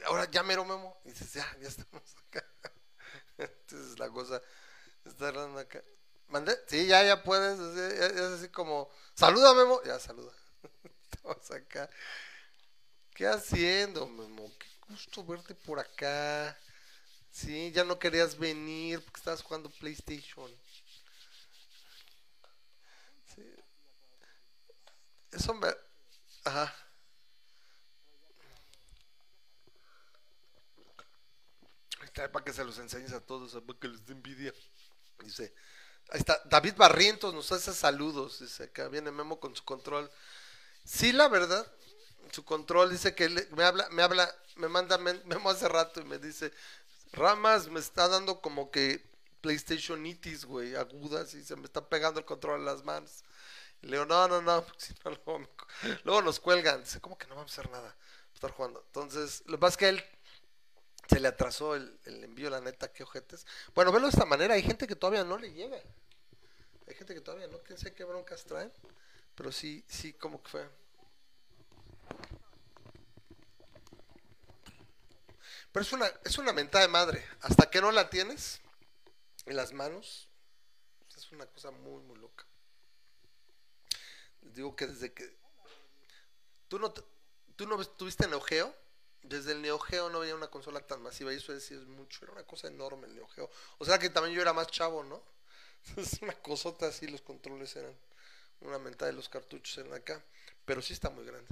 ahora ya mero Memo. Y dices, ya estamos acá. Entonces la cosa está hablando acá. ¿Mandé? Sí, ya puedes. Es así como, saluda Memo. Ya saluda. Estamos acá. ¿Qué haciendo, Memo? Qué gusto verte por acá. Sí, ya no querías venir porque estabas jugando PlayStation. Sí, eso me... Ajá. Ahí está, para que se los enseñes a todos, para que les dé envidia. Dice, ahí está, David Barrientos nos hace saludos. Dice, acá viene Memo con su control. Sí, la verdad, su control dice que me manda Memo hace rato y me dice, Ramas me está dando como que PlayStation itis, güey, agudas y se me está pegando el control en las manos. Y le digo, no, porque si no, luego nos cuelgan. Dice, ¿cómo que no vamos a hacer nada? Estar jugando. Entonces, lo que pasa es que él se le atrasó el envío, la neta, qué ojetes. Bueno, velo de esta manera, hay gente que todavía no le llega. Hay gente que todavía no, quién sabe qué broncas traen. Pero sí, como que fue. Pero es una mentada de madre. Hasta que no la tienes en las manos, es una cosa muy, muy loca. Les digo que desde que tú no, tú no tuviste Neo Geo, desde el Neo Geo no había una consola tan masiva y eso es mucho, era una cosa enorme el Neo Geo. O sea que también yo era más chavo, ¿no? Es una cosota así, los controles eran una mentada de los cartuchos eran acá, pero sí está muy grande.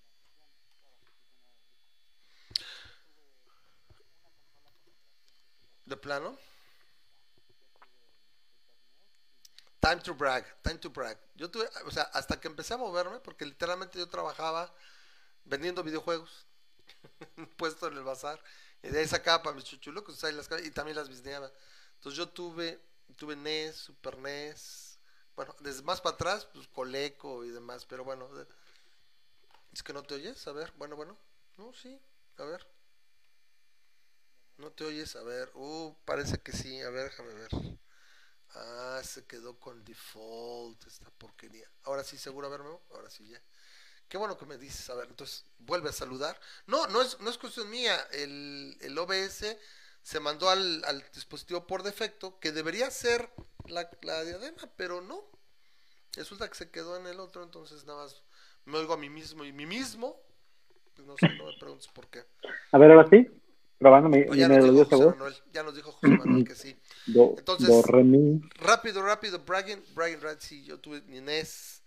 De plano, time to brag, time to brag. Yo tuve, o sea, hasta que empecé a moverme, porque literalmente yo trabajaba vendiendo videojuegos, puesto en el bazar, y de ahí sacaba para mis chuchulucos, o sea, y también las bisneaba. Entonces yo tuve NES, Super NES, bueno, desde más para atrás, pues Coleco y demás, pero bueno, es que no te oyes, a ver, bueno, no, sí, a ver, no te oyes, a ver, parece que sí, a ver, déjame ver. Ah, se quedó con default esta porquería. Ahora sí, seguro, a ver, ¿no? Ahora sí ya. Qué bueno que me dices, a ver, entonces vuelve a saludar. No es cuestión mía, el OBS se mandó al dispositivo por defecto, que debería ser la diadema, pero no. Resulta que se quedó en el otro, entonces nada más me oigo a mí mismo y mí mismo, pues no sé, no me preguntes por qué. A ver, ahora sí, probando Pues mi ya nos dijo melodiosa José voz. Manuel, ya nos dijo José Manuel que sí. Do, Entonces, re, mi. rápido, Bragging Rights, sí, yo tuve mi NES,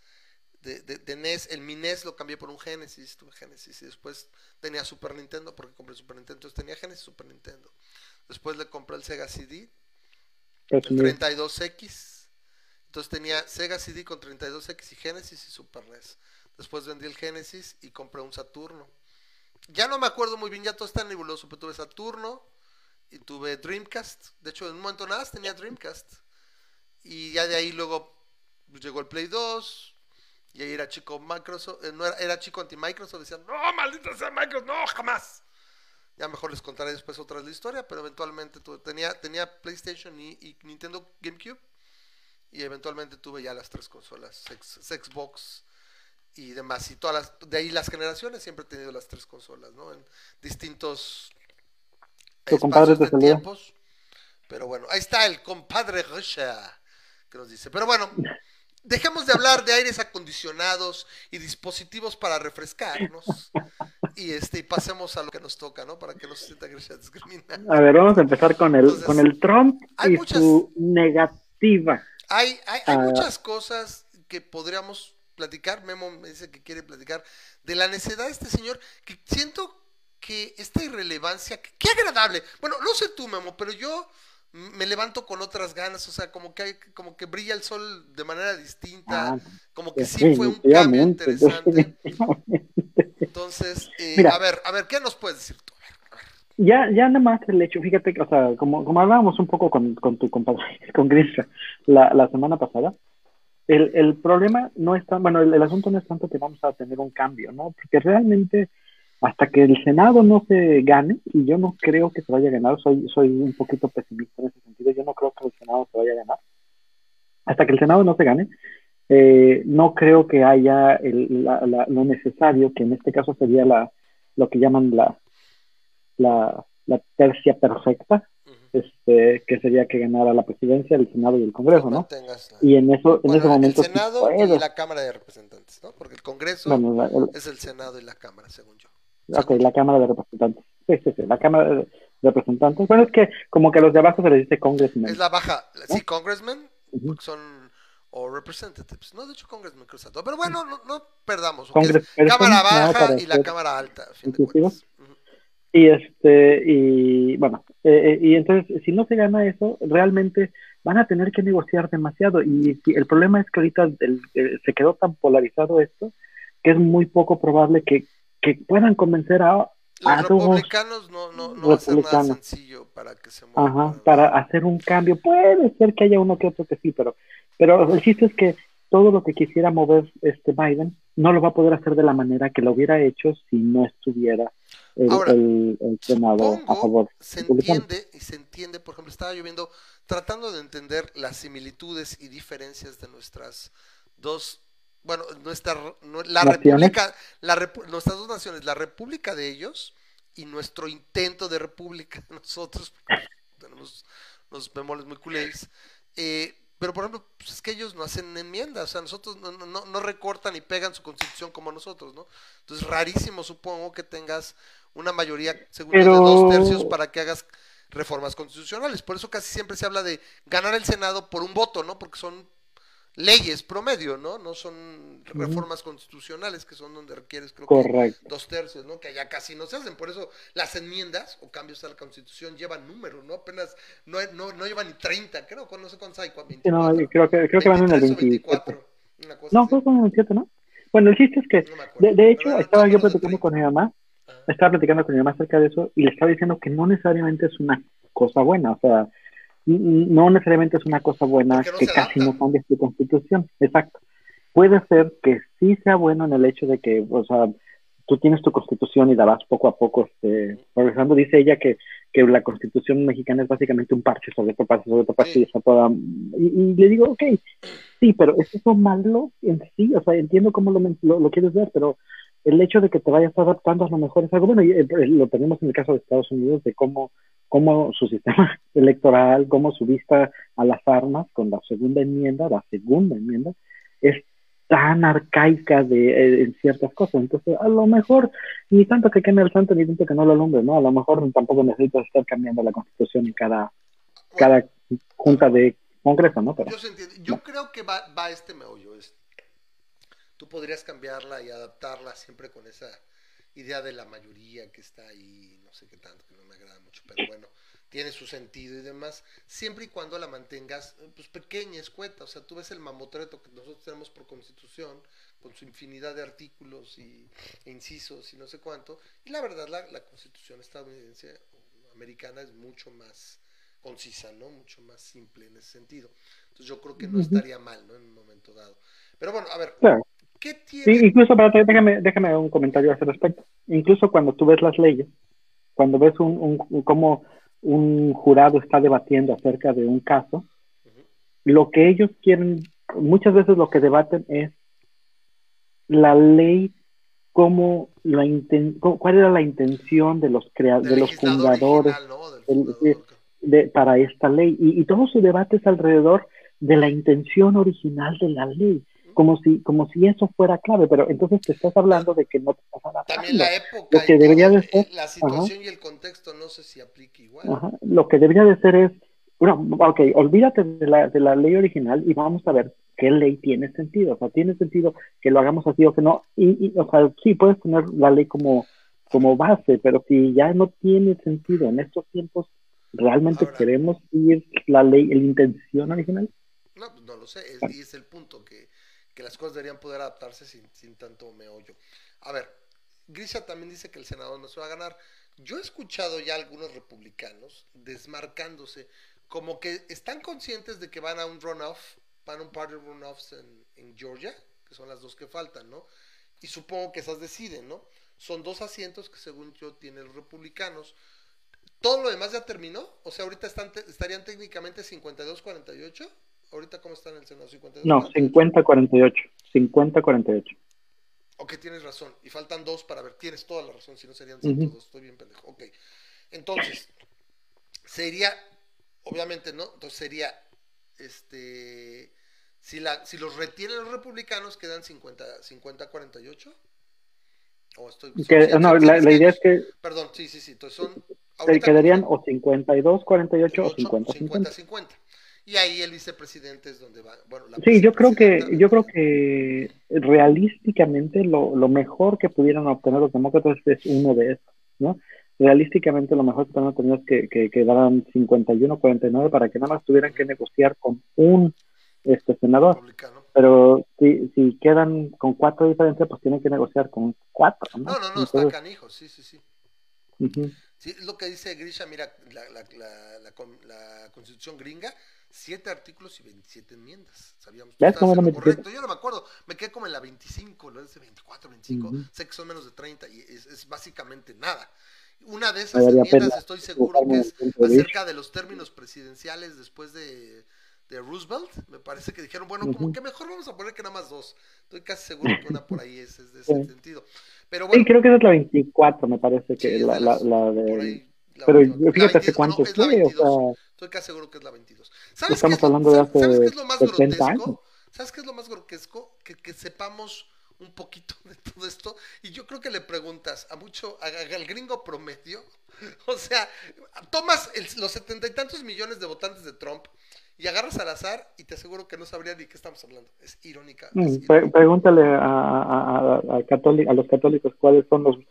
de NES, el mi NES lo cambié por un Genesis, tuve Genesis y después tenía Super Nintendo porque compré Super Nintendo, entonces tenía Genesis y Super Nintendo. Después le compré el Sega CD, el Presumido. 32X, entonces tenía Sega CD con 32X y Genesis y Super NES. Después vendí el Genesis y compré un Saturno. Ya no me acuerdo muy bien, ya todo está nebuloso, pero tuve Saturno y tuve Dreamcast. De hecho, en un momento nada más tenía Dreamcast. Y ya de ahí luego llegó el Play 2, y ahí era chico Microsoft, no era chico anti-Microsoft, decían, no, maldita sea Microsoft, no, jamás. Ya mejor les contaré después otra de la historia, pero eventualmente tenía PlayStation y Nintendo GameCube, y eventualmente tuve ya las tres consolas, Xbox y demás, y de ahí las generaciones, siempre he tenido las tres consolas, ¿no? En distintos Tu compadre espacios te de saluda. tiempos, pero bueno, ahí está el compadre Russia que nos dice, pero bueno, dejemos de hablar de aires acondicionados y dispositivos para refrescarnos y pasemos a lo que nos toca, ¿no? Para que no se sienta que se discrimina. A ver, vamos a empezar con Entonces, el Trump hay y muchas, su negativa. hay Ah, muchas cosas que podríamos platicar. Memo me dice que quiere platicar de la necedad de este señor, que siento que esta irrelevancia, qué agradable. Bueno, no sé tú, Memo, pero yo me levanto con otras ganas, o sea, como que brilla el sol de manera distinta, ah, como que sí fue un cambio definitivamente, interesante. definitivamente. Entonces, Mira, a ver, ¿qué nos puedes decir tú? ya nada más el hecho, fíjate que, o sea, como hablábamos un poco con tu compadre, con Grisha, la semana pasada, el problema no es tan, bueno, el asunto no es tanto que vamos a tener un cambio, ¿no? Porque realmente hasta que el Senado no se gane, y yo no creo que se vaya a ganar, soy un poquito pesimista en ese sentido, yo no creo que el Senado se vaya a ganar, hasta que el Senado no se gane, no creo que haya lo necesario, que en este caso sería lo que llaman la tercia perfecta, Ujú. que sería que ganara la presidencia, el Senado y el Y Congreso, ¿no? mantengas la... Y en Bueno, ese el momento sí Senado y puedes, la Cámara de Representantes, ¿no? Porque el Congreso bueno, es el Senado y la Cámara, según yo. ok, Según yo. la Cámara de Representantes. Sí, sí, sí, la Cámara de Representantes. Bueno, es que como que a los de abajo se les dice Es congressmen, la baja, sí, ¿no? congressmen, Ujú. porque son, o representatives, no, de hecho congressmen cruzado, pero bueno, no perdamos, porque es Cámara Congressperson, ¿no? baja Para y la ser Cámara alta, a fin de inclusivo. cuentas. Ujú. Y bueno, y entonces, si no se gana eso, realmente van a tener que negociar demasiado. Y el problema es que ahorita se quedó tan polarizado esto que es muy poco probable que puedan convencer Los a dos republicanos no va a ser nada republicanos, sencillo para que se muevan ajá, para un para lado. hacer un cambio. Puede ser que haya uno que otro que sí, pero el chiste es que todo lo que quisiera mover Biden no lo va a poder hacer de la manera que lo hubiera hecho si no estuviera Ahora, el Senado a supongo favor se republicano. entiende y se entiende, por ejemplo, estaba yo viendo, tratando de entender las similitudes y diferencias de nuestras dos, bueno, la Naciones. república, nuestras dos naciones, la república de ellos y nuestro intento de república de nosotros, porque tenemos unos bemoles muy culés. Pero por ejemplo, pues es que ellos no hacen enmiendas, o sea, nosotros no recortan y pegan su constitución como nosotros, ¿no? Entonces, rarísimo supongo que tengas una mayoría, según yo, de dos tercios Pero para que hagas reformas constitucionales. Por eso casi siempre se habla de ganar el Senado por un voto, ¿no? Porque son leyes promedio, ¿no? No son ujú, reformas constitucionales, que son donde requieres, creo que, correcto. dos tercios, ¿no? Que allá casi no se hacen. Por eso las enmiendas o cambios a la constitución llevan números, ¿no? Apenas no llevan ni 30, creo, no sé cuántos hay, Sí, no, 24, creo que van en el 23 o 27. 24, una cosa No, así. creo que van en el 27, ¿no? Bueno, el chiste es que, No me acuerdo. de Pero hecho, de todas estaba yo maneras de platicando 30. con mi mamá, Ajá. estaba platicando con mi mamá acerca de eso y le estaba diciendo que no necesariamente es una cosa buena, o sea, no necesariamente es una cosa buena Porque no que se casi no adaptan. cambie su constitución, exacto. Puede ser que sí sea bueno en el hecho de que, o sea, tú tienes tu constitución y la vas poco a poco Uh-huh. progresando. Dice ella que la constitución mexicana es básicamente un parche sobre otro parche sobre otro parche Sí. y está toda... Y le digo, ok, sí, pero ¿es eso malo en sí? O sea, entiendo cómo lo quieres ver, pero el hecho de que te vayas adaptando a lo mejor es algo bueno. Y, lo tenemos en el caso de Estados Unidos, de cómo su sistema electoral, cómo su vista a las armas con la segunda enmienda, es tan arcaica en ciertas cosas. Entonces, a lo mejor, ni tanto que queme el santo, ni tanto que no lo alumbre, ¿no? A lo mejor tampoco necesitas estar cambiando la constitución en Bueno, cada a ver, junta de Congreso, ¿no? Pero, yo se entiende. Yo no. creo que va este meollo. Tú podrías cambiarla y adaptarla siempre con esa idea de la mayoría que está ahí, no sé qué tanto, que no me agrada mucho, pero bueno, tiene su sentido y demás, siempre y cuando la mantengas pues pequeña, escueta, o sea, tú ves el mamotreto que nosotros tenemos por constitución, con su infinidad de artículos e incisos y no sé cuánto, y la verdad la constitución estadounidense o americana es mucho más concisa, ¿no? Mucho más simple en ese sentido. Entonces yo creo que no Ujú, estaría mal, ¿no? En un momento dado. Pero bueno, a ver, claro. ¿qué tiene? Incluso, déjame un comentario a ese respecto. Incluso cuando tú ves las leyes, cuando ves cómo un jurado está debatiendo acerca de un caso, Uh-huh. lo que ellos quieren, muchas veces lo que debaten es la ley, cuál era la intención de Del los legislador fundadores original, ¿no? Del el- fundador. para esta ley. Y todo su debate es alrededor de la intención original de la ley, como si eso fuera clave, pero entonces te estás Pero hablando de que no te estás también la adaptando. Lo época y que debería todo, de ser, la ajá, situación y el contexto, no sé si aplica igual. ajá, lo que debería de ser es, bueno, ok, olvídate de la ley original y vamos a ver qué ley tiene sentido. O sea, tiene sentido que lo hagamos así o que no. O sea, sí, puedes tener la ley como base, pero si ya no tiene sentido en estos tiempos, ¿realmente Ahora, queremos seguir la ley, la intención original? no, pues no lo sé, y es el punto, que las cosas deberían poder adaptarse sin tanto meollo. A ver, Grisha también dice que el Senado no se va a ganar. Yo he escuchado ya algunos republicanos desmarcándose, como que están conscientes de que van a un runoff, van a un party runoffs en Georgia, que son las dos que faltan, ¿no? Y supongo que esas deciden, ¿no? Son dos asientos que según yo tienen los republicanos. Todo lo demás ya terminó. O sea, ahorita estarían técnicamente 52-48. Ahorita, ¿cómo están en el Senado? No, 52-48. 50-48. 50-48. Ok, tienes razón. Y faltan dos para ver. Tienes toda la razón. Si no serían Ujú. 102. Estoy bien pendejo. Ok. Entonces, sería, obviamente, ¿no? Entonces sería, este, si los retienen los republicanos, quedan 50-48. O estoy, son, No, la idea es que perdón, sí, sí, sí. Entonces son, ahorita con quedarían o 52-48 o 50-50. 50-50. Y ahí el vicepresidente es donde va, bueno, la Sí, vicepresidenta. yo creo que realísticamente lo mejor que pudieran obtener los demócratas es uno de estos, ¿no? Realísticamente lo mejor que pudieran obtener es que quedaran 51-49 para que nada más tuvieran que negociar con un senador. Republicano. Pero si quedan con 4 diferentes, pues tienen que negociar con 4, ¿no? No, Entonces, está canijo, sí, sí, sí. uh-huh. Sí, es lo que dice Grisha, mira, la constitución gringa, 7 artículos y 27 enmiendas. Sabíamos, tú estás en lo correcto. Yo no me acuerdo, me quedé como en la 25, lo de 24, 25, uh-huh. Sé que son menos de 30 y es básicamente nada. Una de esas enmiendas estoy seguro que es acerca de los términos presidenciales después de Roosevelt. Me parece que dijeron, bueno, como que mejor vamos a poner que nada más 2. Estoy casi seguro que una por ahí es de ese sentido. Pero bueno, sí, creo que esa es la 24, me parece que sí, la de... Por ahí, pero 22, fíjate hace cuánto es la 22. O sea, estoy casi seguro que es la 22. Estamos hablando de hace ¿Sabes qué es lo más 70 años. grotesco? ¿Sabes qué es lo más grotesco? Que sepamos un poquito de todo esto. Y yo creo que le preguntas al gringo promedio. O sea, tomas los 70 y tantos millones de votantes de Trump y agarras al azar y te aseguro que no sabría ni qué estamos hablando. Es irónica. Pregúntale a los católicos cuáles son los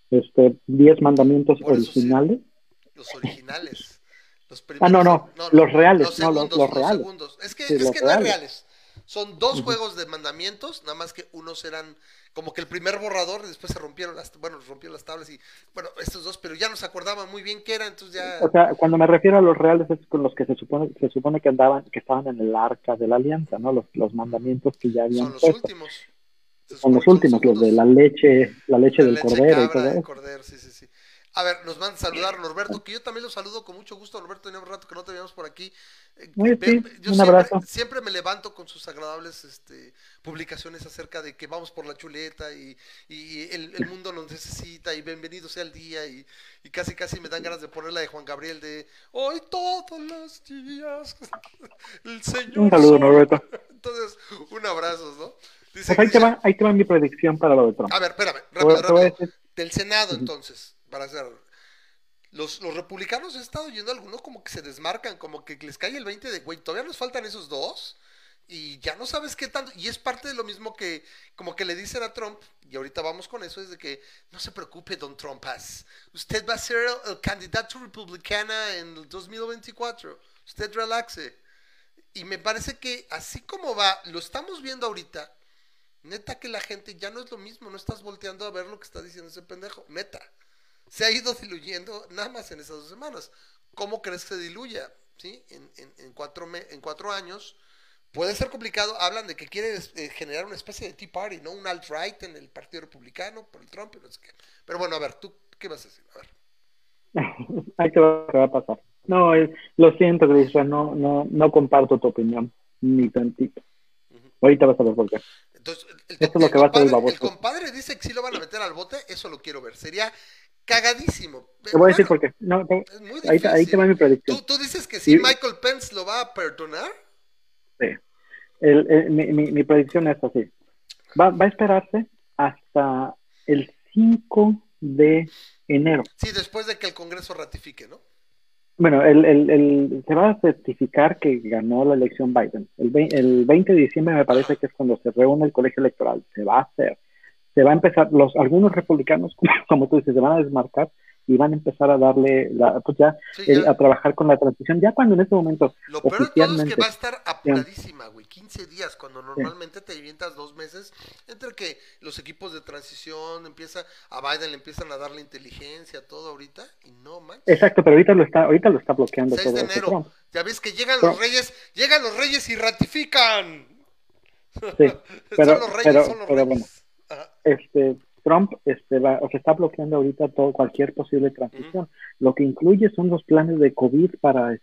10 mandamientos originales. Sí, los originales. Los primeros, no, los reales. Los segundos, los reales. Segundos. Es que no hay reales. Son 2 juegos de mandamientos, nada más que unos eran como que el primer borrador y después se rompieron las tablas y bueno, estos 2, pero ya no se acordaban muy bien qué era, entonces ya... O sea, cuando me refiero a los reales es con los que se supone que estaban en el arca de la alianza, ¿no? Los mandamientos que ya habían Son los últimos. Son los últimos, los de la leche del cordero y todo eso. Cordero, sí, sí, sí. A ver, nos van a saludar Norberto, que yo también los saludo con mucho gusto. Norberto, tenía un rato que no te veíamos por aquí. Un abrazo. Siempre me levanto con sus agradables publicaciones acerca de que vamos por la chuleta y el mundo nos necesita y bienvenido sea el día y casi me dan ganas de poner la de Juan Gabriel de hoy todos los días el Señor. Un saludo, Norberto. Entonces, un abrazo, ¿no? Dice, pues ahí te va mi predicción para lo de Trump. A ver, espérame, rápido. Del Senado, entonces, para hacer... Los republicanos han estado yendo algunos como que se desmarcan, como que les cae el 20 de, güey, todavía nos faltan esos 2 y ya no sabes qué tanto, y es parte de lo mismo que como que le dicen a Trump, y ahorita vamos con eso, es de que no se preocupe, don Trumpas, usted va a ser el candidato republicana en el 2024, usted relaxe. Y me parece que así como va, lo estamos viendo ahorita, neta que la gente ya no es lo mismo, no estás volteando a ver lo que está diciendo ese pendejo, neta. Se ha ido diluyendo nada más en esas 2 semanas. ¿Cómo crees que se diluya? ¿Sí? En 4 años. Puede ser complicado. Hablan de que quiere generar una especie de Tea Party, ¿no? Un alt-right en el Partido Republicano por el Trump. No sé qué. Pero bueno, a ver, ¿tú qué vas a decir? A ver. Ahí te va a pasar. No, lo siento, Grisha, no comparto tu opinión, ni tantito. Ahorita vas a ver por qué. Entonces, esto es lo que va a hacer el baboso. El compadre dice que sí lo van a meter al bote, eso lo quiero ver. Sería cagadísimo. Te voy a decir por qué. No, es muy difícil. Ahí te va mi predicción. ¿Tú dices que sí, Michael Pence lo va a perdonar? Sí. Mi predicción es así. Va a esperarse hasta el 5 de enero. Sí, después de que el Congreso ratifique, ¿no? Bueno, se va a certificar que ganó la elección Biden. El 20 de diciembre me parece que es cuando se reúne el colegio electoral. Se va a hacer. Se va a empezar, algunos republicanos, como tú dices, se van a desmarcar y van a empezar a darle, a trabajar con la transición. Ya cuando en este momento lo peor de todo es que va a estar apuradísima, güey, 15 días, cuando normalmente te avientas 2 meses, entre que los equipos de transición a Biden le empiezan a darle inteligencia, todo ahorita, y no manches. Exacto, pero ahorita lo está bloqueando 6 todo de enero, ya ves que llegan los reyes y ratifican. Sí, son los reyes. Bueno, Trump está bloqueando ahorita cualquier posible transición. Lo que incluye son los planes de COVID para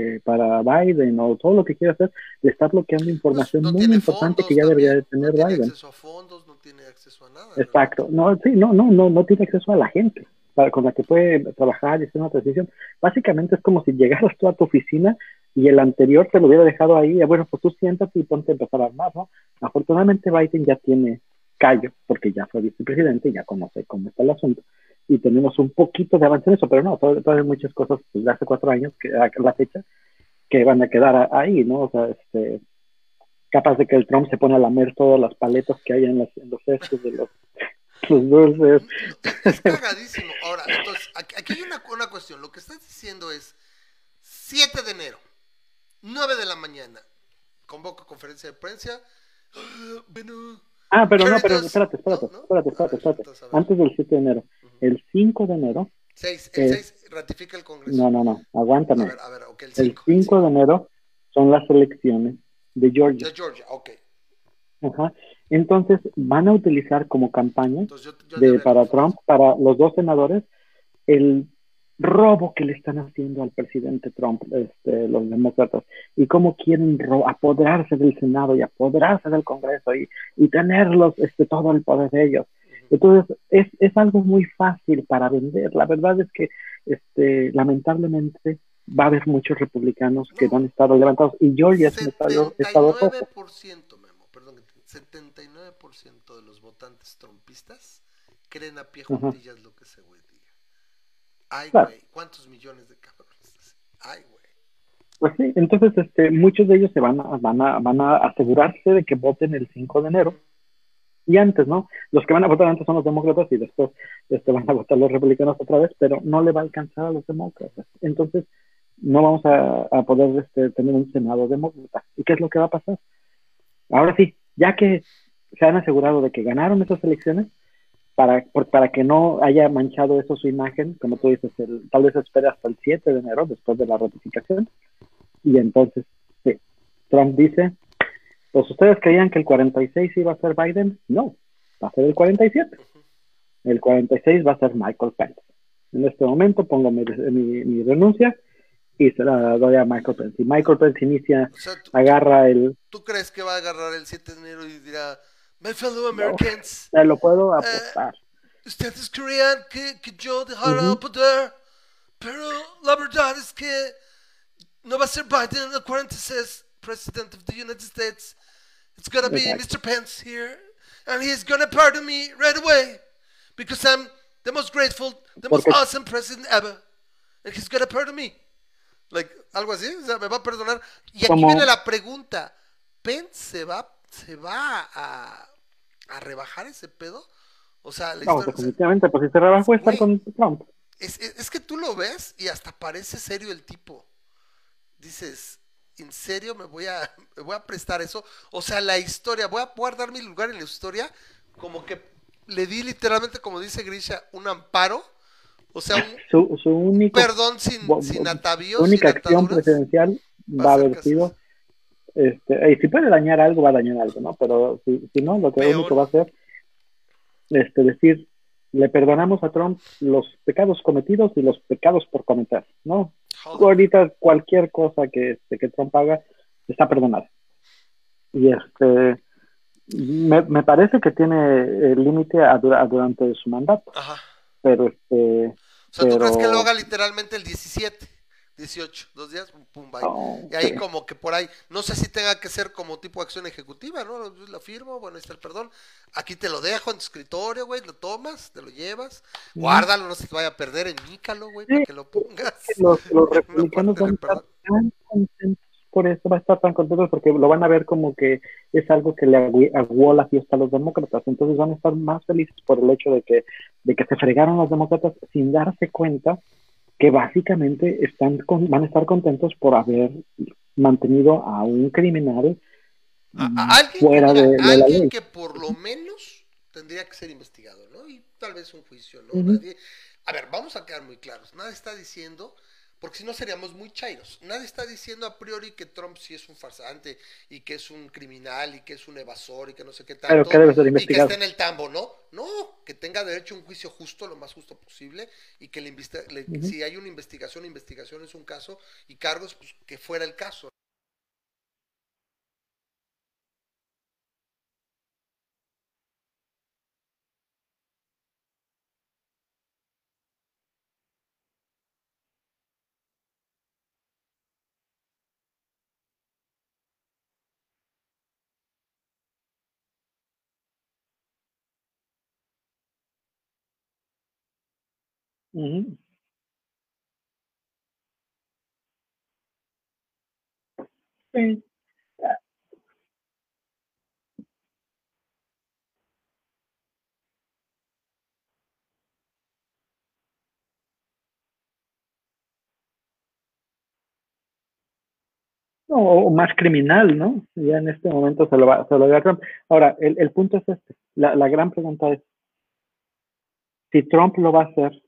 Biden o todo lo que quiera hacer. Le está bloqueando información muy importante que ya debería de tener Biden. No tiene acceso a fondos, no tiene acceso a nada. Exacto. No tiene acceso a la gente. con la que puede trabajar y hacer una transición. Básicamente es como si llegaras tú a tu oficina y el anterior te lo hubiera dejado ahí. Bueno, pues tú siéntate y ponte a empezar a armar, ¿no? Afortunadamente Biden ya tiene callo, porque ya fue vicepresidente y ya conoce cómo está el asunto. Y tenemos un poquito de avance en eso, pero no, todavía hay muchas cosas pues, de hace 4 años, que a la fecha, que van a quedar ahí, ¿no? O sea, capaz de que el Trump se pone a lamer todas las paletas que hay en los cestos de los dulces. No, es cagadísimo. Ahora, entonces, aquí hay una cuestión. Lo que estás diciendo es 7 de enero, 9 de la mañana. Convoco conferencia de prensa. Bueno, Pero no, pero queridos. espérate, ¿No? espérate, ¿No? espérate, A espérate, ver, espérate. entonces, a ver. Antes del 7 de enero. Uh-huh. El 5 de enero 6, el es, 6 ratifica el Congreso. no, A aguántame. ver, ok, el El 5, el 5 de 5. enero son las elecciones de Georgia. De Georgia, ok. Ajá. Entonces van a utilizar como campaña Entonces yo te había para confundido. Trump, para los dos senadores, el robo que le están haciendo al presidente Trump, los demócratas, y cómo quieren apoderarse del Senado y apoderarse del Congreso y tenerlos, todo el poder de ellos. Uh-huh. Entonces, es algo muy fácil para vender. La verdad es que, lamentablemente, va a haber muchos republicanos que no han No, estado levantados, y Georgia es un estado rojo. 79%, Memo, perdón, 79% de los votantes trompistas creen a pie Ajá, juntillas lo que ese güey diga. Ay, claro. güey, ¿cuántos millones de cabrones? Ay, güey. Pues sí, entonces muchos de ellos se van a asegurarse de que voten el 5 de enero. Uh-huh. Y antes, ¿no? Los que van a votar antes son los demócratas y después van a votar los republicanos otra vez, pero no le va a alcanzar a los demócratas. Entonces, no vamos a poder tener un Senado demócrata. ¿Y qué es lo que va a pasar? Ahora sí, ya que se han asegurado de que ganaron esas elecciones, para que no haya manchado eso su imagen, como tú dices, tal vez espera hasta el 7 de enero, después de la ratificación, y entonces sí, Trump dice, pues ustedes creían que el 46 iba a ser Biden, no, va a ser el 47. Uh-huh. El 46 va a ser Michael Pence. En este momento pongo mi renuncia y se la doy a Michael Pence. Y Michael Pence inicia, O sea, agarra el... ¿tú crees que va a agarrar el 7 de enero y dirá, my fellow No, Americans, te lo puedo eh, apostar. ustedes creían que yo dejara el Uh-huh. poder, pero la verdad es que no va a ser Biden el 46 President of the United States. It's gonna be Exacto. Mr. Pence here, and he's gonna pardon me right away because I'm the most grateful, the most Porque awesome president ever, and he's gonna pardon me. Like, algo así, o sea, me va a perdonar. Y aquí viene como, la pregunta: ¿Pence se va a rebajar ese pedo? O sea, la vamos, historia, o sea, definitivamente, pues si se rebaja puede estar güey, con Trump. es que tú lo ves y hasta parece serio el tipo. Dices, ¿en serio me voy a prestar eso? O sea, la historia, voy a guardar mi lugar en la historia, como que le di literalmente, como dice Grisha, un amparo, o sea, Su un único, perdón sin su atavíos, sin única acción ataduras, presidencial va a va a ser haber casi eso. sido, y si puede dañar algo, va a dañar algo, ¿no? Pero si no, lo que único Peón. va a hacer decir, le perdonamos a Trump los pecados cometidos y los pecados por cometer, ¿no? Joder. Ahorita cualquier cosa que Trump haga está perdonada. Y me parece que tiene el límite durante su mandato, Ajá. pero O sea, ¿tú crees que lo pero haga literalmente el 17, 18, 2 días? Pum, bye. oh, Y sí. ahí como que por ahí, no sé si tenga que ser como tipo acción ejecutiva, ¿no? La firmo, bueno, ahí está el perdón. Aquí te lo dejo en tu escritorio, güey, lo tomas, te lo llevas, guárdalo, no se te vaya a perder, enícalo, güey, para Sí, que lo pongas los en una republicanos parte van de a estar perdón. tan contentos por eso, va a estar tan contentos porque lo van a ver como que es algo que le aguó la fiesta a los demócratas. Entonces van a estar más felices por el hecho de que se fregaron los demócratas sin darse cuenta que básicamente van a estar contentos por haber mantenido a un criminal Alguien que, fuera mira, de la alguien ley. que por lo menos tendría que ser investigado, ¿no? Y tal vez un juicio, ¿no? Uh-huh. Nadie, a ver, vamos a quedar muy claros. Nadie está diciendo, porque si no seríamos muy chairos, nadie está diciendo a priori que Trump sí es un farsante y que es un criminal y que es un evasor y que no sé qué Pero que tanto debe ser y que esté investigado. en el tambo, ¿no? No, que tenga derecho a un juicio justo, lo más justo posible y que Uh-huh. si hay una investigación es un caso y cargos, pues que fuera el caso. Ujú. Sí. No, o más criminal, ¿no? Ya en este momento se lo da Trump. Ahora, el punto es este. La gran pregunta es, si Trump lo va a hacer,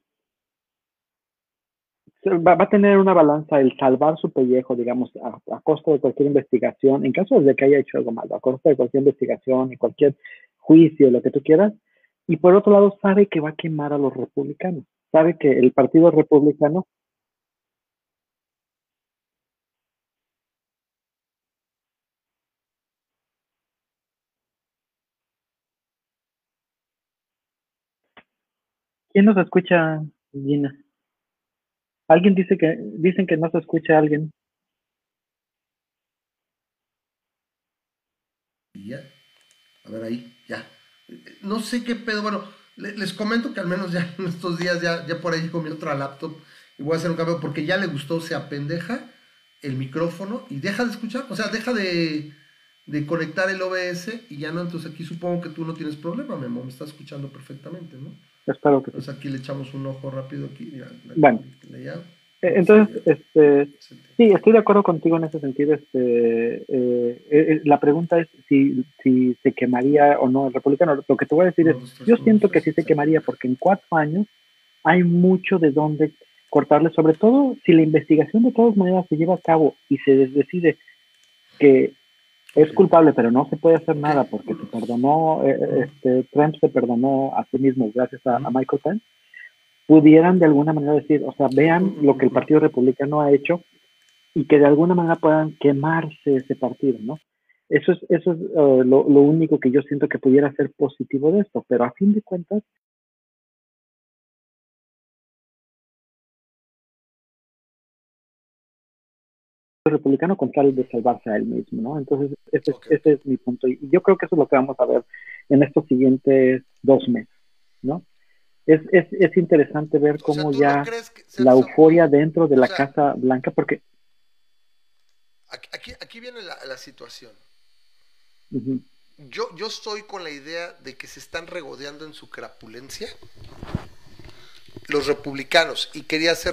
va a tener una balanza el salvar su pellejo, digamos, a costa de cualquier investigación, en caso de que haya hecho algo malo, a costa de cualquier investigación y cualquier juicio, lo que tú quieras, y por otro lado sabe que va a quemar a los republicanos, sabe que el partido republicano, ¿quién nos escucha, Gina? Alguien dicen que no se escucha a alguien. Y ya, a ver ahí, ya. No sé qué pedo, bueno, les comento que al menos ya en estos días ya por ahí con mi otra laptop y voy a hacer un cambio porque ya le gustó, se apendeja el micrófono y deja de escuchar, o sea, deja de conectar el OBS y ya no, entonces aquí supongo que tú no tienes problema, Memo, me estás escuchando perfectamente, ¿no? Espero que sí. Entonces aquí le echamos un ojo rápido aquí, mira, Bueno, layout, entonces, setting. sí, estoy de acuerdo contigo en ese sentido. La pregunta es si se quemaría o no el republicano. Lo que te voy a decir Uno, es, dos, tres, yo uno, dos, siento que tres, sí se setting. quemaría porque en 4 años hay mucho de dónde cortarle, sobre todo si la investigación de todas maneras se lleva a cabo y se decide que Ok, es culpable, pero no se puede hacer ok, nada porque uno, se dos. perdonó, Ujú, Trump se perdonó a sí mismo gracias a ujú. Michael Pence, pudieran de alguna manera decir, o sea, vean lo que el Ujú. Partido Republicano ha hecho y que de alguna manera puedan quemarse ese partido, ¿no? Eso es lo único que yo siento que pudiera ser positivo de esto, pero a fin de cuentas, el republicano con tal de salvarse a él mismo, ¿no? Entonces, Ok, ok. ese es mi punto. Y yo creo que eso es lo que vamos a ver en estos siguientes 2 meses, ¿no? Es interesante ver O sea, cómo ¿tú no ya crees que la seas euforia dentro de o la sea, Casa Blanca, porque aquí viene la situación. uh-huh, Yo estoy con la idea de que se están regodeando en su crapulencia los republicanos y quería hacer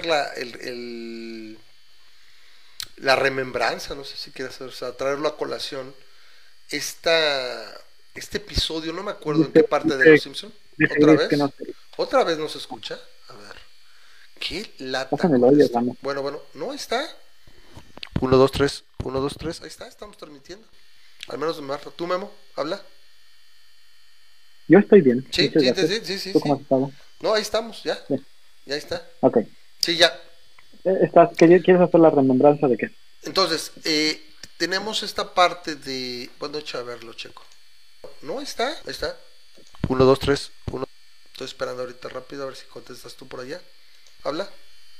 la remembranza, no sé si quieres hacer, o sea, traerlo a colación, esta, este episodio, no me acuerdo en qué parte de Los Simpson. dice ¿Otra Gris que no vez? sé, ¿Otra vez no se escucha? A ver, qué lata pásame el con hoyo, esto. Orlando. Bueno, no está. Uno, dos, tres, uno, dos, tres, ahí está, estamos transmitiendo. Al menos de Marta. ¿Tú, Memo? ¿Habla? Yo estoy bien, Sí, muchas sí, gracias. sí, sí, sí, ¿Tú cómo sí. has estado? No, ahí estamos, ya. Sí. Ya está. Ok. Sí, ya. ¿Quieres hacer la remembranza de qué? Entonces, tenemos esta parte de. Bueno, echa a verlo, checo. No, ahí está, ahí está. Uno, dos, tres, uno. Estoy esperando ahorita rápido a ver si contestas tú por allá. ¿Habla?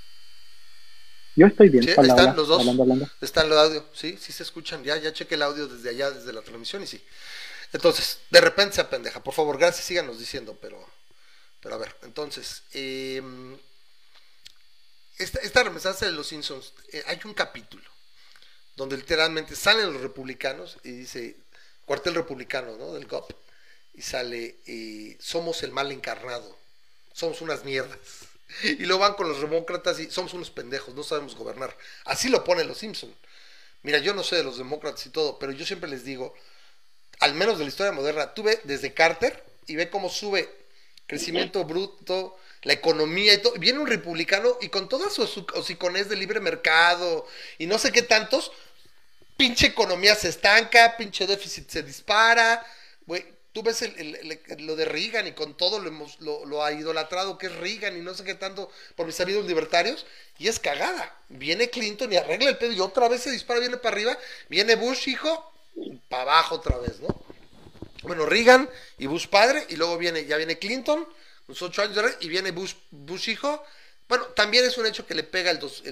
Yo estoy bien. Sí, ahí Hola, están hola. los dos. Hablando. Está el audio, sí, sí se escuchan. Ya cheque el audio desde allá, desde la transmisión y sí. Entonces, de repente se apendeja. Por favor, gracias, síganos diciendo, pero a ver, entonces, esta remembranza de los Simpsons, hay un capítulo donde literalmente salen los republicanos y dice, cuartel republicano, ¿no? Del GOP, y sale, somos el mal encarnado, somos unas mierdas. Y luego van con los demócratas y somos unos pendejos, no sabemos gobernar. Así lo ponen los Simpsons. Mira, yo no sé de los demócratas y todo, pero yo siempre les digo, al menos de la historia moderna, tú ve desde Carter y ve cómo sube crecimiento bruto, la economía y todo. Viene un republicano y con toda su hociconés de libre mercado y no sé qué tantos, pinche economía se estanca, pinche déficit se dispara, güey. Tú ves lo de Reagan y con todo lo ha idolatrado que es Reagan y no sé qué tanto por mis amigos libertarios y es cagada. Viene Clinton y arregla el pedo y otra vez se dispara, viene para arriba, viene Bush, hijo, para abajo otra vez, ¿no? Bueno, Reagan y Bush padre, y luego ya viene Clinton, unos 8 años de rey, y viene Bush hijo. Bueno, también es un hecho que le pega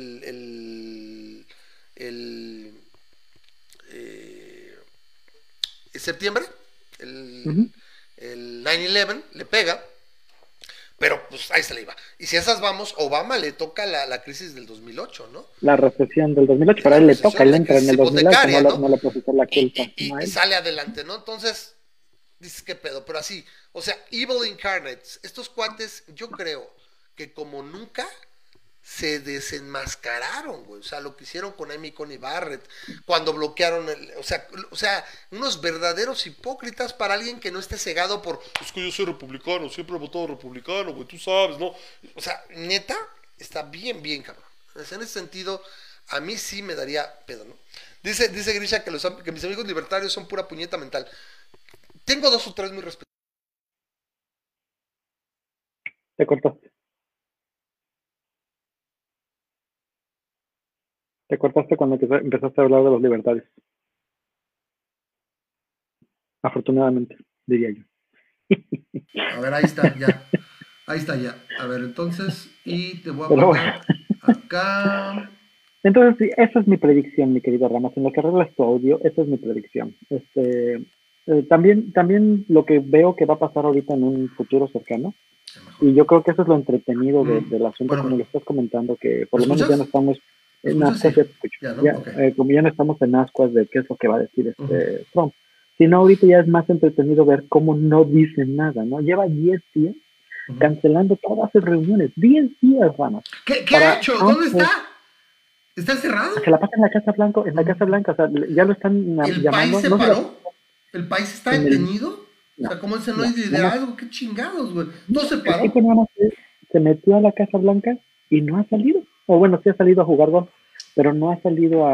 el, eh, septiembre, Uh-huh. el 9/11, le pega, Pero pues ahí se le iba. Y si a esas vamos, Obama le toca la crisis del 2008, ¿no? La recesión del 2008, pero La a él le toca, recesión, él la entra en crisis el 2008, hipotecaria, ¿no? no le puedo quitar la Y, culpa a y él. sale adelante, ¿no? Entonces, dices, ¿qué pedo? Pero así, o sea, Evil Incarnates, estos cuates, yo creo que como nunca se desenmascararon, güey. O sea, lo que hicieron con Amy Coney Barrett, cuando bloquearon, o sea, unos verdaderos hipócritas para alguien que no esté cegado por, es que yo soy republicano, siempre he votado republicano, güey, tú sabes, ¿no? O sea, neta, está bien, bien, cabrón. En ese sentido, a mí sí me daría pedo, ¿no? Dice Grisha que mis amigos libertarios son pura puñeta mental. Tengo dos o tres muy respetables. Te cortaste. Te cortaste cuando empezaste a hablar de los libertarios. Afortunadamente, diría yo. A ver, ahí está, ya. Ahí está, ya. A ver, entonces, y te voy a Pero mandar bueno. acá. Entonces, sí, esa es mi predicción, mi querido Ramos. En lo que arreglas tu audio, esa es mi predicción. También lo que veo que va a pasar ahorita en un futuro cercano, y yo creo que eso es lo entretenido del asunto, Bueno, como bueno. lo estás comentando, que por ¿Me lo menos ya escuchas? no estamos ¿Me en escuchas? ascuas, Sí. ya te escucho. Ya, ¿no? Ya, Ok. como ya no estamos en ascuas de qué es lo que va a decir Ujú. Trump, sino ahorita ya es más entretenido ver cómo no dicen nada, ¿no? Lleva 10 días Ujú. cancelando todas sus reuniones, 10 días, Ramos. ¿Qué ha Para hecho? Trump, ¿Dónde está? ¿Está encerrado? se la pasa en la Casa Blanca, o sea, ya lo están ¿El país llamando, se no se la paró? ¿El país está en el, detenido? O no, sea, ¿cómo ese no hay no, de nada más, algo? ¿Qué chingados, güey? no, ¿Todo se el paró? tipo nada más se metió a la Casa Blanca y no ha salido, o bueno, sí ha salido a jugar golf, pero no ha salido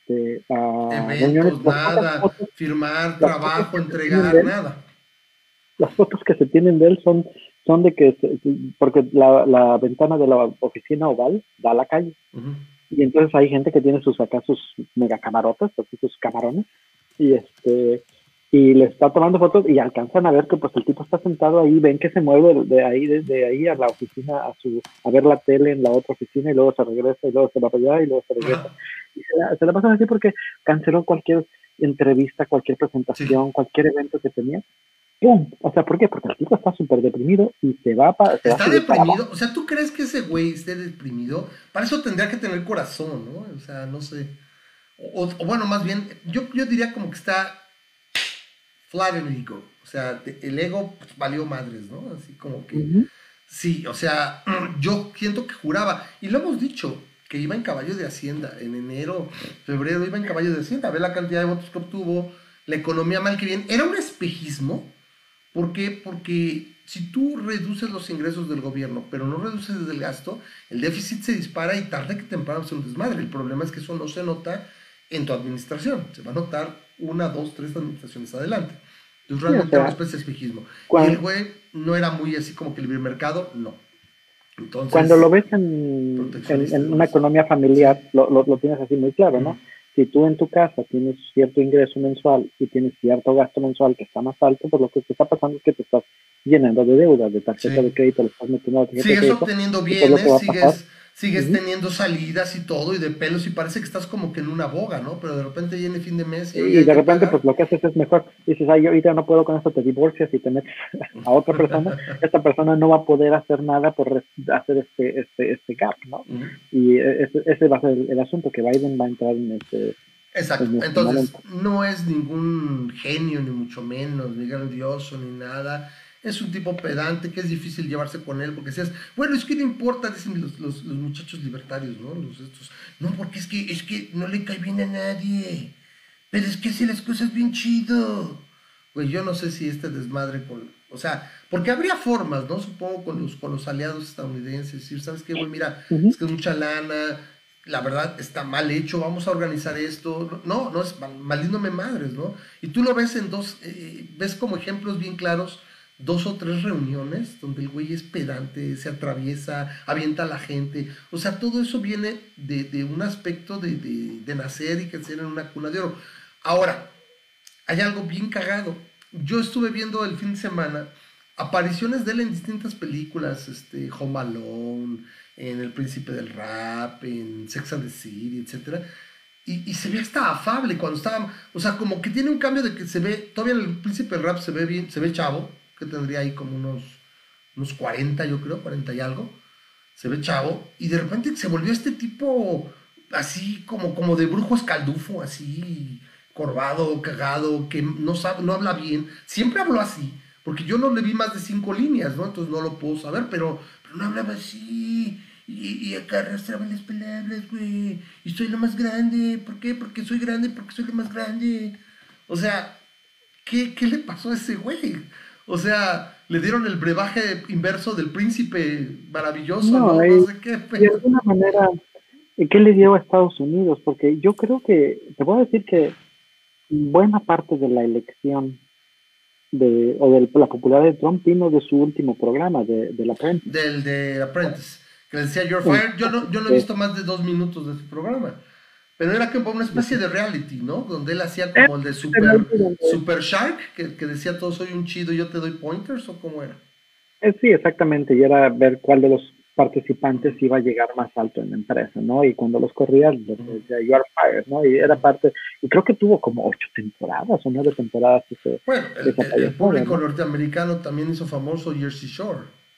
a reuniones. Eventos, nada. Firmar, Las fotos trabajo, que se tienen entregar, de él, nada. las fotos que se tienen de él son de que, porque la ventana de la oficina oval da a la calle. Ujú. Y entonces hay gente que tiene sus mega camarotes, así sus camarones, y y le está tomando fotos y alcanzan a ver que pues el tipo está sentado ahí, ven que se mueve desde ahí a la oficina a ver la tele en la otra oficina y luego se regresa y luego se va para allá y luego se regresa. Ajá. Y se la pasan así porque canceló cualquier entrevista, cualquier Sí. presentación, cualquier evento que tenía. ¡Pum! O sea, ¿por qué? Porque el tipo está súper deprimido y se va a ¿Está subir para abajo. deprimido? O sea, ¿tú crees que ese güey esté deprimido? Para eso tendría que tener corazón, ¿no? O sea, no sé. O bueno, más bien, yo diría como que está flat en el ego. O sea, el ego pues, valió madres, ¿no? Así como que, Uh-huh. sí, o sea, yo siento que juraba, y lo hemos dicho, que iba en caballo de Hacienda. En enero, febrero iba en caballo de Hacienda. Ve la cantidad de votos que obtuvo, la economía mal que bien. Era un espejismo. ¿Por qué? Porque si tú reduces los ingresos del gobierno, pero no reduces el gasto, el déficit se dispara y tarde que temprano se un desmadre. El problema es que eso no se nota en tu administración. Se va a notar una, dos, tres administraciones adelante. Entonces Sí, o realmente era una sea, especie de espejismo. Y el cuando, güey no era muy así como que libre mercado, no. cuando Entonces, lo ves en proteccionista una además. economía Sí. familiar, lo tienes así muy claro, Mm. ¿no? Si tú en tu casa tienes cierto ingreso mensual y tienes cierto gasto mensual que está más alto, pues lo que te está pasando es que te estás llenando de deudas, de tarjeta de Sí. crédito, le estás metiendo a la tarjeta de Sigues crédito, obteniendo y pues lo que bienes, va a pasar. sigues Uh-huh. teniendo salidas y todo, y de pelos, y parece que estás como que en una boga, ¿no? Pero de repente viene fin de mes y hoy Y hay de que repente, pues pagar. lo que haces es mejor. Dices, ay, yo ahorita no puedo con esto, te divorcias y te metes a otra persona. Esta persona no va a poder hacer nada por hacer este gap, ¿no? Y ese va a ser el asunto, que Biden va a entrar Exacto. en este Entonces, momento. no es ningún genio, ni mucho menos, ni grandioso, ni nada. Es un tipo pedante que es difícil llevarse con él, porque decías, bueno, es que no importa, dicen los muchachos libertarios, ¿no? Los estos. No, porque es que no le cae bien a nadie. Pero es que hace las cosas bien chido. Pues yo no sé si este desmadre con. O sea, porque habría formas, ¿no? Supongo con los aliados estadounidenses. Decir, ¿sabes qué, güey? Mira, Uh-huh. es que es mucha lana. La verdad está mal hecho. Vamos a organizar esto. No, no es malíndome madres, ¿no? Y tú lo ves en dos. Ves como ejemplos bien claros. Dos o tres reuniones donde el güey es pedante, se atraviesa, avienta a la gente. O sea, todo eso viene de un aspecto de nacer y crecer en una cuna de oro. Ahora, hay algo bien cagado. Yo estuve viendo el fin de semana apariciones de él en distintas películas, Home Alone, en El Príncipe del Rap, en Sex and the City, etcétera. Y se ve hasta afable cuando estaba, o sea, como que tiene un cambio de que se ve, todavía en El Príncipe del Rap se ve bien, se ve chavo, que tendría ahí como unos unos 40 yo creo, 40 y algo, se ve chavo, y de repente se volvió este tipo así como de brujo escaldufo, así corvado, cagado, que no sabe, no habla bien, siempre habló así, porque yo no le vi más de 5 líneas, ¿no? Entonces no lo puedo saber, pero no hablaba así, y acá arrastraba las palabras, güey, y soy lo más grande, ¿por qué? Porque soy grande, porque soy lo más grande. O sea, ¿qué le pasó a ese güey? O sea, le dieron el brebaje inverso del príncipe maravilloso, No, ¿no? No sé qué, y de pero... alguna manera, ¿qué le dio a Estados Unidos? Porque yo creo que, te puedo decir que buena parte de la elección o de la popularidad de Trump vino de su último programa, de la prensa. Del de Apprentice, que le decía You're Fired. Yo no he Entonces, visto más de 2 minutos de su programa. Pero era como una especie de reality, ¿no? Donde él hacía eh, como el de Super Shark, que decía todo soy un chido, yo te doy pointers, o cómo era. sí, exactamente, y era ver cuál de los participantes iba a llegar más alto en la empresa, ¿no? Y cuando los corría, les Ujú, decía, you are fired, ¿no? Y era ujú. parte, y creo que tuvo como 8 temporadas o 9 temporadas Bueno, esa el payasada, público ¿no? norteamericano también hizo famoso Jersey Shore.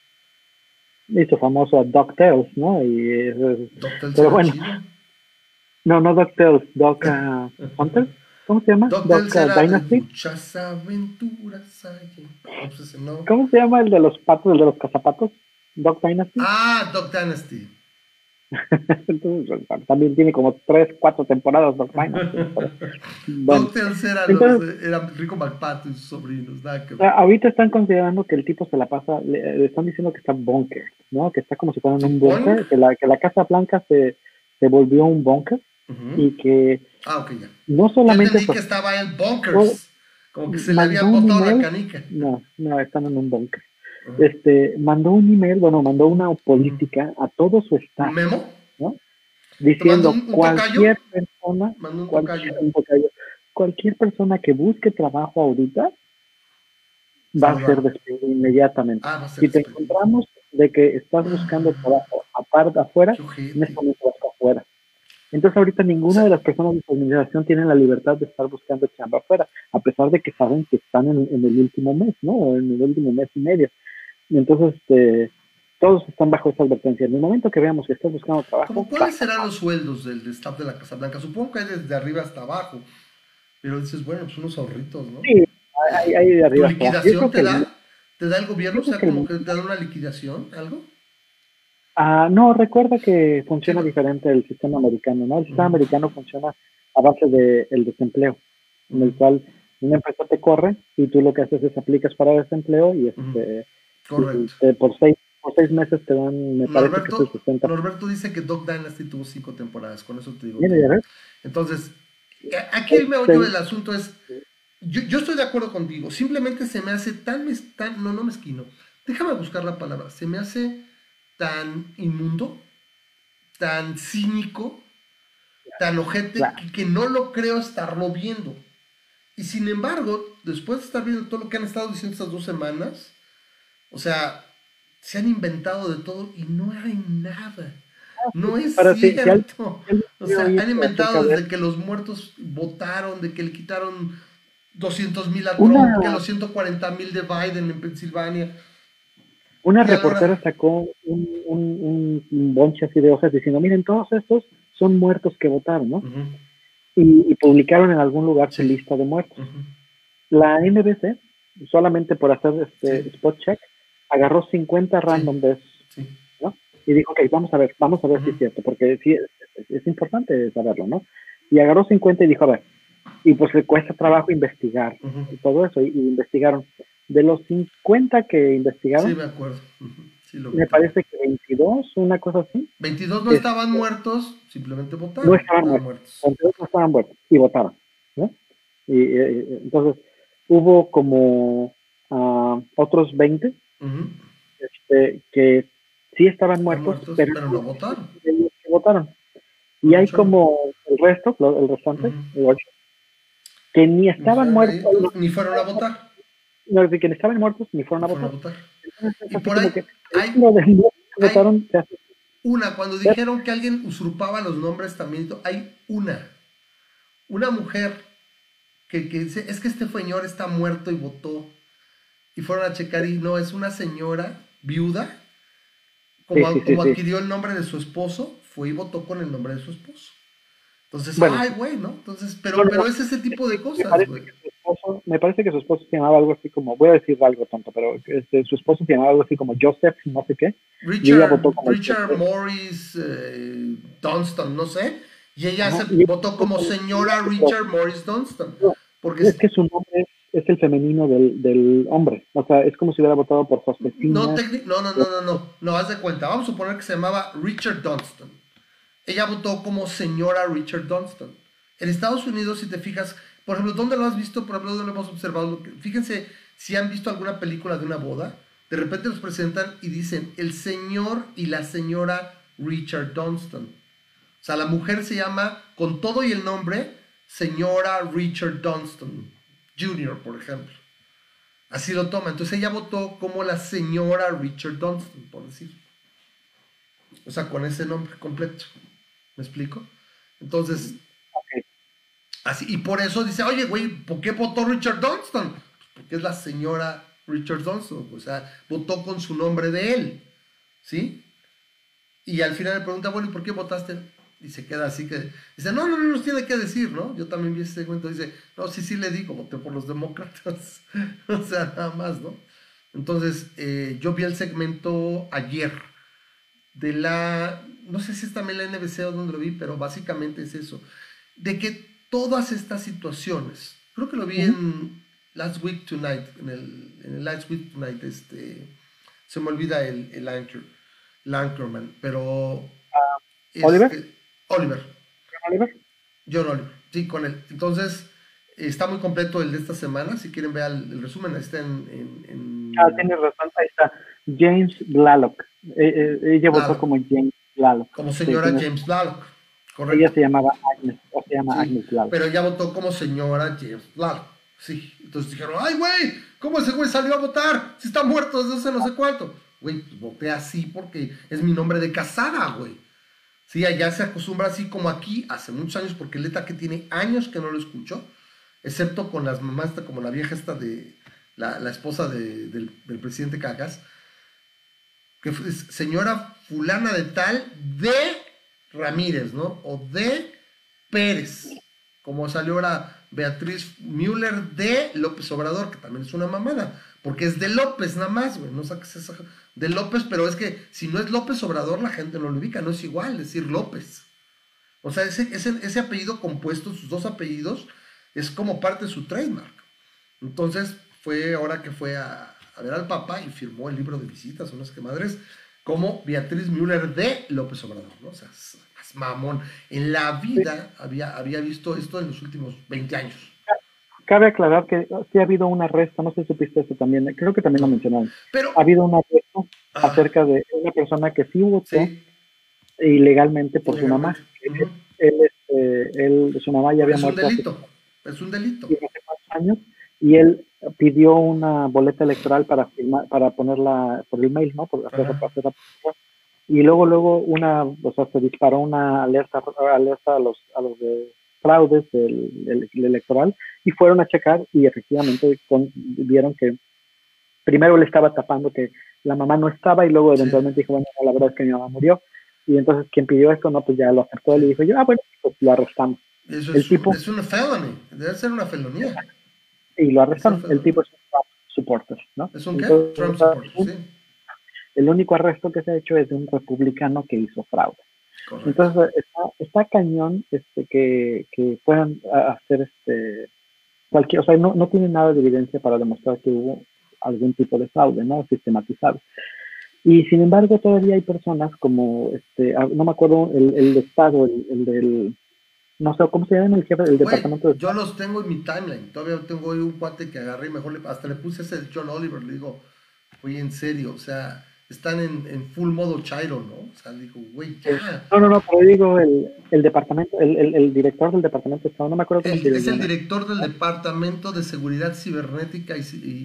Hizo famoso a DuckTales, ¿no? DuckTales Pero era bueno, chido. no DuckTales, Duck Hunter, ¿cómo se llama? Duck DuckTales era Dynasty. muchas aventuras hay. No, pues ese no. ¿Cómo se llama el de los patos, el de los cazapatos? Duck Dynasty. Ah, Duck Dynasty. Entonces, bueno, también tiene como 3, 4 temporadas Duck Dynasty, ¿no? Pero, bueno, DuckTales entonces, era Rico McPato y sus sobrinos, nada que ver. ahorita están considerando que el tipo se la pasa, le están diciendo que está bunker, ¿no? Que está como si fuera en ¿Sí? un Boing. búnker, que la Casa Blanca se volvió un búnker Ujú. y que Ah, ok, ya. no Yo solamente entendí eso, que estaba en fue- Bunkers. Como que se le había mandó un botado la email, canica. no, están en un búnker. Ujú. Mandó un email, bueno, mandó una Ujú. política a todo su ¿Un staff, memo? ¿no? ¿Te mando Diciendo un tocayo? Mando un tocayo. cualquier persona que busque trabajo ahorita va a ser Saludar. despedido inmediatamente. Ah, va a ser Si te despedido. encontramos de que estás buscando trabajo aparte afuera, Qué en este ojete. momento vas afuera. Entonces ahorita O ninguna sea, de las personas de su administración tiene la libertad de estar buscando chamba afuera, a pesar de que saben que están en el último mes, ¿no? O en el último mes y medio. Y entonces, todos están bajo esa advertencia. En el momento que veamos que estás buscando ¿cómo trabajo, cuáles vas serán afuera. los sueldos del staff de la Casa Blanca? Supongo que hay desde arriba hasta abajo. Pero dices, bueno, pues unos ahorritos, ¿no? Sí, hay de ¿Tu arriba hasta abajo. liquidación te da? ¿Te da el gobierno? Yo O creo sea, que el como que mínimo. te da una liquidación, algo. No, recuerda que Sí, funciona bueno. diferente el sistema americano, ¿no? El sistema Ujú, americano funciona a base del desempleo, en ujú, el cual una empresa te corre y tú lo que haces es aplicas para desempleo ujú. y Correcto. por seis meses te dan, me parece que es el Norberto, 60. Norberto dice que Dog Dynasty tuvo 5 temporadas, con eso te digo Mira, ya todo. ves, Entonces, aquí el meollo este, del asunto es, yo estoy de acuerdo contigo, simplemente se me hace no mezquino, déjame buscar la palabra, se me hace tan inmundo, tan cínico, tan ojete, claro. que no lo creo estarlo viendo. Y sin embargo, después de estar viendo todo lo que han estado diciendo estas 2 semanas, o sea, se han inventado de todo y no hay nada. No es Ahora sí, cierto. si alguien O quiere sea, oír han acerca inventado de desde que los muertos votaron, de que le quitaron 200,000 a una, Trump, que los 140,000 de Biden en Pensilvania. una Y a la reportera hora... sacó un bonche así de hojas diciendo, miren, todos estos son muertos que votaron, ¿no? Ujú, Y publicaron en algún lugar su sí, lista de muertos. ujú, La NBC, solamente por hacer sí, spot check, agarró 50 sí, random de esos, sí. ¿no? Y dijo, ok, vamos a ver si Ujú, es cierto, porque sí es importante saberlo, ¿no? Y agarró 50 y dijo, a ver, y pues le cuesta trabajo investigar ujú. y todo eso, y investigaron. De los 50 que Sí, investigaron, me acuerdo. Ujú, sí, lo vi me también. parece que 22, una cosa así, 22 no este, estaban muertos, simplemente no votaron, estaban estaban muertos, muertos. 22 no estaban muertos, y votaron, ¿no? Entonces, hubo como otros 20 Ujú, que sí estaban estaban muertos, muertos, pero pero no no votaron. ellos que votaron. Y Fueron hay cholo. como el resto, el restante, Ujú. el 8, que ni estaban muertos, no, Ni fueron a votar. no, que ni estaban muertos ni fueron Ni a fueron a votar. votar. Entonces es Y así por ahí como que el hay, número de muertos que hay votaron se hace cuando ver. dijeron que alguien usurpaba los nombres también, hay una mujer que dice, es que este señor está muerto y votó. Y fueron a checar y no, es una señora viuda, Sí, sí, sí, como sí. adquirió el nombre de su esposo, fue y votó con el nombre de su esposo. Entonces, Bueno, ay, güey, ¿no? Entonces, no, no, pero no. es ese tipo de Me cosas, parece güey. que me parece que su esposo se llamaba algo así como, voy a decir algo tonto, pero su esposo se llamaba algo así como Joseph, no sé qué, y ella votó como Richard Joseph, Morris Dunstan, no sé, y ella ajá, se y ella votó votó como como, señora Richard Morris Dunstan, no, porque es que su nombre es el femenino del hombre, o sea, es como si hubiera votado por Josefina. no, haz de cuenta, vamos a suponer que se llamaba Richard Dunstan. Ella votó como señora Richard Dunstan. En Estados Unidos, si te fijas, por ejemplo, ¿dónde lo has visto? Por ejemplo, ¿dónde lo hemos observado? Fíjense si han visto alguna película de una boda, de repente los presentan y dicen el señor y la señora Richard Dunstan. O sea, la mujer se llama, con todo y el nombre, señora Richard Dunstan Jr., por ejemplo. Así lo toma. Entonces ella votó como la señora Richard Dunstan, por decir. O sea, con ese nombre completo. ¿Me explico? Entonces, así, y por eso dice, oye, güey, ¿por qué votó Richard Dunstan? Pues porque es la señora Richard Dunstan. O sea, votó con su nombre de él. ¿Sí? Y al final le pregunta, bueno, ¿y por qué votaste? Y se queda así que... Dice, no nos tiene que decir, ¿no? Yo también vi ese segmento. Dice, no, sí le digo, voté por los demócratas. O sea, nada más, ¿no? Entonces, yo vi el segmento ayer de no sé si es también la NBC o donde lo vi, pero básicamente es eso, de que todas estas situaciones, creo que lo vi Ujú. en Last Week Tonight, en el Last Week Tonight, se me olvida el Anchorman, pero Oliver, Oliver, Oliver. John Oliver, sí, con él. Entonces, está muy completo el de esta semana, si quieren ver el resumen, está Tienes razón, ahí está. James Blalock. Ella votó Blalock, como James Blalock. como Sí, señora tienes, James Blalock, ella correcto. se llamaba Agnes, o se llama Sí, Agnes Blalock. pero ella votó como señora James Blalock. Sí, entonces dijeron, ay, güey, ¿cómo ese güey salió a votar? Si está muerto desde hace no sé cuánto. Güey, pues voté así porque es mi nombre de casada, güey. Sí, allá se acostumbra así como aquí, hace muchos años, porque Leta que tiene años que no lo escucho, excepto con las mamás, como la vieja esta de la esposa del presidente Cagas, que fue señora fulana de tal de Ramírez, ¿no? O de Pérez, como salió ahora Beatriz Müller de López Obrador, que también es una mamada, porque es de López nada más, güey, no saques esa de López, pero es que si no es López Obrador la gente no lo ubica, no es igual decir López. O sea, ese apellido compuesto, sus dos apellidos, es como parte de su trademark. Entonces, fue ahora que fue a ver al Papa y firmó el libro de visitas, o no sé qué madres, como Beatriz Müller de López Obrador, ¿no? O sea, es mamón. En la Sí. vida había visto esto en los últimos 20 años. Cabe aclarar que sí ha habido un arresto, no sé si supiste esto también, creo que también lo No. mencionaron. Pero, Ha habido un arresto ah, acerca de una persona que sí votó sí, ilegalmente por su mamá. ilegalmente. Uh-huh. Su mamá ya Porque había es un muerto hace delito. Es un delito. no sé cuántos años y él pidió una boleta electoral para firmar, para ponerla por el mail, ¿no? Por hacerla, Ajá. y luego o sea, se disparó una alerta a los de fraudes del electoral y fueron a checar y efectivamente vieron que primero le estaba tapando que la mamá no estaba y luego Sí, eventualmente dijo, bueno, no, la verdad es que mi mamá murió. Y entonces quien pidió esto, no, pues ya lo aceptó y le sí. dijo yo, bueno, pues lo arrestamos. Eso El tipo, es una felony. Debe ser una felonía. y lo Debe ser arrestaron. El felonía. tipo es un Trump supporter, ¿no? ¿Es un qué? Trump Entonces, supporter, sí. el único arresto que se ha hecho es de un republicano que hizo fraude. Correcto. Entonces, está cañón que puedan hacer cualquier, o sea, no tiene nada de evidencia para demostrar que hubo algún tipo de fraude, ¿no? Sistematizado. Y sin embargo, todavía hay personas como, no me acuerdo el estado, el del, no sé, ¿cómo se llama el jefe del Güey, departamento de yo estado? los tengo en mi timeline. Todavía tengo ahí un cuate que agarré y mejor hasta le puse ese John Oliver. Le digo, güey, en serio, o sea, están en full modo Chairo, ¿no? O sea, le digo, güey, ya. No, pero digo el departamento, el director del departamento de estado, no me acuerdo cómo se Es el llama. director del Departamento de Seguridad Cibernética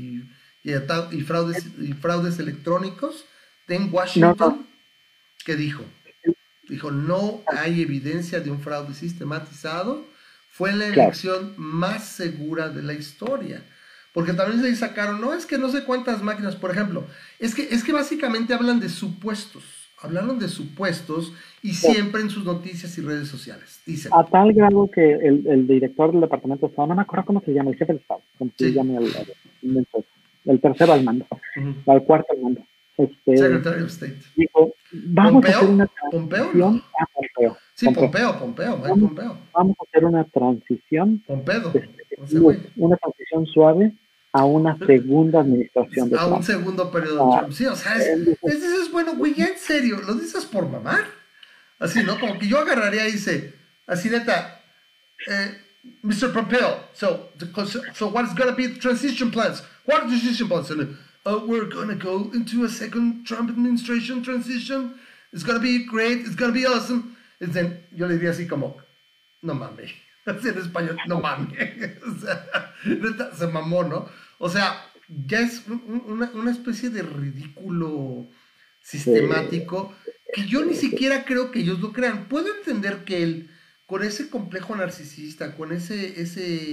y fraudes electrónicos en No, Washington, que dijo, no hay evidencia de un fraude sistematizado, fue la claro, elección más segura de la historia. Porque también se sacaron, no, es que no sé cuántas máquinas, por ejemplo, es que básicamente hablan de supuestos, hablaron de supuestos y siempre en sus noticias y redes sociales, dicen, A tal grado que el director del Departamento de Estado, no me acuerdo cómo se llama, el jefe de Estado, como se sí, llama el tercero al mando, al cuarto al mando, Secretary of State. dijo, vamos a hacer una ¿Pompeo? No. transición a Pompeo. Sí, Pompeo, Mike Pompeo. Vamos a hacer una transición, Pompedo, ese güey. una transición suave a una segunda administración de A un Trump. segundo periodo de Trump. Sí, o sea, es bueno, güey, ya en serio, ¿lo dices por mamar? Así, ¿no? Como que yo agarraría y dice, así neta, Mr. Pompeo, so what is going to be the transition plans? What are the transition plans? And, we're going to go into a second Trump administration transition. It's going to be great. It's going to be awesome. And then, yo le diría así como, no mames. Así en español, no mames. O sea, neta, se mamó, ¿no? O sea, ya es una especie de ridículo sistemático que yo ni siquiera creo que ellos lo crean. Puedo entender que él, con ese complejo narcisista, con ese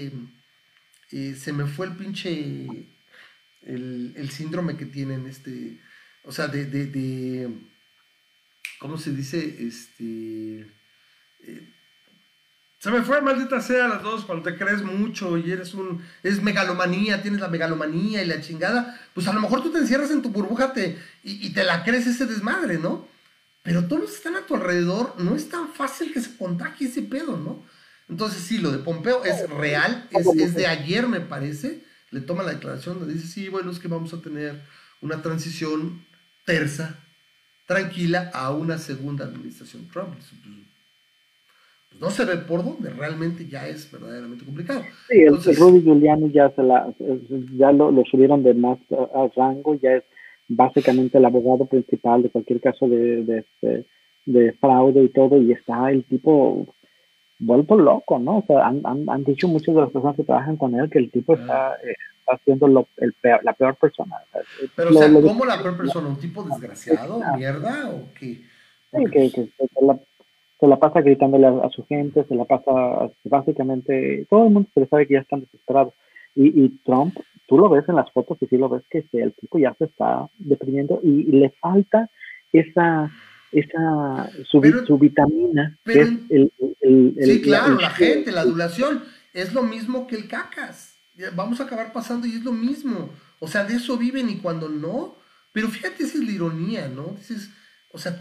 se me fue el pinche, el síndrome que tienen, o sea, ¿cómo se dice? Se me fue, maldita sea, las dos, cuando te crees mucho y es megalomanía, tienes la megalomanía y la chingada, pues a lo mejor tú te encierras en tu burbuja y te la crees ese desmadre, ¿no? Pero todos los que están a tu alrededor, no es tan fácil que se contagie ese pedo, ¿no? Entonces sí, lo de Pompeo es real, es de ayer me parece, le toma la declaración, le dice, sí, bueno, es que vamos a tener una transición tersa, tranquila, a una segunda administración Trump. Pues no se ve por dónde, realmente ya es verdaderamente complicado. Sí, entonces, el Rudy Giuliani ya lo subieron de más a rango, ya es básicamente el abogado principal de cualquier caso de fraude y todo, y está el tipo vuelto loco, ¿no? O sea, han dicho muchas de las personas que trabajan con él que el tipo está siendo la peor persona. Pero, o sea, ¿cómo la peor persona? ¿Un tipo desgraciado, mierda, o qué? Sí, que se la pasa gritándole a su gente, se la pasa, básicamente, todo el mundo se le sabe que ya están desesperados. Y Trump, tú lo ves en las fotos y sí lo ves que el tipo ya se está deprimiendo y le falta su vitamina, que es sí, claro, la gente, la adulación, es lo mismo que el cacas. Vamos a acabar pasando y es lo mismo. O sea, de eso viven y cuando no. Pero fíjate, esa es la ironía, ¿no? Dices, o sea,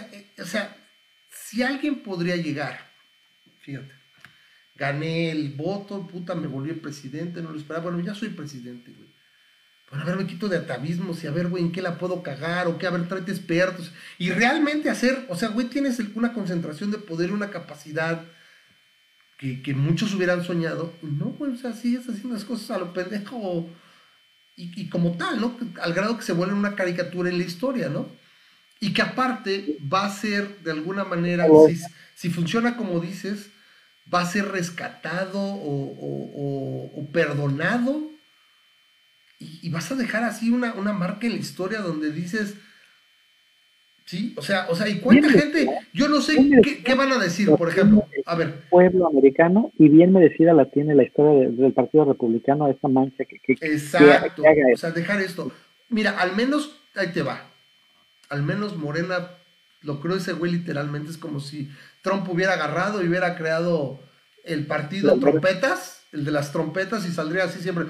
si alguien podría llegar, fíjate, gané el voto, puta, me volví presidente, no lo esperaba, bueno, ya soy presidente, güey. Bueno, a ver, me quito de atavismos y a ver, güey, ¿en qué la puedo cagar? O qué, a ver, tráete expertos. Y realmente hacer, o sea, güey, tienes una concentración de poder, una capacidad que muchos hubieran soñado. Y no, güey, o sea, sigues haciendo las cosas a lo pendejo y como tal, ¿no? Al grado que se vuelve una caricatura en la historia, ¿no? Y que aparte va a ser, de alguna manera, si funciona como dices, va a ser rescatado o perdonado. Y vas a dejar así una marca en la historia donde dices, sí, o sea, ¿y cuánta gente? Yo no sé qué van a decir, por ejemplo. A ver. Pueblo americano, y bien merecida la tiene la historia del Partido Republicano, esta mancha que exacto, que haga o sea, dejar esto. Mira, al menos, ahí te va. Al menos Morena, lo creo ese güey literalmente, es como si Trump hubiera agarrado y hubiera creado el partido Trompetas. El de las trompetas, y saldría así siempre,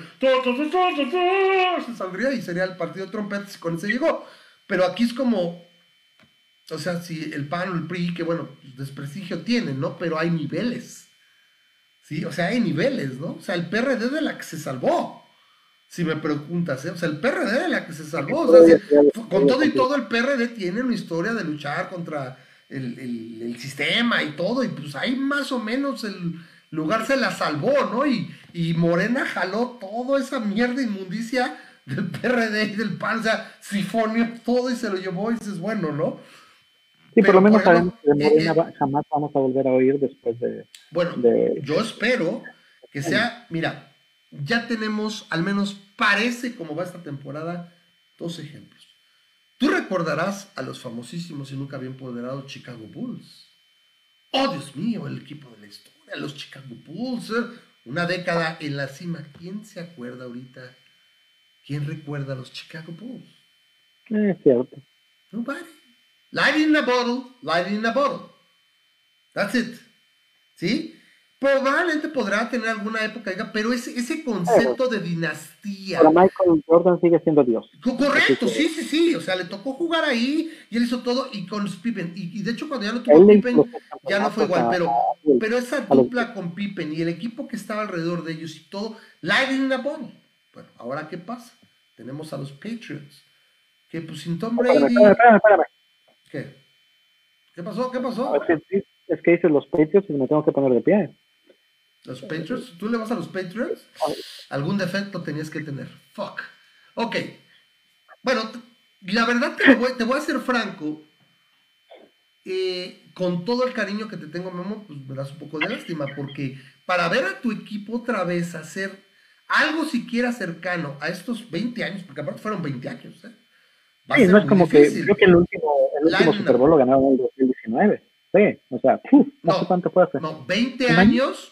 se saldría y sería el partido de trompetas, y con ese llegó. Pero aquí es como, o sea, si el PAN o el PRI, que bueno, desprestigio tienen, ¿no? Pero hay niveles, ¿sí? O sea, hay niveles, ¿no? O sea, el PRD de la que se salvó, si me preguntas, ¿eh? O sea, el PRD de la que se salvó, o sea, con todo y todo el PRD tiene una historia de luchar contra el sistema y todo, y pues ahí más o menos el lugar se la salvó, ¿no? Y Morena jaló toda esa mierda inmundicia del PRD y del PAN, o sea, sifonió todo y se lo llevó y dices, bueno, ¿no? Sí, por lo menos sabemos que de Morena jamás vamos a volver a oír después de... Bueno, yo espero que sea, mira, ya tenemos, al menos parece como va esta temporada, 2 ejemplos. Tú recordarás a los famosísimos y nunca bien ponderados Chicago Bulls. Oh, Dios mío, el equipo de la historia, los Chicago Bulls, una década en la cima. ¿Quién se acuerda ahorita? ¿Quién recuerda a los Chicago Bulls? Es cierto. Nobody. Lightning in a bottle, lightning in a bottle. That's it. ¿Sí? Probablemente podrá tener alguna época, pero ese concepto de dinastía. Pero Michael Jordan sigue siendo Dios. Correcto, sí. O sea, le tocó jugar ahí y él hizo todo y con Pippen. Y de hecho, cuando ya no tuvo Pippen, ya no fue igual. Pero esa dupla con Pippen y el equipo que estaba alrededor de ellos y todo, lightning in a bottle. Bueno, ahora, ¿qué pasa? Tenemos a los Patriots. Que pues sin Tom Brady. Espérame. ¿Qué? ¿Qué pasó? Es que dices los Patriots y me tengo que poner de pie. ¿Los Patriots? ¿Tú le vas a los Patriots? Algún defecto tenías que tener. Fuck. Ok. Bueno, la verdad te voy a ser franco. Con todo el cariño que te tengo, Memo, pues me das un poco de lástima, porque para ver a tu equipo otra vez hacer algo siquiera cercano a estos 20 años, porque aparte fueron 20 años, Sí, no es como difícil. Que creo que el último Super Bowl lo ganaron en el 2019. Sí, o sea, ¿hace cuánto fue hace? No, 20 años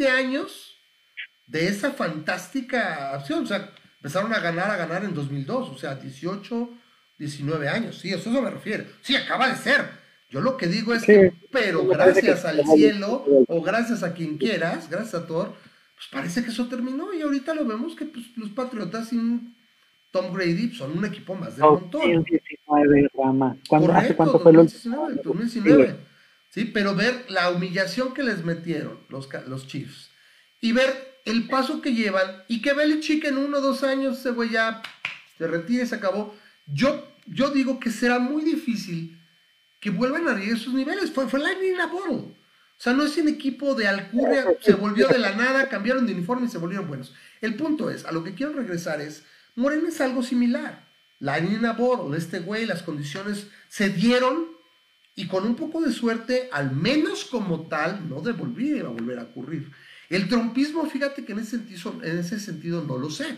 de esa fantástica acción. O sea, empezaron a ganar en 2002, o sea, 18, 19 años. Sí, eso me refiero. Sí, acaba de ser. Yo lo que digo es que, pero gracias al cielo, o gracias a quien quieras, gracias a Thor, pues parece que eso terminó y ahorita lo vemos que pues, los Patriotas sin Tom Brady son un equipo más del montón. 2019, Rama. ¿Hace cuánto fue el 2019. Sí, pero ver la humillación que les metieron los Chiefs y ver el paso que llevan y que Belichick en 1 o 2 años ese güey ya se retire y se acabó. Yo digo que será muy difícil que vuelvan a llegar a sus niveles. Fue lightning in a bottle. O sea, no es un equipo de alcurnia, se volvió de la nada, cambiaron de uniforme y se volvieron buenos. El punto es, a lo que quiero regresar es, Morena es algo similar. Lightning in a bottle, este güey, las condiciones se dieron. Y con un poco de suerte, al menos como tal, no iba a volver a ocurrir. El trumpismo, fíjate que en ese sentido no lo sé.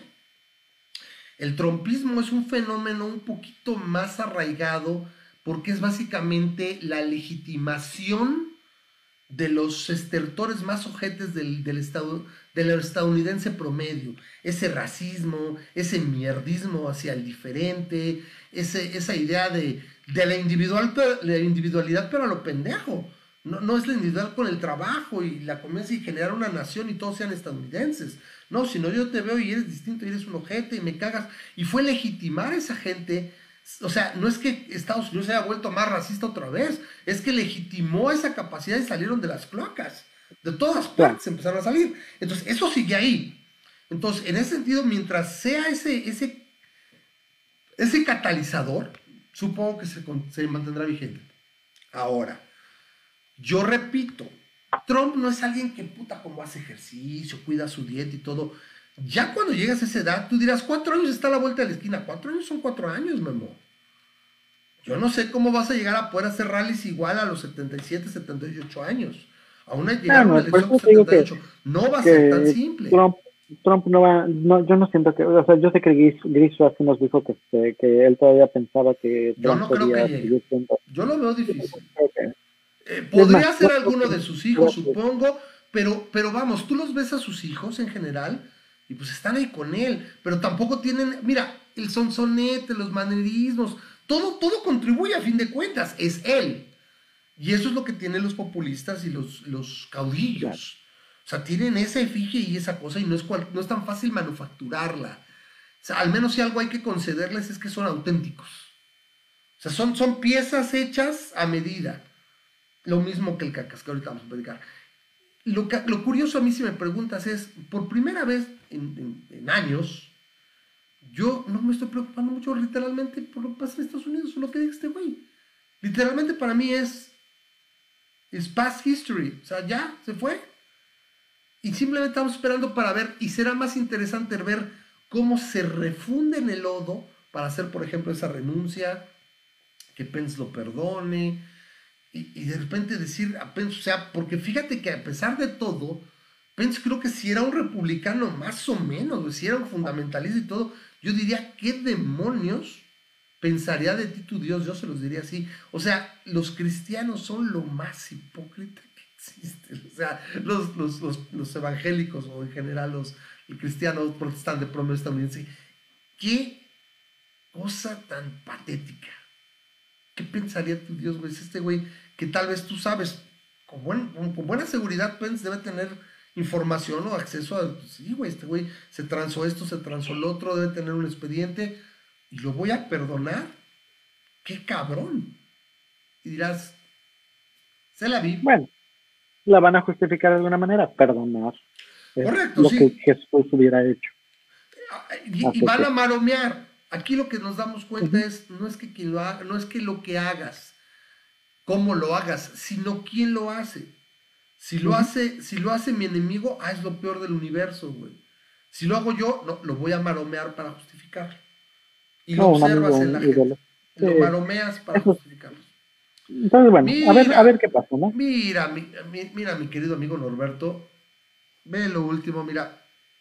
El trumpismo es un fenómeno un poquito más arraigado porque es básicamente la legitimación de los estertores más ojetes del estadounidense promedio. Ese racismo, ese mierdismo hacia el diferente, esa idea de la individualidad, pero a lo pendejo. No es la individual con el trabajo y la conveniencia y generar una nación y todos sean estadounidenses. No, sino yo te veo y eres distinto y eres un ojete y me cagas. Y fue legitimar a esa gente. O sea, no es que Estados Unidos se haya vuelto más racista otra vez, es que legitimó esa capacidad y salieron de las cloacas. De todas partes empezaron a salir. Entonces, eso sigue ahí. Entonces, en ese sentido, mientras sea ese catalizador, supongo que se mantendrá vigente. Ahora, yo repito, Trump no es alguien que como hace ejercicio, cuida su dieta y todo. Ya cuando llegas a esa edad, tú dirás, 4 años está a la vuelta de la esquina. 4 años son 4 años, Memo. Yo no sé cómo vas a llegar a poder hacer rallies igual a los 77, 78 años. Aún hay llegar a una elección con 78. No va a ser tan simple. Trump no va, yo no siento que, o sea, yo sé que Griswold así nos dijo que él todavía pensaba que Trump yo no creo que llegue. Yo lo veo difícil. Podría ser alguno de sus hijos, supongo, pero vamos, tú los ves a sus hijos en general y pues están ahí con él, pero tampoco tienen, mira, el sonsonete, los manerismos, todo contribuye a fin de cuentas, es él. Y eso es lo que tienen los populistas y los caudillos. O sea, tienen esa efigie y esa cosa y no es tan fácil manufacturarla. O sea, al menos si algo hay que concederles es que son auténticos. O sea, son piezas hechas a medida. Lo mismo que el cacas, que ahorita vamos a platicar. Lo curioso a mí, si me preguntas, es, por primera vez en años, yo no me estoy preocupando mucho literalmente por lo que pasa en Estados Unidos o lo que diga este güey. Literalmente para mí es past history. O sea, ya, se fue. Y simplemente estamos esperando para ver, y será más interesante ver cómo se refunde en el lodo para hacer, por ejemplo, esa renuncia, que Pence lo perdone, y de repente decir a Pence, o sea, porque fíjate que a pesar de todo, Pence creo que si era un republicano más o menos, si era un fundamentalista y todo, yo diría, ¿qué demonios pensaría de ti tu Dios? Yo se los diría así. O sea, los cristianos son lo más hipócrita que existe. sea, los evangélicos o en general el cristiano protestante promedio estadounidense. Qué cosa tan patética. ¿Qué pensaría tu Dios, güey? Es este güey que tal vez tú sabes, con buena seguridad, pues debe tener información o acceso a, pues, sí, güey, este güey se transó esto, se transó el otro, debe tener un expediente y lo voy a perdonar. ¡Qué cabrón! Y dirás, se la vi. Bueno, la van a justificar de alguna manera, perdonar. Es Correcto, lo sí. que Jesús hubiera hecho. Y van a maromear. Aquí lo que nos damos cuenta es, no es que quien lo haga, no es que lo que hagas, cómo lo hagas, sino quién lo hace. Si lo hace mi enemigo, es lo peor del universo, güey. Si lo hago yo, no, lo voy a maromear para justificarlo. Y lo observas en la gente. Lo maromeas para justificarlo. Entonces, bueno, a ver qué pasa, ¿no? Mira, mi querido amigo Norberto, ve lo último, mira.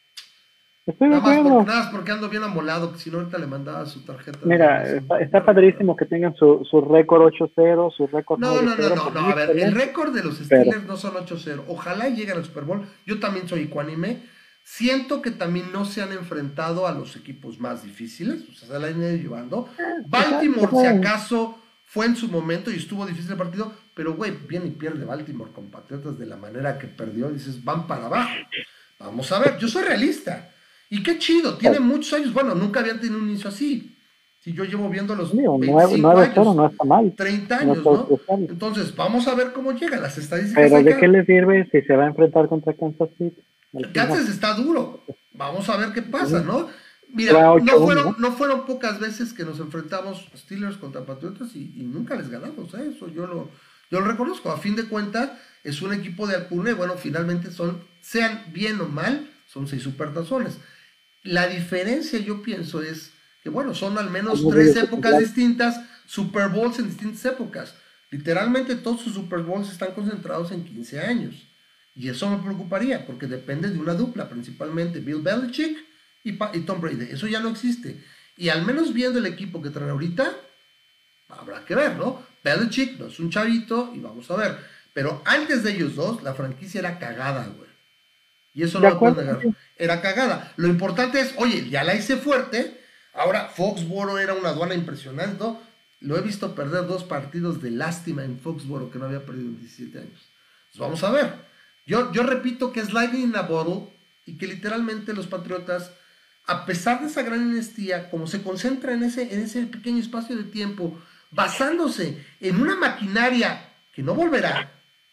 Estoy de acuerdo. Nada más porque ando bien amolado, que si no ahorita le mandaba su tarjeta. Mira, está padrísimo que tengan su récord 8-0, su récord 9-0. No, a ver, el récord de los Steelers no son 8-0. Ojalá lleguen al Super Bowl. Yo también soy ecuánime. Siento que también no se han enfrentado a los equipos más difíciles. O sea, se la han ido llevando. Baltimore, si acaso, fue en su momento y estuvo difícil el partido. Pero, güey, viene y pierde Baltimore con Patriotas de la manera que perdió. Dices, van para abajo. Vamos a ver, yo soy realista. Y qué chido, tiene muchos años. Bueno, nunca habían tenido un inicio así. Si yo llevo viendo los 25 años, no está mal. 30 años, ¿no? Entonces, vamos a ver cómo llegan las estadísticas. Pero ¿de qué le sirve si se va a enfrentar contra Kansas City? Kansas está duro. Vamos a ver qué pasa, ¿no? Mira, no fueron pocas veces que nos enfrentamos Steelers contra Patriotas y nunca les ganamos, ¿eh? Eso yo lo reconozco. A fin de cuentas, es un equipo de alcurnia. Bueno, finalmente sean bien o mal, son 6 supertazones. La diferencia, yo pienso, es que, bueno, son al menos 3 épocas distintas, Super Bowls en distintas épocas. Literalmente todos sus Super Bowls están concentrados en 15 años. Y eso me preocuparía, porque depende de una dupla, principalmente Bill Belichick y Tom Brady. Eso ya no existe. Y al menos viendo el equipo que traen ahorita, habrá que ver, ¿no? Belichick no es un chavito y vamos a ver. Pero antes de ellos dos, la franquicia era cagada, güey. Y eso no lo puedo negar. Era cagada. Lo importante es, oye, ya la hice fuerte. Ahora, Foxboro era una aduana impresionante, ¿no? Lo he visto perder 2 partidos de lástima en Foxboro que no había perdido en 17 años. Entonces, vamos a ver. Yo repito que es lightning in a bottle y que literalmente los Patriotas, a pesar de esa gran dinastía, como se concentra en ese pequeño espacio de tiempo, basándose en una maquinaria que no volverá,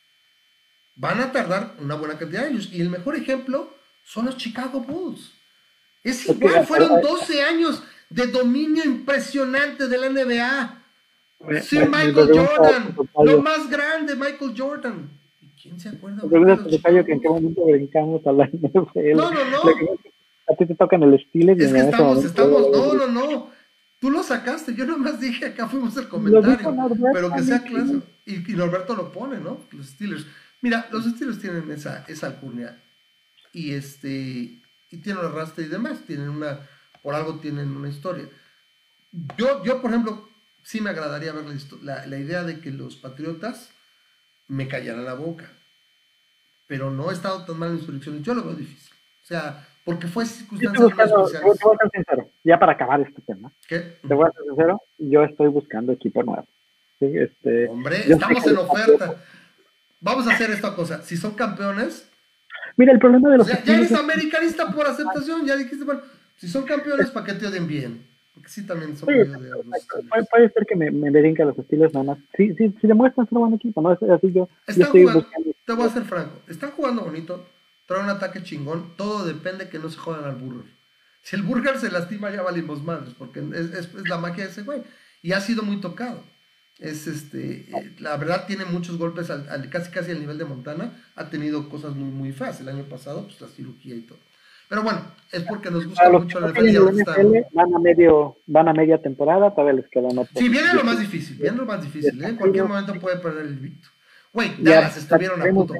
van a tardar una buena cantidad de años. Y el mejor ejemplo son los Chicago Bulls. Es igual, fueron 12 años de dominio impresionante de la NBA. Sir Michael Jordan, lo más grande, Michael Jordan. ¿Y quién se acuerda? ¿En qué momento brincamos a la NFL? No. A ti te tocan el estilo. Es que estamos, no. Tú lo sacaste, yo nomás dije, acá fuimos el comentario. Pero que sea claro. Y Norberto lo pone, ¿no? Los Steelers. Mira, los Steelers tienen esa alcurnia y tienen un arrastre y demás, por algo tienen una historia. Yo por ejemplo, sí me agradaría ver la idea de que los Patriotas me callaran la boca, pero no he estado tan mal en sus elecciones, yo lo veo difícil, o sea, porque fue circunstancias muy especiales. Te voy a ser sincero, ya para acabar este tema, ¿Qué? Te voy a ser sincero, yo estoy buscando equipo nuevo. ¿Sí? Hombre, estamos en oferta. Vamos a hacer esta cosa. Si son campeones. Mira, el problema de los. Ya eres americanista por aceptación. Ya dijiste, bueno, si son campeones, ¿para que te odien bien? Porque sí, también son medio de. Puede ser que me brinca los estilos nada más. Sí, demuestran ser un buen equipo, ¿no? Así yo estoy buscando. Te voy a ser franco. Están jugando bonito. Traen un ataque chingón. Todo depende que no se jodan al Burger. Si el Burger se lastima, ya valimos madres. Porque es la magia de ese güey. Y ha sido muy tocado. La verdad tiene muchos golpes casi al nivel de Montana. Ha tenido cosas muy muy feas el año pasado, pues la cirugía y todo. Pero bueno, es porque nos gusta mucho la NFL. Van a media temporada, todavía les queda otro. Sí, viene lo más difícil, En cualquier momento puede perder el invicto. Güey, Dallas estuvieron a punto.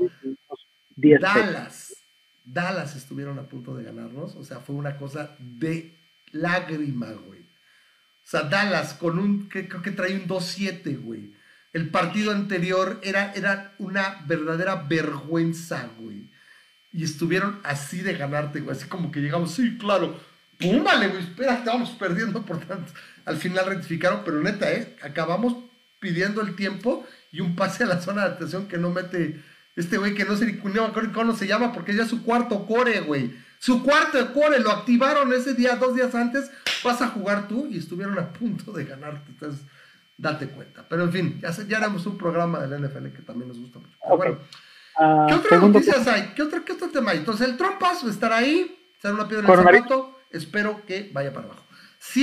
Dallas estuvieron a punto de ganarnos. O sea, fue una cosa de lágrima, güey. O sea, Dallas con creo que trae un 2-7, güey. El partido anterior era una verdadera vergüenza, güey. Y estuvieron así de ganarte, güey. Así como que llegamos, sí, claro. ¡Pum! Vale, güey, espérate, vamos perdiendo por tanto. Al final rectificaron, pero neta, acabamos pidiendo el tiempo y un pase a la zona de atención que no mete este güey que no sé ni cómo se llama, porque ya es su cuarto core, güey. Su cuarto core, lo activaron ese día, 2 días antes, vas a jugar tú y estuvieron a punto de ganarte. Entonces, date cuenta. Pero en fin, ya haremos un programa del NFL que también nos gusta mucho. Pero bueno, ¿qué otras noticias hay? ¿Qué otro tema hay? Entonces, el Trumpas va a estar ahí, será una piedra en el zapato. Espero que vaya para abajo.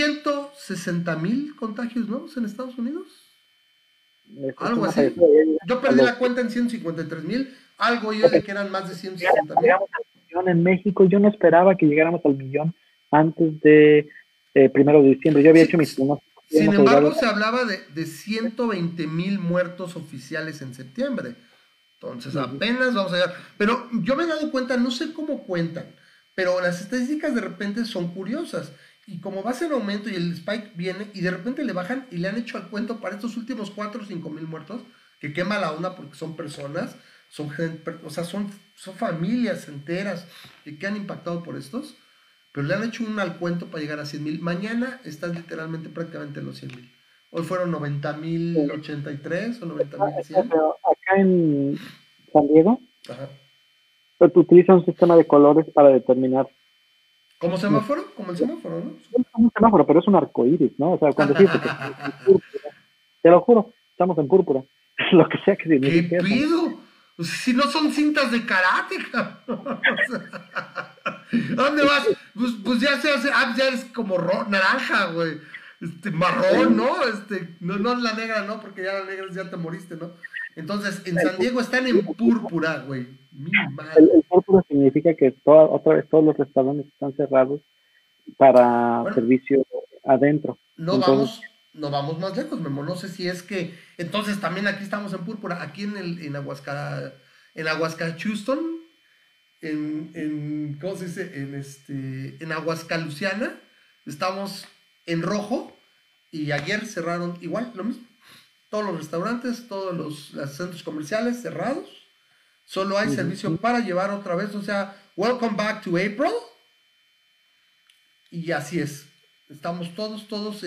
160,000 contagios nuevos en Estados Unidos. Algo así. Yo perdí la cuenta en 153,000. Algo yo de que eran más de 160,000. Llegamos al millón en México. Yo no esperaba que llegáramos al millón antes de 1 de diciembre. Yo había hecho mis pronósticos. Sin embargo, se hablaba de 120,000 muertos oficiales en septiembre. Entonces, apenas vamos a llegar. Pero yo me he dado cuenta, no sé cómo cuentan, pero las estadísticas de repente son curiosas. Y como va a ser aumento y el spike viene y de repente le bajan y le han hecho al cuento para estos últimos 4 o 5,000 muertos, que quema la onda porque son personas, son gente, o sea, son familias enteras que han impactado por estos, pero le han hecho un al cuento para llegar a 100,000. Mañana están literalmente prácticamente en los 100,000. Hoy fueron 90,083 o 90,100. Acá en San Diego, ajá, utiliza un sistema de colores para determinar. ¿Como semáforo? Como el semáforo, ¿no? Es un semáforo, pero es un arcoíris, ¿no? O sea, cuando dices que estamos en púrpura, te lo juro, estamos en púrpura. Lo que sea que signifique. ¿Qué pido? O sea, si no son cintas de karate, cabrón. ¿A dónde vas? Pues ya se hace, ya es como naranja, güey. Marrón, ¿no? No la negra, ¿no? Porque ya la negra ya te moriste, ¿no? Entonces, en San Diego están en púrpura, güey. El púrpura significa que otra vez todos los restaurantes están cerrados para servicio adentro. No vamos más lejos, Memo. No sé si es que entonces también aquí estamos en púrpura, aquí en Aguascaliustiano, ¿cómo se dice? En Aguascaluciana estamos en rojo y ayer cerraron igual, lo mismo. Todos los restaurantes, todos los centros comerciales cerrados. Solo hay servicio para llevar otra vez, o sea, welcome back to April. Y así es. Estamos todos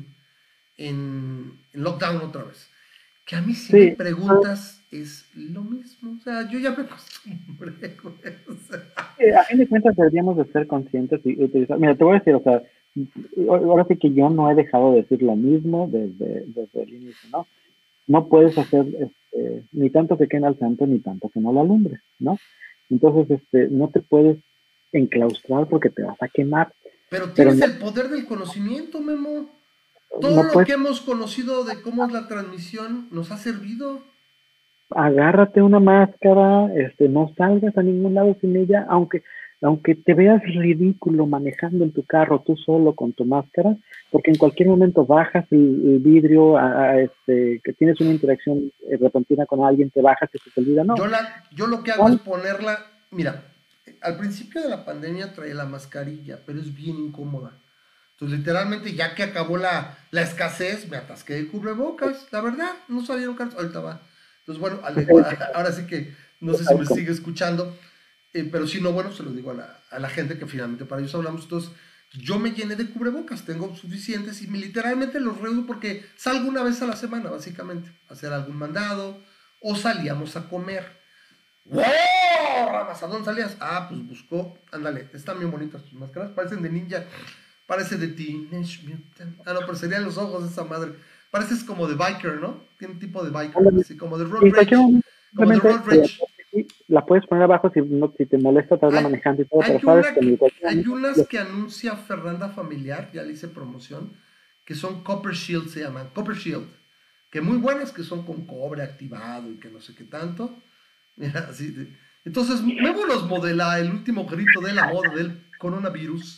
en lockdown otra vez. Que a mí si me preguntas es lo mismo. O sea, yo ya me acostumbré con eso. A fin de cuentas deberíamos de ser conscientes y utilizar. Mira, te voy a decir, o sea, ahora sí que yo no he dejado de decir lo mismo desde el inicio, ¿no? No puedes hacer ni tanto que queme al santo ni tanto que no lo alumbres, ¿no? Entonces, no te puedes enclaustrar porque te vas a quemar. Pero tienes el poder del conocimiento, Memo. Todo lo que hemos conocido de cómo es la transmisión nos ha servido. Agárrate una máscara, no salgas a ningún lado sin ella, aunque te veas ridículo manejando en tu carro tú solo con tu máscara, porque en cualquier momento bajas el vidrio, que tienes una interacción repentina con alguien, te bajas y se te olvida, ¿no? Yo lo que hago es ponerla, mira, al principio de la pandemia traía la mascarilla, pero es bien incómoda. Entonces, literalmente, ya que acabó la escasez, me atasqué de cubrebocas, la verdad, no salieron caros, ahorita va. Entonces, bueno, ahora sí que, no sé si me sigue escuchando, pero si no, bueno, se lo digo a la gente que finalmente para ellos hablamos. Entonces, yo me llené de cubrebocas, tengo suficientes y literalmente los reuso porque salgo una vez a la semana, básicamente, a hacer algún mandado o salíamos a comer. ¡Wow! Ramas, ¿a dónde salías? Ah, pues buscó, ándale, están bien bonitas tus máscaras, parecen de ninja, parece de Teenage Mutant. Ah, no, pero serían los ojos de esa madre. Pareces como de biker, ¿no? Tiene un tipo de biker, así como de road rage. Como de road rage. La puedes poner abajo si te molesta estarla manejando y todo, pero sabes que hay unas que anuncia Fernanda Familiar, ya le hice promoción, que son Copper Shield, se llaman, Copper Shield, que muy buenas, que son con cobre activado y que no sé qué tanto. Mira, así. Entonces, Memo los modela el último grito de la moda del coronavirus.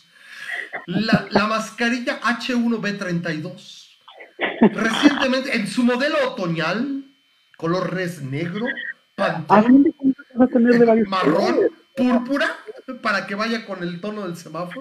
La mascarilla H1B32. Recientemente, en su modelo otoñal, color res negro, pantón, marrón, púrpura, para que vaya con el tono del semáforo.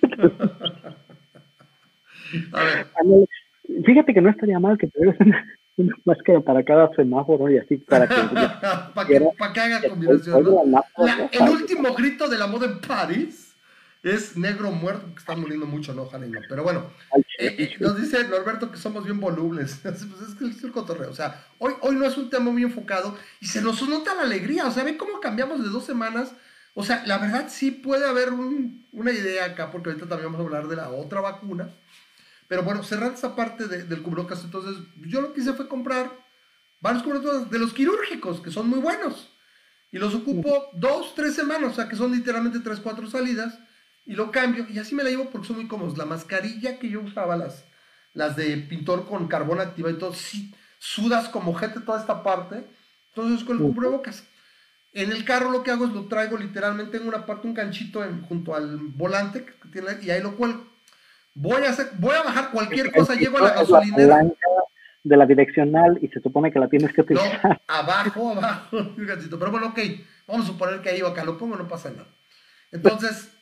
A ver. Fíjate que no estaría mal que te veas una máscara para cada semáforo y así para que para que haga combinación, ¿no? El último grito de la moda en París es negro muerto, que está muriendo mucho, ¿no? Ojalá y no. Pero bueno, nos dice Norberto que somos bien volubles. Pues es que es el cotorreo. O sea, hoy no es un tema muy enfocado y se nos nota la alegría. O sea, ven cómo cambiamos de 2 semanas. O sea, la verdad sí puede haber una idea acá, porque ahorita también vamos a hablar de la otra vacuna. Pero bueno, cerrando esa parte del cubrebocas, entonces yo lo que hice fue comprar varios cubrebocas de los quirúrgicos, que son muy buenos. Y los ocupo 2, 3 semanas, o sea que son literalmente 3, 4 salidas. Y lo cambio, y así me la llevo porque son muy cómodos. La mascarilla que yo usaba, las de pintor con carbón activado y todo, sí, sudas como gente toda esta parte. Entonces con el cubrebocas. En el carro lo que hago es lo traigo literalmente en una parte, un ganchito junto al volante que tiene, y ahí lo cuelgo. Voy a bajar cualquier cosa, llego a la gasolinera. De la direccional y se supone que la tienes que utilizar. No, abajo, un ganchito. Pero bueno, ok, vamos a suponer que ahí o acá lo pongo, no pasa nada. Entonces,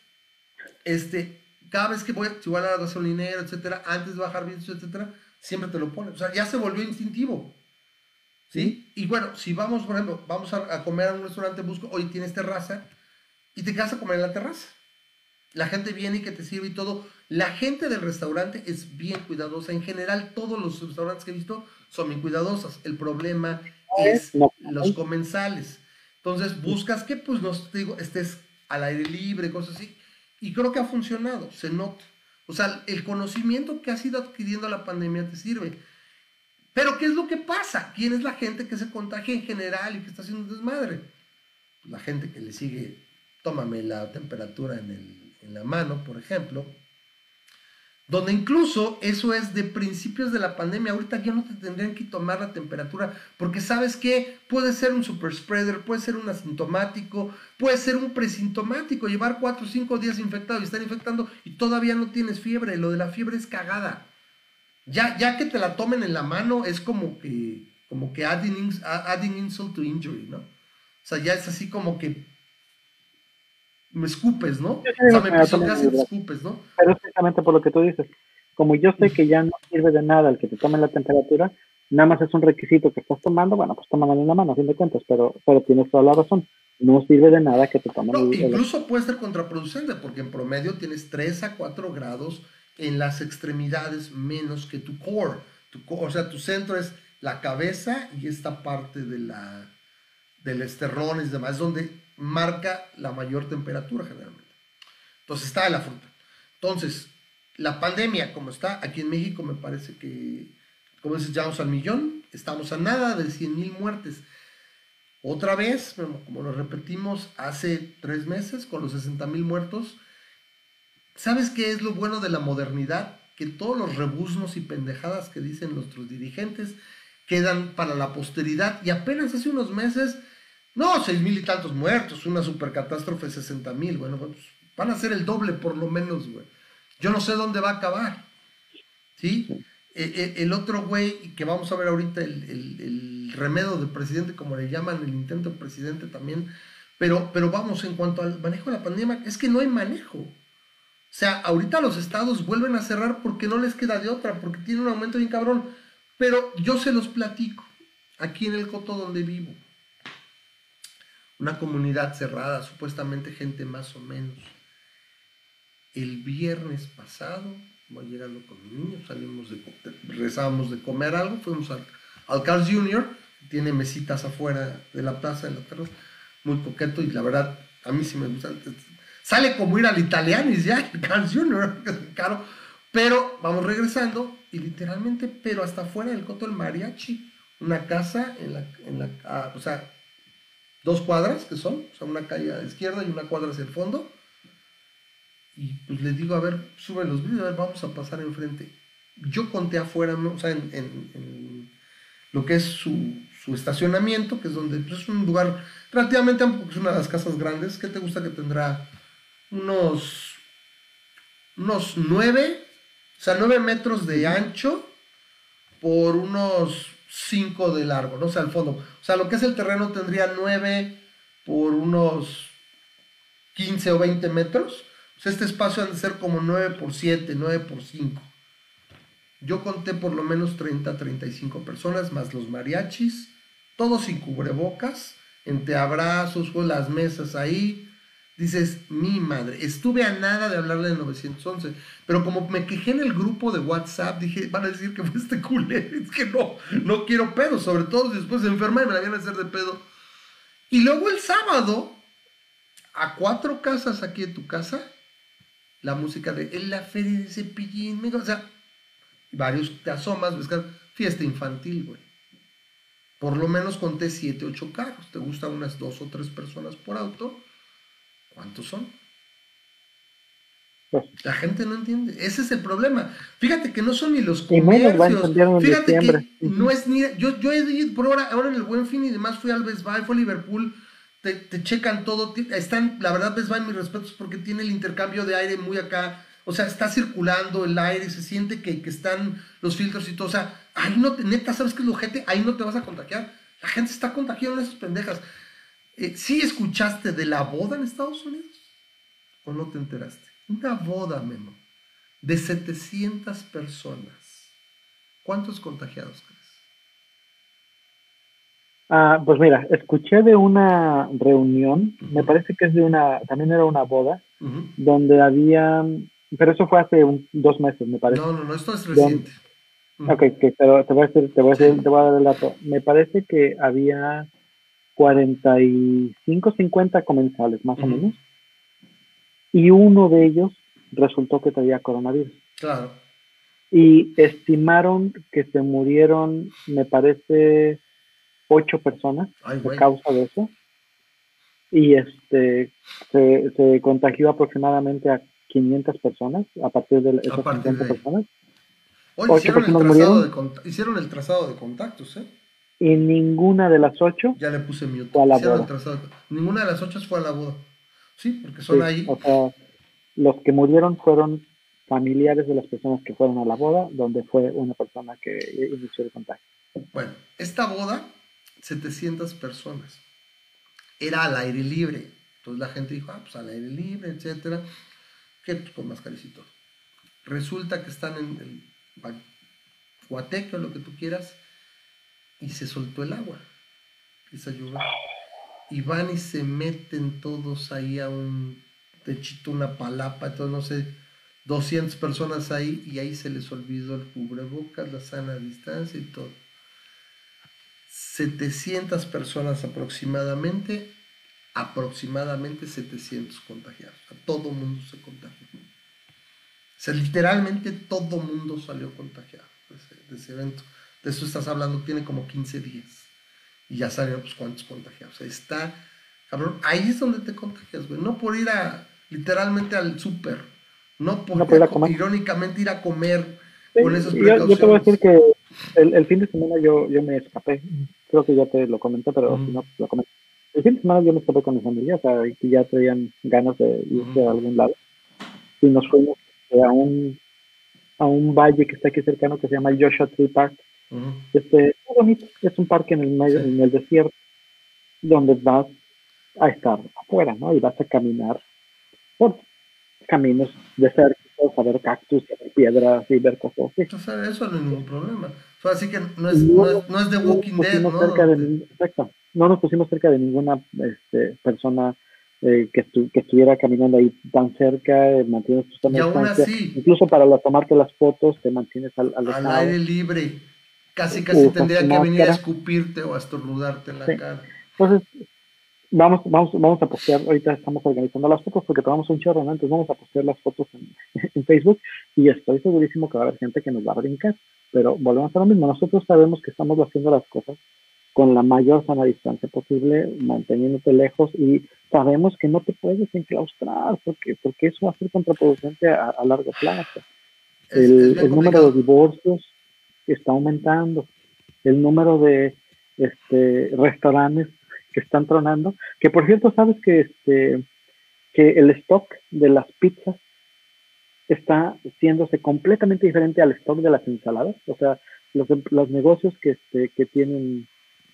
cada vez que si voy a la gasolinera, etcétera, antes de bajar vidrios, etcétera, siempre te lo pones. O sea, ya se volvió instintivo. ¿Sí? Y bueno, si vamos, por ejemplo, vamos a comer a un restaurante, busco, oye, tienes terraza, y te quedas a comer en la terraza. La gente viene y que te sirve y todo. La gente del restaurante es bien cuidadosa. En general, todos los restaurantes que he visto son bien cuidadosos. El problema es los comensales. Entonces, buscas que, pues, no te digo, estés al aire libre, cosas así. Y creo que ha funcionado, se nota. O sea, el conocimiento que has ido adquiriendo la pandemia te sirve. Pero, ¿qué es lo que pasa? ¿Quién es la gente que se contagia en general y que está haciendo un desmadre? La gente que le sigue, tómame la temperatura en la mano, por ejemplo, donde incluso eso es de principios de la pandemia. Ahorita ya no te tendrían que tomar la temperatura, porque sabes que puede ser un super spreader, puede ser un asintomático, puede ser un presintomático, llevar 4 o 5 días infectado y estar infectando y todavía no tienes fiebre. Lo de la fiebre es cagada. Ya que te la tomen en la mano es como que adding insult to injury, ¿no? O sea, ya es así como que me escupes, ¿no? O sea, me pisoteas y te escupes, ¿no? Pero es precisamente por lo que tú dices. Como yo sé que ya no sirve de nada el que te tomen la temperatura, nada más es un requisito que estás tomando, bueno, pues tómala en la mano, a fin de cuentas, pero tienes toda la razón. No sirve de nada que te tomen. No, incluso puede ser contraproducente, porque en promedio tienes 3 a 4 grados en las extremidades menos que tu core. O sea, tu centro es la cabeza y esta parte del esternón y demás, es donde marca la mayor temperatura generalmente. Entonces está la fruta. Entonces, la pandemia como está, aquí en México me parece que, como dices, ya vamos al millón, estamos a nada de 100,000 muertes. Otra vez, como lo repetimos hace 3 meses, con los 60,000 muertos. ¿Sabes qué es lo bueno de la modernidad? Que todos los rebuznos y pendejadas que dicen nuestros dirigentes quedan para la posteridad, y apenas hace unos meses, no, 6,000 y tantos muertos, una supercatástrofe, 60,000, bueno, pues van a ser el doble por lo menos, güey. Yo no sé dónde va a acabar, ¿sí? El otro güey, que vamos a ver ahorita, el remedio del presidente, como le llaman, el intento del presidente también, pero vamos, en cuanto al manejo de la pandemia, es que no hay manejo. O sea, ahorita los estados vuelven a cerrar porque no les queda de otra, porque tiene un aumento bien cabrón, pero yo se los platico, aquí en el Coto donde vivo. Una comunidad cerrada, supuestamente gente más o menos. El viernes pasado, voy llegando con mi niño, rezábamos de comer algo, fuimos al Carl's Jr., tiene mesitas afuera de la plaza, en la terraza, muy coqueto, y la verdad, a mí sí me gusta. Sale como ir al Italianis ya, el Carl's Jr., caro, pero vamos regresando, y literalmente, pero hasta afuera del Coto del Mariachi, una casa o sea, 2 cuadras que son, o sea, una calle a la izquierda y una cuadra hacia el fondo. Y pues les digo, a ver, suben los vídeos, a ver, vamos a pasar enfrente. Yo conté afuera, ¿no? O sea, en lo que es su estacionamiento, que es donde pues, es un lugar relativamente amplio, porque es una de las casas grandes. ¿Qué te gusta? Que tendrá unos 9, o sea, 9 metros de ancho por unos 5 de largo, ¿no? O sea, al fondo. O sea, lo que es el terreno tendría 9 por unos 15 o 20 metros. O sea, este espacio han de ser como 9 por 7, 9 por 5. Yo conté por lo menos 35 personas, más los mariachis, todos sin cubrebocas, entre abrazos, con las mesas ahí. Dices, mi madre, estuve a nada de hablarle del 911, pero como me quejé en el grupo de WhatsApp, dije, van a decir que fue este culero, es que no quiero pedo, sobre todo si después se enferma y me la vienen a hacer de pedo. Y luego el sábado, a 4 casas aquí en tu casa, la música de en la feria de Cepillín, o sea, varios te asomas, ves que fiesta infantil, güey. Por lo menos conté 7, 8 carros. ¿Te gustan unas 2 o 3 personas por auto? ¿Cuántos son? Pues, La gente no entiende. Ese es el problema. Fíjate que no son ni los y menos va a comercios. entender en Fíjate diciembre. que no es ni... Yo he ido por ahora en el Buen Fin y demás fui al Best Buy, fue a Liverpool. Te checan todo. Están, la verdad, Best Buy, mis respetos, porque tiene el intercambio de aire muy acá. O sea, está circulando el aire, se siente que están los filtros y todo. O sea, ahí no te, neta, ¿sabes qué es lo ojete? Ahí no te vas a contagiar. La gente se está contagiando en esas pendejas. ¿Sí escuchaste de la boda en Estados Unidos? ¿O no te enteraste? Una boda, Memo, de 700 personas. ¿Cuántos contagiados crees? Pues mira, escuché de una reunión, me parece que es también era una boda, donde había, pero eso fue hace 2 meses, me parece. No, esto es reciente. Ok, pero te voy a decir, Sí. te voy a dar el dato. Me parece que había 45, 50 comensales, más o menos, y uno de ellos resultó que traía coronavirus. Claro. Y estimaron que se murieron, me parece, 8 personas Ay, a güey. causa de eso. Y se contagió aproximadamente a 500 personas a partir de esas A partir 50 de ahí. personas. Oye, 8 personas murieron hicieron el trazado de contactos, ¿eh? y ninguna de las 8 Ya le puse mute. fue a la Hicieron el boda. trazado. Ninguna de las 8 fue a la boda. Sí, porque son Sí, ahí. o sea, los que murieron fueron familiares de las personas que fueron a la boda, donde fue una persona que inició el contagio. Bueno, esta boda, 700 personas. Era al aire libre. Entonces la gente dijo, pues al aire libre, etcétera. Que pues, con mascarilla y todo. Resulta que están en el Guateque o lo que tú quieras. Y se soltó el agua. Empieza a llover. Y van y se meten todos ahí a un techito, una palapa, entonces no sé, 200 personas ahí, y ahí se les olvidó el cubrebocas, la sana distancia y todo. 700 personas aproximadamente 700 contagiados. O sea, todo mundo se contagió. O sea, literalmente todo mundo salió contagiado de ese evento. De eso estás hablando, tiene como 15 días. Y ya salieron pues cuántos contagiados. O sea, está, cabrón, ahí es donde te contagias, güey. No por ir literalmente al súper. No por ir a comer. irónicamente ir a comer Sí, con esas precauciones. yo te voy a decir que el fin de semana yo me escapé. Creo que ya te lo comenté, pero si no, lo comento. El fin de semana yo me escapé con mi familia, o sea, que ya traían ganas de irse a algún lado. Y nos fuimos a un valle que está aquí cercano que se llama el Joshua Tree Park. Muy bonito, es un parque en el medio, en el desierto, donde vas a estar afuera, ¿no? Y vas a caminar por caminos desérticos, a ver cactus, a ver piedras y ver cosas así. Entonces, eso no es ningún problema. O sea, así que no es de Walking Dead, ¿no? Exacto. No nos pusimos cerca de ninguna persona que estuviera caminando ahí tan cerca, mantienes tu sana distancia. Así, incluso para tomarte las fotos te mantienes al aire libre. Casi tendría que venir a escupirte o a estornudarte en la cara. Entonces, vamos a postear, ahorita estamos organizando las fotos porque tomamos un chorro, ¿no? Entonces vamos a postear las fotos en Facebook y estoy segurísimo que va a haber gente que nos va a brincar, pero volvemos a lo mismo, nosotros sabemos que estamos haciendo las cosas con la mayor sana distancia posible, manteniéndote lejos, y sabemos que no te puedes enclaustrar porque eso va a ser contraproducente a largo plazo. El número de divorcios está aumentando, el número de restaurantes que están tronando, que por cierto, sabes que el stock de las pizzas está haciéndose completamente diferente al stock de las ensaladas. O sea, los negocios que tienen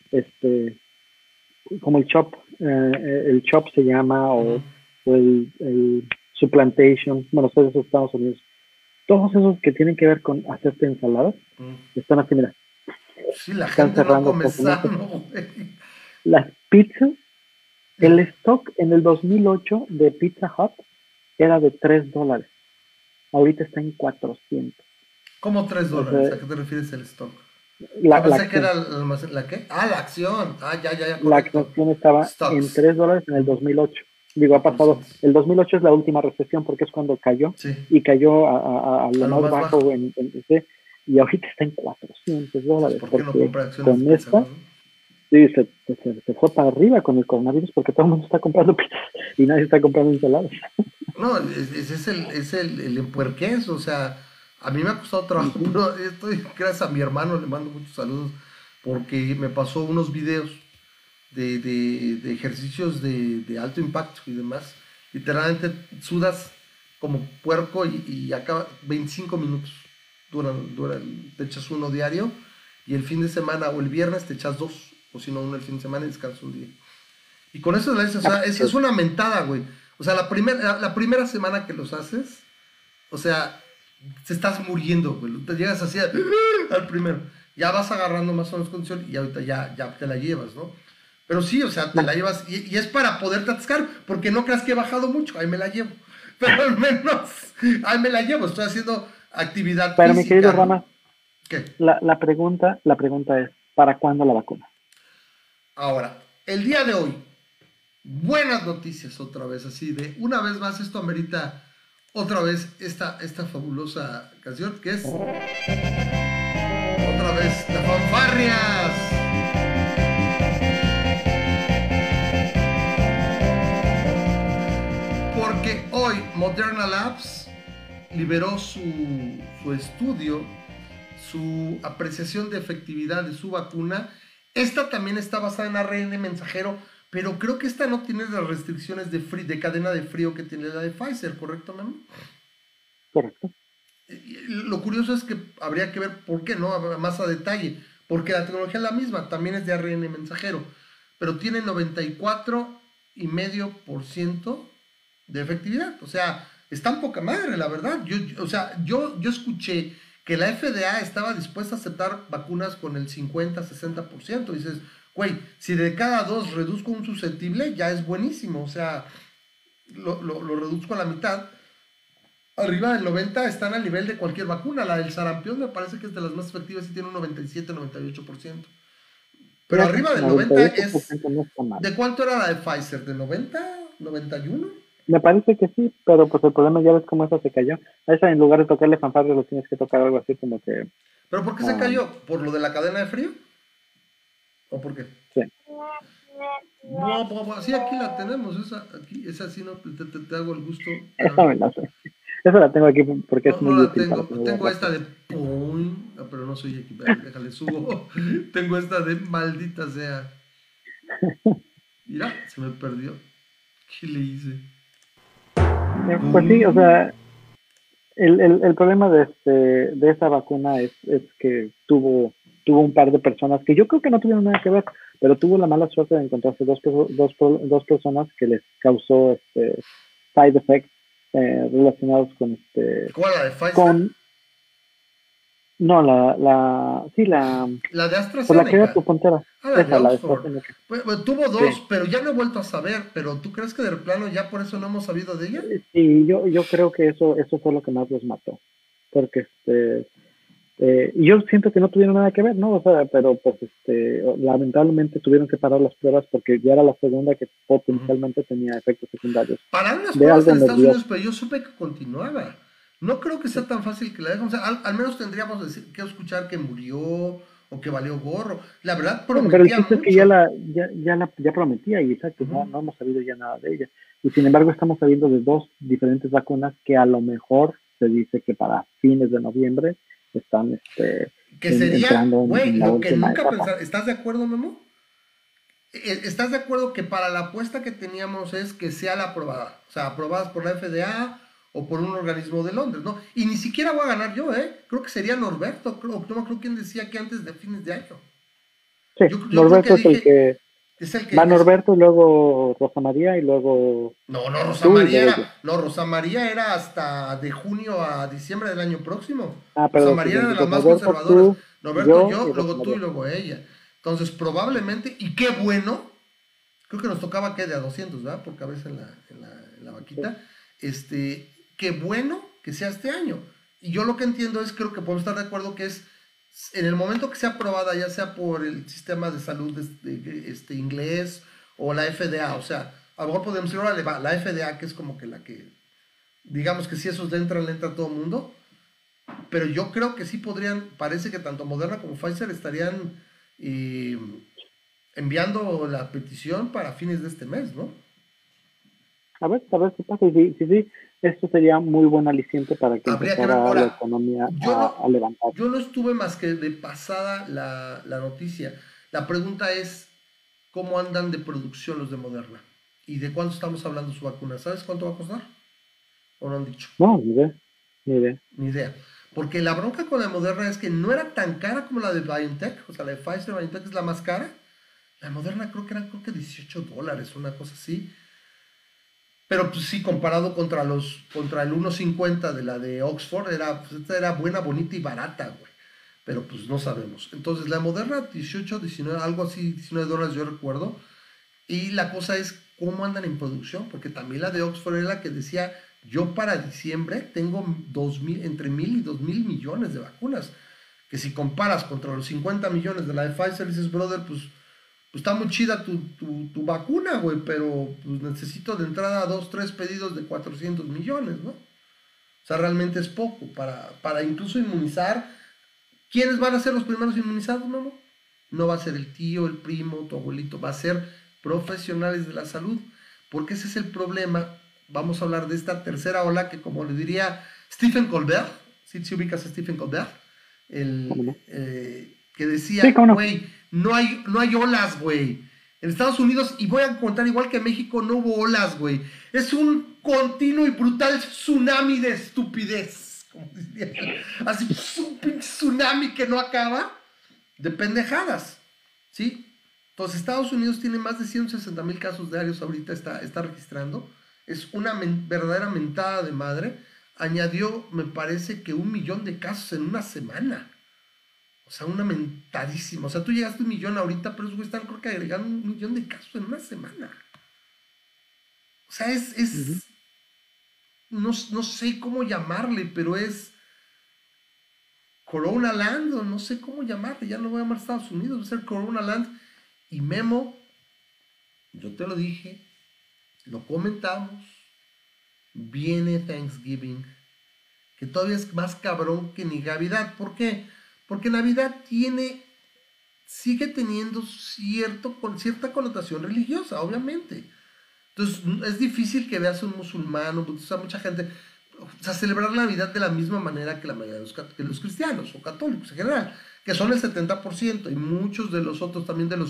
como el Chop se llama, o el Supplantation, bueno, eso es de Estados Unidos, todos esos que tienen que ver con hacerte ensaladas, Mm. están así, mira, Sí, la están gente no cerrando come poco más. sano, güey. Las pizzas, el stock en el 2008 de Pizza Hut era de $3. Ahorita está en 400. ¿Cómo O $3? ¿A sea, qué te refieres el stock? Yo la pensé que era acción. el almacén. ¿La qué? Ah, la acción. Ah, ya, La correcto. acción estaba en Stocks. $3 en el 2008. Digo, ha pasado. 400. El 2008 es la última recesión porque es cuando cayó Sí, y cayó a a lo lo más más bajo. bajo sí, y ahorita está en $400 Entonces, ¿por qué no porque comprar acciones de con Pizza esta, Hut, no? sí, se fue para arriba con el coronavirus porque todo el mundo está comprando pizzas y nadie está comprando ensaladas. No, ese es el empuerqués, o sea, a mí me ha costado trabajo, Ujú. pero gracias a mi hermano, le mando muchos saludos, porque me pasó unos videos de ejercicios de alto impacto y demás. Literalmente sudas como puerco y acaba 25 minutos. Te echas uno diario y el fin de semana o el viernes te echas dos, o si no, uno el fin de semana y descansas un día. Y con eso o sea, es una mentada, güey. O sea, la primera semana que los haces, o sea, te estás muriendo, güey. Te llegas así al primero. Ya vas agarrando más o menos condición y ahorita ya te la llevas, ¿no? Pero sí, o sea, te la llevas y es para poderte atascar, porque no creas que he bajado mucho, ahí me la llevo. Pero al menos, ahí me la llevo, estoy haciendo actividad Pero mi querido física, ¿no? Rama, ¿Qué? la pregunta es, ¿para cuándo la vacuna? Ahora, el día de hoy, buenas noticias otra vez, así de una vez más, esto amerita otra vez esta fabulosa canción que es otra vez las fanfarrias. Porque hoy Moderna Labs liberó su estudio, su apreciación de efectividad de su vacuna. Esta también está basada en ARN mensajero, pero creo que esta no tiene las restricciones de cadena de frío que tiene la de Pfizer, ¿correcto, Memo? Correcto. Lo curioso es que habría que ver por qué, ¿no? Más a detalle, porque la tecnología es la misma, también es de ARN mensajero, pero tiene 94,5% de efectividad. O sea, está en poca madre, la verdad. Yo escuché que la FDA estaba dispuesta a aceptar vacunas con el 50-60%. Dices, güey, si de cada dos reduzco un susceptible, ya es buenísimo. O sea, lo reduzco a la mitad. Arriba del 90 están al nivel de cualquier vacuna. La del sarampión me parece que es de las más efectivas y tiene un 97-98%. Pero Fíjate, arriba del 90 es... 98% no está mal. ¿De cuánto era la de Pfizer? ¿De 90? ¿91? Me parece que sí, pero pues el problema ya ves cómo esa se cayó. A esa en lugar de tocarle fanfarrias lo tienes que tocar algo así como que... ¿Pero por qué se cayó? ¿Por lo de la cadena de frío? ¿O por qué? Sí. No, sí, aquí la tenemos. Esa sí no te hago el gusto. Esa me la sé. Esa la tengo aquí porque es No muy la útil para tengo. tenerla Tengo esta rápido. de... pero no soy aquí. Déjale, subo. Tengo esta de maldita sea. Mira, se me perdió. ¿Qué le hice? Pues sí, o sea, el problema de esa vacuna es que tuvo un par de personas que yo creo que no tuvieron nada que ver, pero tuvo la mala suerte de encontrarse dos personas que les causó side effects relacionados con ¿Cuál, la de Pfizer? con no sí la La de por la que era AstraZeneca. tu puntera, La de esa la de Oxford. AstraZeneca. Pues, tuvo dos, Sí. pero ya no he vuelto a saber. ¿Pero tú crees que de plano ya por eso no hemos sabido de ella? Sí, yo creo que eso fue lo que más los mató, porque yo siento que no tuvieron nada que ver, ¿no? O sea, pero pues lamentablemente tuvieron que parar las pruebas porque ya era la segunda que potencialmente tenía efectos secundarios. Pararon las De pruebas algo en Estados nervioso. Unidos, pero yo supe que continuaba. No creo que sea tan fácil que la dejen. O sea, al menos tendríamos que escuchar que murió o que valió gorro. La verdad Bueno, pero el prometía chiste es que mucho. ya prometía y exacto, Ujú. no hemos sabido ya nada de ella. Y sin embargo estamos sabiendo de dos diferentes vacunas que a lo mejor se dice que para fines de noviembre están Que sería, entrando güey, en la lo que última nunca etapa. pensar. ¿Estás de acuerdo, Memo? ¿Estás de acuerdo que para la apuesta que teníamos es que sea la aprobada? O sea, aprobadas por la FDA o por un organismo de Londres, ¿no? Y ni siquiera voy a ganar yo, ¿eh? Creo que sería Norberto, no me acuerdo quién decía que antes de fines de año. Sí, Yo creo que Norberto es el dije, que Es el que... Va Norberto, luego Rosa María y luego No, Rosa tú y María luego yo. era... No, Rosa María era hasta de junio a diciembre del año próximo. Ah, Rosa perdón, sí, María era de las entonces más Norberto, conservadoras. tú, Norberto, yo yo, y Rosa luego tú y María. luego ella. Entonces, probablemente, y qué bueno, creo que nos tocaba que de a 200, ¿verdad? Por cabeza en la Sí. vaquita. Qué bueno que sea este año. Y yo lo que entiendo es, creo que podemos estar de acuerdo que es, en el momento que sea aprobada, ya sea por el sistema de salud inglés o la FDA, o sea, a lo mejor podemos decir, ahora la FDA, que es como que la que, digamos que si esos le entra a todo el mundo, pero yo creo que sí podrían, parece que tanto Moderna como Pfizer estarían eh, enviando la petición para fines de este mes, ¿no? A ver qué pasa. Y sí, esto sería muy buen aliciente para que Habría que ver. empezara la Ahora, economía yo a levantar. yo no estuve más que de pasada la noticia. La pregunta es, ¿cómo andan de producción los de Moderna? ¿Y de cuánto estamos hablando su vacuna? ¿Sabes cuánto va a costar? ¿O no han dicho? No, ni idea, ni idea. Ni idea. Porque la bronca con la Moderna es que no era tan cara como la de BioNTech. O sea, la de Pfizer BioNTech es la más cara. La Moderna creo que $18, una cosa así. Pero pues sí, comparado contra el 1.50 de la de Oxford, esta era buena, bonita y barata, güey. Pero pues no sabemos. Entonces la Moderna, 18, 19, algo así, $19 yo recuerdo. Y la cosa es cómo andan en producción, porque también la de Oxford era la que decía, yo para diciembre tengo 2,000, entre 1,000 y 2,000 millones de vacunas. Que si comparas contra los 50 millones de la de Pfizer, dices, brother, pues está muy chida tu vacuna, güey, pero pues necesito de entrada 2, 3 pedidos de 400 millones, ¿no? O sea, realmente es poco para incluso inmunizar. ¿Quiénes van a ser los primeros inmunizados, Memo? No va a ser el tío, el primo, tu abuelito, va a ser profesionales de la salud, porque ese es el problema. Vamos a hablar de esta tercera ola que, como le diría Stephen Colbert, si ubicas a Stephen Colbert, ¿Cómo no? que Sí, decía, cómo no. güey, no hay olas, güey. En Estados Unidos, y voy a contar igual que en México, no hubo olas, güey. Es un continuo y brutal tsunami de estupidez. Como diría. Así, un pinche tsunami que no acaba de pendejadas. ¿Sí? Entonces, Estados Unidos tiene más de 160,000 casos diarios ahorita, está registrando. Es una verdadera mentada de madre. Añadió, me parece que 1,000,000 de casos en una semana. O sea, una mentadísima. O sea, tú llegaste a 1,000,000 ahorita, pero esos güeyes están creo que agregando 1,000,000 de casos en una semana. O sea, Ujú. no sé cómo llamarle, pero es Corona Land, o no sé cómo llamarle, ya no voy a llamar Estados Unidos, va a ser Corona Land. Y Memo, yo te lo dije, lo comentamos, viene Thanksgiving, que todavía es más cabrón que ni Navidad. ¿Por qué? Porque Navidad sigue teniendo cierta connotación religiosa, obviamente. Entonces es difícil que veas un musulmán, o sea, mucha gente, o sea, celebrar la Navidad de la misma manera que la mayoría de los cristianos o católicos en general, que son el 70%, y muchos de los otros también de los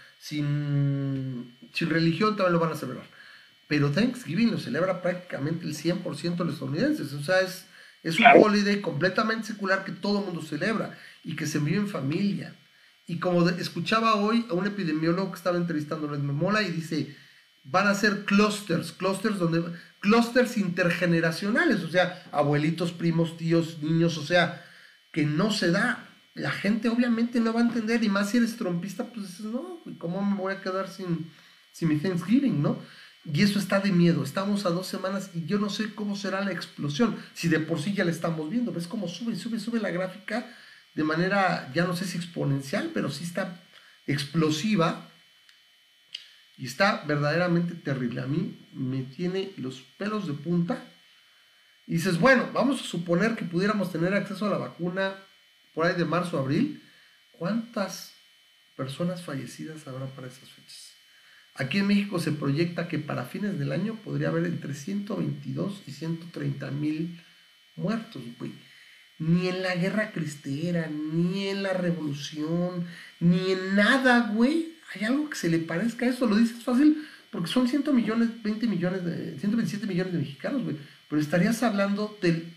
sin religión también lo van a celebrar. Pero Thanksgiving lo celebra prácticamente el 100% de los estadounidenses. O sea, es un holiday completamente secular que todo el mundo celebra y que se vive en familia. Y como escuchaba hoy a un epidemiólogo que estaba entrevistando a Luis Memola y dice, van a ser clusters intergeneracionales, o sea, abuelitos, primos, tíos, niños, o sea, que no se da. La gente obviamente no va a entender, y más si eres trompista, pues dices, no, ¿cómo me voy a quedar sin mi Thanksgiving, no? Y eso está de miedo. Estamos a 2 semanas y yo no sé cómo será la explosión. Si de por sí ya la estamos viendo. ¿Ves cómo sube la gráfica de manera, ya no sé si exponencial, pero sí está explosiva y está verdaderamente terrible? A mí me tiene los pelos de punta. Y dices, bueno, vamos a suponer que pudiéramos tener acceso a la vacuna por ahí de marzo a abril. ¿Cuántas personas fallecidas habrá para esas fechas? Aquí en México se proyecta que para fines del año podría haber entre 122 y 130,000 muertos, güey. Ni en la guerra cristera, ni en la revolución, ni en nada, güey, hay algo que se le parezca a eso. Lo dices fácil porque son 100 millones, 20 millones, 127 millones de mexicanos, güey. Pero estarías hablando del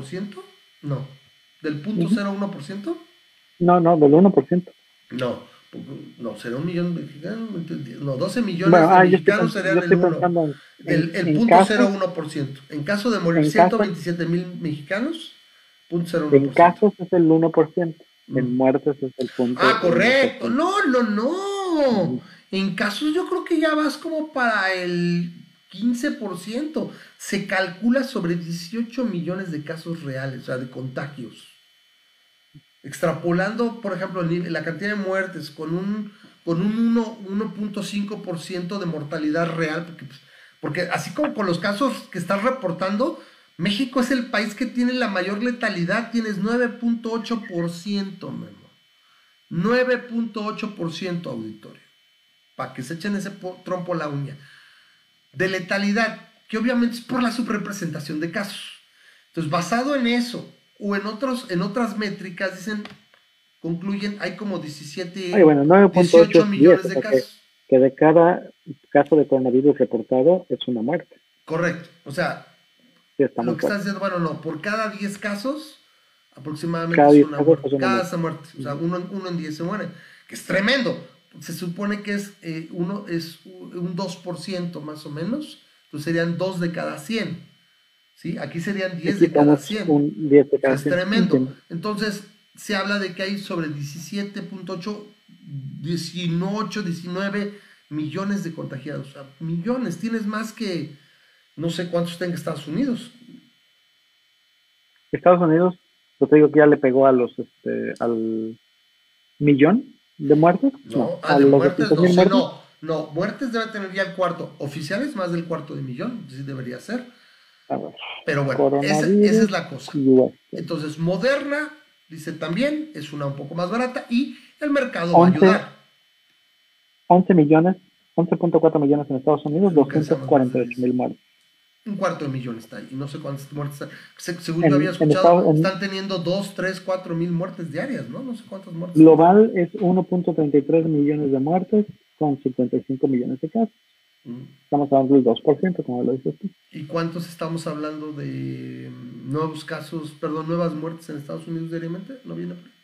1%, no, del Ujú. 0.01%. No, del 1%. No, No, será 1 millón mexicano, no, 12 millones Bueno, de yo mexicanos serían el estoy 1, pensando el en punto casos, 0,1%. En caso de morir en casos, 127,000 mexicanos, punto en 0,1%. casos es el 1%, en Mm. muertes es el Ah, punto correcto. 1%. No, no, no. Ujú. En casos yo creo que ya vas como para el 15%. Se calcula sobre 18 millones de casos reales, o sea, de contagios. Extrapolando, por ejemplo, la cantidad de muertes con un 1,5% de mortalidad real, porque así como con los casos que estás reportando, México es el país que tiene la mayor letalidad, tienes 9,8%, Memo. 9,8% auditorio, para que se echen ese trompo a la uña, de letalidad, que obviamente es por la subrepresentación de casos. Entonces, basado en eso, o en otras métricas, concluyen, hay como Oye, bueno, 9.8 18 es 10, millones o de sea casos. que de cada caso de coronavirus reportado es una muerte. Correcto. O sea, Sí, está lo muy que estás fuerte. diciendo, bueno, no, por cada 10 casos, aproximadamente Cada es 10 una casos muerte. es una Cada muerte. muerte. O sea, Ujú. uno en 10 se muere. Que es tremendo. Se supone que es un 2% más o menos. Entonces serían 2 de cada 100. ¿Sí? Aquí serían 10 Aquí de cada estamos 100. un 10 de O sea, cada es 100. tremendo. Entiendo. Entonces, se habla de que hay sobre 17,8, 18, 19 millones de contagiados. O sea, millones. Tienes más que no sé cuántos tenga Estados Unidos. Estados Unidos, pues te digo que ya le pegó al millón de muertes. No, No, a de los muertes 200 no mil sé, muertes. no, muertes debe tener ya el cuarto, oficiales más del cuarto de millón, sí debería ser, A ver, pero bueno, esa es coronavirus, la cosa. US. Entonces, Moderna, dice también, es una un poco más barata y el mercado va a 11, ayudar, 11 millones, 11.4 millones en Estados Unidos, aunque doscientos seamos más de cuarenta y ocho 10. mil muertes. Un cuarto de millón está ahí, y no sé cuántas muertes están. Según yo había En escuchado, están teniendo 2, 3, 4 mil muertes diarias, ¿no? No sé cuántas muertes son diarias. global es 1.33 millones de muertes con 55 millones de casos. Mm. Estamos hablando del 2%, como lo dices tú. ¿Y cuántos estamos hablando de nuevos casos, perdón, nuevas muertes en Estados Unidos diariamente? ¿No viene por ahí?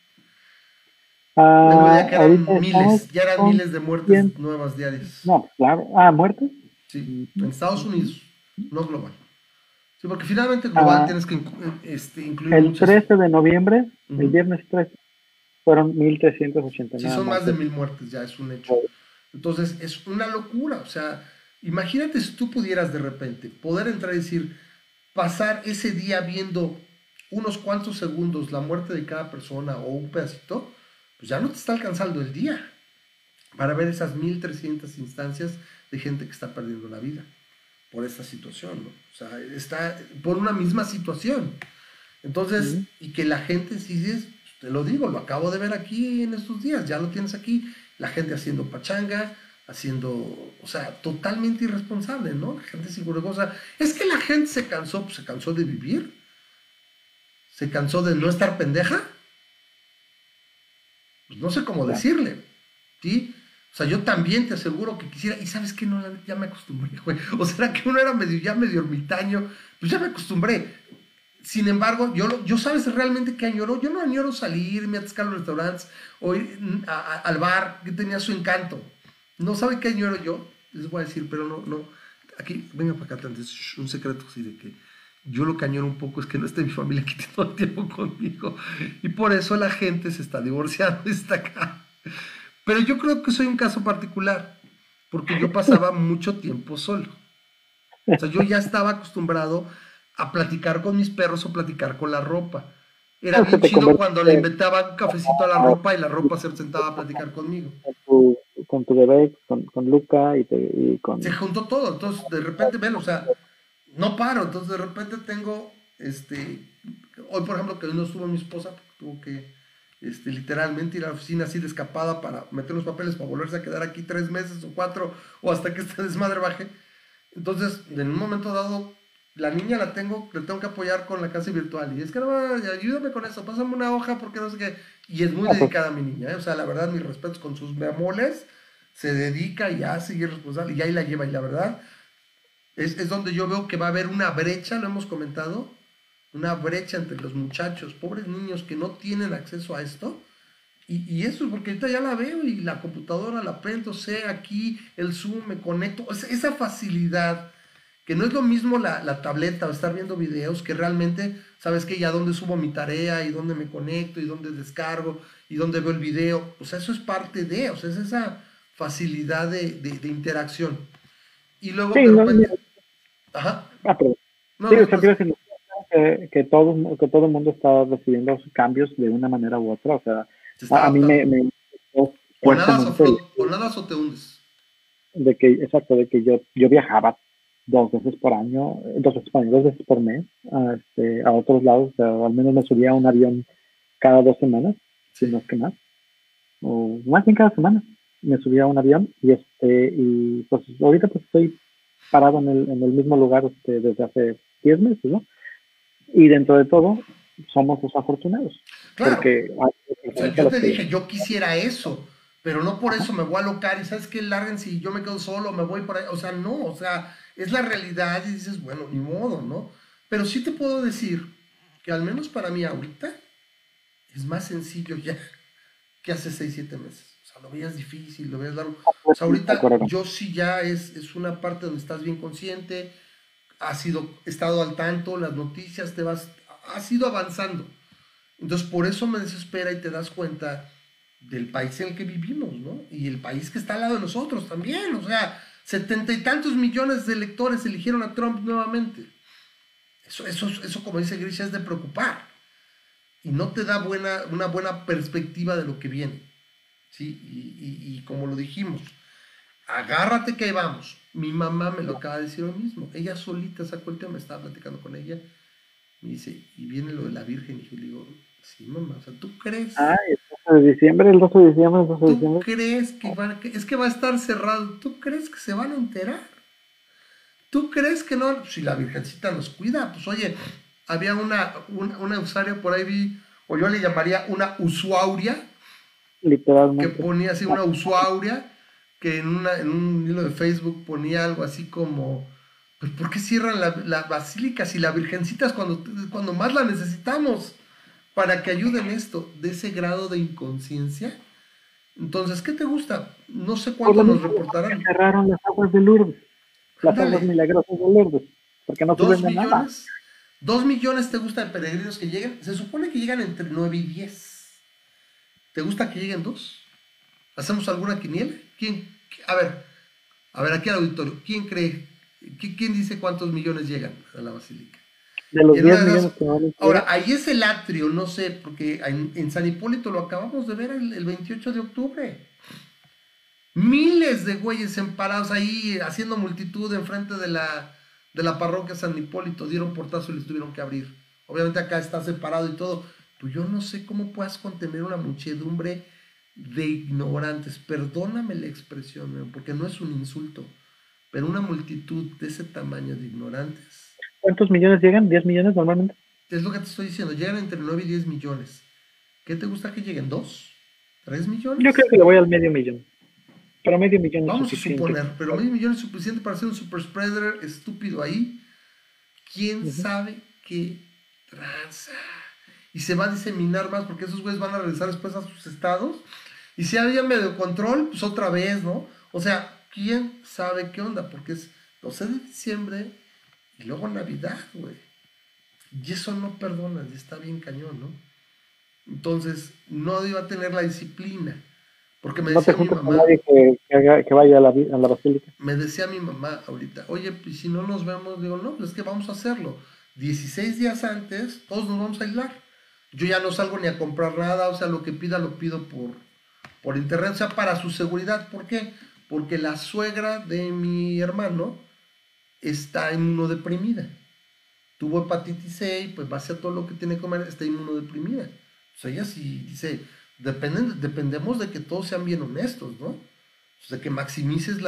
Tengo idea que Ahorita eran estamos miles, ya eran con miles de muertes 100, nuevas diarias. no, pues claro, muertes. Sí, en Ujú, Estados ujú. Unidos, no global. Sí, porque finalmente global Ah, tienes que incluir el muchas. 13 de noviembre, el Ujú. viernes 13, fueron 1.380 Sí, nada son más. más de 1,000 muertes, ya es un hecho. Entonces, es una locura. O sea, imagínate si tú pudieras de repente poder entrar y decir, pasar ese día viendo unos cuantos segundos la muerte de cada persona o un pedacito, pues ya no te está alcanzando el día para ver esas 1,300 instancias de gente que está perdiendo la vida por esta situación, ¿no? O sea, está por una misma situación. Entonces, Ujú. y que la gente, si dices, te lo digo, lo acabo de ver aquí en estos días, ya lo tienes aquí, la gente haciendo pachanga, haciendo, o sea, totalmente irresponsable, ¿no? La gente sin cosa. Es que la gente se cansó, pues se cansó de vivir, se cansó de no estar pendeja, pues no sé cómo Claro. decirle, ¿sí? O sea, yo también te aseguro que quisiera, y sabes que no, ya me acostumbré, güey. O será que uno era medio ermitaño, pues ya me acostumbré. Sin embargo, yo sabes realmente que añoro. Yo no añoro salir, irme a buscar los restaurantes o ir al bar, que tenía su encanto. No sabe qué añoro yo, les voy a decir, pero no. Aquí, venga para acá, antes, un secreto así de que yo lo que añoro un poco es que no esté mi familia aquí todo el tiempo conmigo. Y por eso la gente se está divorciando y está acá. Pero yo creo que soy un caso particular, porque yo pasaba mucho tiempo solo. O sea, yo ya estaba acostumbrado a platicar con mis perros o platicar con la ropa. Era Se bien te chido cuando le convertiste inventaba un cafecito a la a- ropa y la ropa se sentaba a platicar conmigo. con tu bebé, con Luca y Se con... juntó todo, entonces de repente, ven, o sea, no paro, entonces de repente tengo, hoy por ejemplo que no estuvo mi esposa, tuvo que, literalmente ir a la oficina así de escapada para meter los papeles para volverse a quedar aquí 3 meses o 4 o hasta que este desmadre baje. Entonces, en un momento dado, la niña le tengo que apoyar con la clase virtual. Y es que no, ayúdame con eso, pásame una hoja porque no sé qué. Y es muy pues, dedicada a mi niña, ¿eh? O sea, la verdad, mis respetos con sus bemoles, se dedica y hace y es responsable y ahí la lleva. Y la verdad, es donde yo veo que va a haber una brecha, lo hemos comentado, una brecha entre los muchachos, pobres niños que no tienen acceso a esto Y eso es porque ahorita ya la veo y la computadora la prendo, sé aquí, el Zoom, me conecto. Esa facilidad, que no es lo mismo la tableta o estar viendo videos, que realmente, ¿sabes qué? Ya dónde subo mi tarea y dónde me conecto y dónde descargo y dónde veo el video. O sea, eso es parte de, o sea, es esa facilidad de interacción. Y luego Sí, de no, repente, ajá, perdón. no, Sí, no, o sea, no, quiero decir que todo el mundo está recibiendo cambios de una manera u otra. O sea, se está a mí adaptando. me gustó O nadas o fuertemente o nadas o te hundes. de que, exacto, de que yo viajaba 2 veces por año, 2 veces por mes, a otros lados. O sea, al menos me subía a un avión cada 2 semanas, si Sí. no es que más, o más bien cada semana me subía a un avión y pues ahorita pues estoy parado en el mismo lugar desde hace 10 meses, ¿no? Y dentro de todo, somos los afortunados, Claro, porque hay o sea, personas a yo las te que, dije, yo quisiera eso, pero no por ajá, eso me voy a alocar y sabes que larguen si yo me quedo solo, me voy por ahí, o sea, no, o sea, es la realidad y dices, bueno, ni modo, ¿no? Pero sí te puedo decir que al menos para mí ahorita es más sencillo ya que hace 6 7 meses. O sea, lo veías difícil, lo veías largo. O sea, de ahorita acuerdo. yo sí ya es una parte donde estás bien consciente, has estado al tanto, las noticias, has ido avanzando. Entonces, por eso me desespera y te das cuenta del país en el que vivimos, ¿no? Y el país que está al lado de nosotros también. O sea, 70 y tantos millones de electores eligieron a Trump nuevamente. Eso como dice Grisha, es de preocupar. Y no te da una buena perspectiva de lo que viene. ¿Sí? Y como lo dijimos, agárrate que ahí vamos. Mi mamá me lo acaba de decir lo mismo. Ella solita sacó el tema, estaba platicando con ella. Me dice, y viene lo de la Virgen. Y yo le digo, sí, mamá, o sea, ¿tú crees? Ah, el 12 de diciembre, el 12 de ¿Tú diciembre. crees es que va a estar cerrado? ¿Tú crees que se van a enterar? ¿Tú crees que no? Si la Virgencita nos cuida, pues oye, había una usuaria por ahí vi, o yo le llamaría una usuauria, que Literalmente. ponía así una usuauria, que en un hilo de Facebook ponía algo así como, pues ¿por qué cierran la basílica si la Virgencita es cuando más la necesitamos para que ayude en esto? De ese grado de inconsciencia. Entonces, ¿qué te gusta? No sé Por cuánto lo nos mismo que reportarán. cerraron las aguas de Lourdes, las aguas Ándale, milagrosas de Lourdes, porque no dos sirven de nada. millones. 2 millones te gusta de peregrinos que lleguen. Se supone que llegan entre 9 y 10. ¿Te gusta que lleguen dos? ¿Hacemos alguna quiniela? ¿Quién? A ver, aquí al auditorio. ¿Quién cree? ¿Quién dice cuántos millones llegan a la basílica? De Y los en una 10 de esas. millones que van a Ahora, entregar, ahí es el atrio, no sé, porque en San Hipólito lo acabamos de ver el 28 de octubre. Miles de güeyes emparados ahí haciendo multitud enfrente de la parroquia San Hipólito, dieron portazo y les tuvieron que abrir. Obviamente acá está separado y todo, pues yo no sé cómo puedas contener una muchedumbre de ignorantes. Perdóname la expresión, porque no es un insulto, pero una multitud de ese tamaño de ignorantes, ¿cuántos millones llegan? ¿10 millones normalmente? es lo que te estoy diciendo, llegan entre 9 y 10 millones. ¿Qué te gusta que lleguen? ¿2? ¿3 Yo creo millones? que le voy al medio millón, pero medio millón es Vamos a suficiente. suponer, pero medio millón es suficiente para hacer un super spreader estúpido ahí. ¿Quién Ujú. sabe qué tranza? Y se va a diseminar más porque esos güeyes van a regresar después a sus estados. Y si había medio control, pues otra vez, ¿no? O sea, ¿quién sabe qué onda? Porque es 12 de diciembre y luego Navidad, güey. Y eso no perdonas, y está bien cañón, ¿no? Entonces, no iba a tener la disciplina. Porque No te juntes con nadie que vaya a la basílica. me decía mi mamá ahorita, oye, pues si no nos vemos, digo, no, pues es que vamos a hacerlo. 16 días antes, todos nos vamos a aislar. Yo ya no salgo ni a comprar nada, o sea, lo que pida lo pido por internet, o sea, para su seguridad. ¿Por qué? Porque la suegra de mi hermano está inmunodeprimida. Tuvo hepatitis C y pues va a hacer todo lo que tiene que comer, está inmunodeprimida. O sea, ella sí dice, dependemos de que todos sean bien honestos, ¿no? O sea, que maximices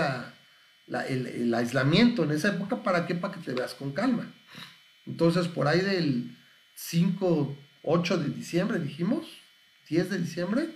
el aislamiento en esa época, ¿para qué? Para que te veas con calma. Entonces, por ahí del 5 8 de diciembre, dijimos, 10 de diciembre,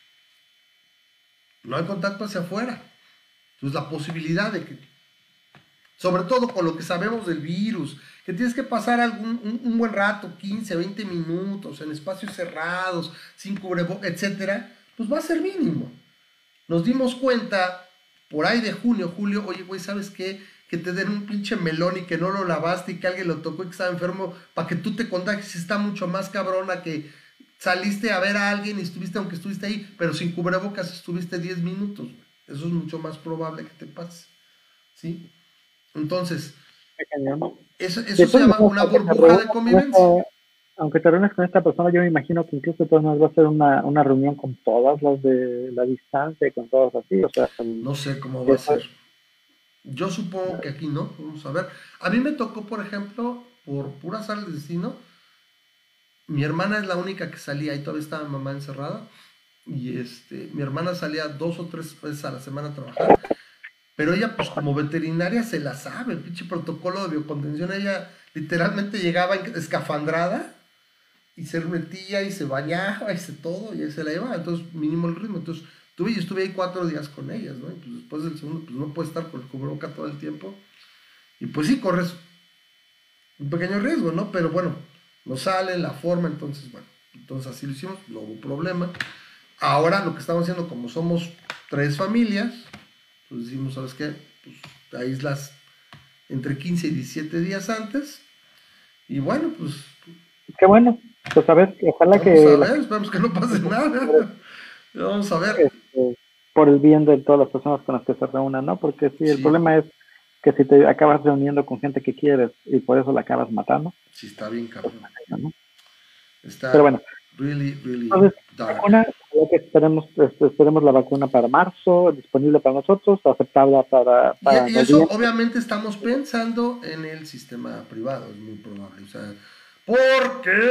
no hay contacto hacia afuera. Entonces, la posibilidad de que, sobre todo con lo que sabemos del virus, que tienes que pasar un buen rato, 15, 20 minutos, en espacios cerrados, sin cubrebocas, etcétera, pues va a ser mínimo. Nos dimos cuenta por ahí de junio, julio, oye, güey, ¿sabes qué? Que te den un pinche melón y que no lo lavaste y que alguien lo tocó y que estaba enfermo para que tú te contagies, está mucho más cabrona que saliste a ver a alguien y estuviste, aunque estuviste ahí, pero sin cubrebocas estuviste 10 minutos, güey. Eso es mucho más probable que te pase, ¿sí? Entonces, Qué cañón. eso De se todas llama maneras, una burbuja de convivencia. aunque te reúnes con esta persona, yo me imagino que incluso de todas maneras va a ser una reunión con todas las de la distancia, con todas así, o sea, No sé cómo va a eso, ser. Yo supongo que aquí no, vamos a ver. A mí me tocó, por ejemplo, por pura azar del destino, mi hermana es la única que salía, y todavía estaba mi mamá encerrada, y mi hermana salía 2 o 3 veces a la semana a trabajar, pero ella pues como veterinaria se la sabe, el pinche protocolo de biocontención, ella literalmente llegaba escafandrada, y se metía, y se bañaba, y se todo, y ahí se la llevaba, entonces mínimo el ritmo, entonces yo estuve ahí 4 días con ellas, ¿no? Y pues después del segundo, pues no puedes estar con el cubreboca todo el tiempo, y pues sí, corres un pequeño riesgo, ¿no? Pero bueno, no sale la forma, entonces, bueno, entonces así lo hicimos, no hubo problema. Ahora lo que estamos haciendo, como somos 3 familias, pues decimos, ¿sabes qué? Pues te aíslas entre 15 y 17 días antes, y bueno, pues qué bueno, pues a ver, ojalá vamos a que ver, esperemos que no pase nada. Vamos a ver. este, por el bien de todas las personas con las que se reúnan, ¿no? Porque sí, el Sí, problema es que si te acabas reuniendo con gente que quieres y por eso la acabas matando, sí está bien pues, cabrón. ¿no? Pero Está bueno, really, really entonces, dark. vacuna, ojalá que esperemos la vacuna para marzo, disponible para nosotros, aceptada para Y eso noviembre. obviamente estamos pensando en el sistema privado, es muy probable. O sea, porque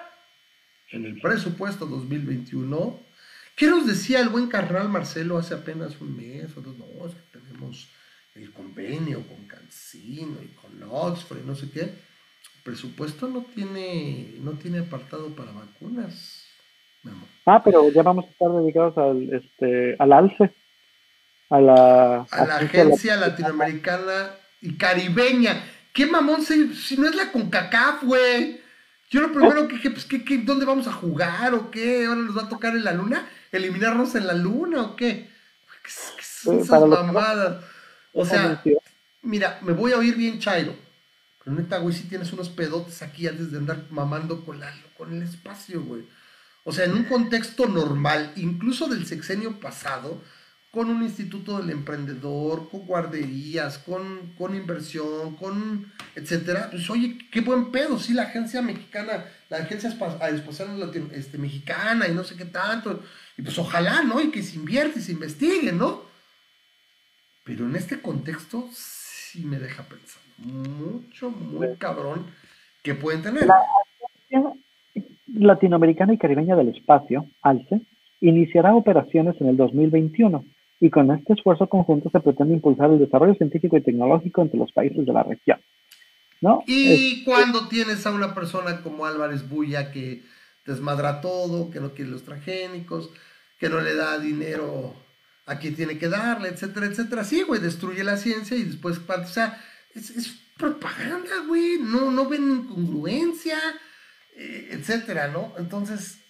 en el presupuesto 2021, ¿qué nos decía el buen carnal Marcelo hace apenas un mes o dos? No, es que tenemos el convenio con Cancino y con Oxford y no sé qué. El presupuesto no tiene apartado para vacunas, mi amor. Ah, pero ya vamos a estar dedicados al ALCE, a la A la agencia agencia latinoamericana y caribeña. ¿Qué mamón si no es la CONCACAF, güey? Yo lo primero que dije, pues, ¿dónde vamos a jugar o qué? ¿Ahora nos va a tocar en la luna? ¿Eliminarnos en la luna o qué? ¿Qué son esas para los que no mamadas? O conocen, sea, mira, me voy a oír bien chairo. Pero neta, güey, si tienes unos pedotes aquí antes de andar mamando con el espacio, güey. O sea, en un contexto normal, incluso del sexenio pasado, con un instituto del emprendedor, con guarderías, con inversión, con etcétera, pues oye, qué buen pedo, sí, la agencia mexicana, la agencia espacial mexicana y no sé qué tanto, y pues ojalá, ¿no? Y que se invierte y se investigue, ¿no? Pero en este contexto sí me deja pensando mucho, muy cabrón, que pueden tener. la Agencia Latinoamericana y Caribeña del Espacio, ALCE, iniciará operaciones en el 2021 y con este esfuerzo conjunto se pretende impulsar el desarrollo científico y tecnológico entre los países de la región, ¿no? Y cuando tienes a una persona como Álvarez Bulla que desmadra todo, que no quiere los transgénicos, que no le da dinero a quien tiene que darle, etcétera, etcétera. Sí, güey, destruye la ciencia y después, o sea, es propaganda, güey, no ven incongruencia, etcétera, ¿no? Entonces,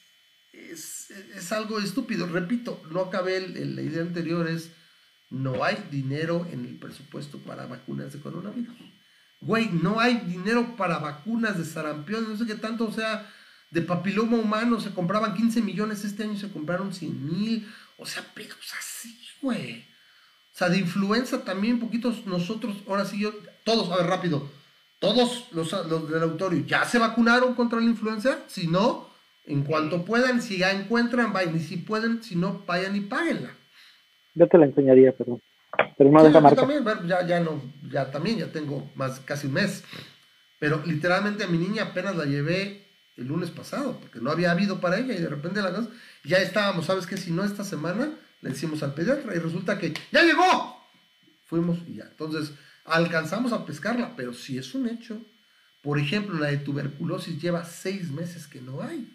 es algo estúpido. Repito, no acabé la idea anterior, no hay dinero en el presupuesto para vacunas de coronavirus. Güey, no hay dinero para vacunas de sarampión, no sé qué tanto, o sea, de papiloma humano se compraban 15 millones, este año se compraron 100,000, o sea, pero así, güey. O sea, de influenza también, poquitos nosotros, ahora sí yo, todos, a ver, rápido, todos los del auditorio, ¿ya se vacunaron contra la influenza? Si no, en cuanto puedan, si ya encuentran, vayan, y si pueden, si no, vayan y páguenla. Yo te la enseñaría, pero no Sí, de esa yo marca. también, bueno, ya no, ya también, ya tengo más, casi un mes. Pero literalmente a mi niña apenas la llevé el lunes pasado, porque no había habido para ella y de repente la cosa, ya estábamos, ¿sabes qué? Si no esta semana, le decimos al pediatra y resulta que ¡ya llegó! Fuimos y ya. Entonces, alcanzamos a pescarla, pero sí es un hecho. Por ejemplo, la de tuberculosis lleva 6 meses que no hay.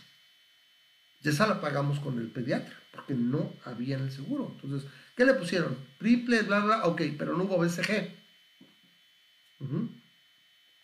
Ya esa la pagamos con el pediatra, porque no había en el seguro. Entonces, ¿qué le pusieron? Triple, bla, bla, ok, pero no hubo BCG. Ujú.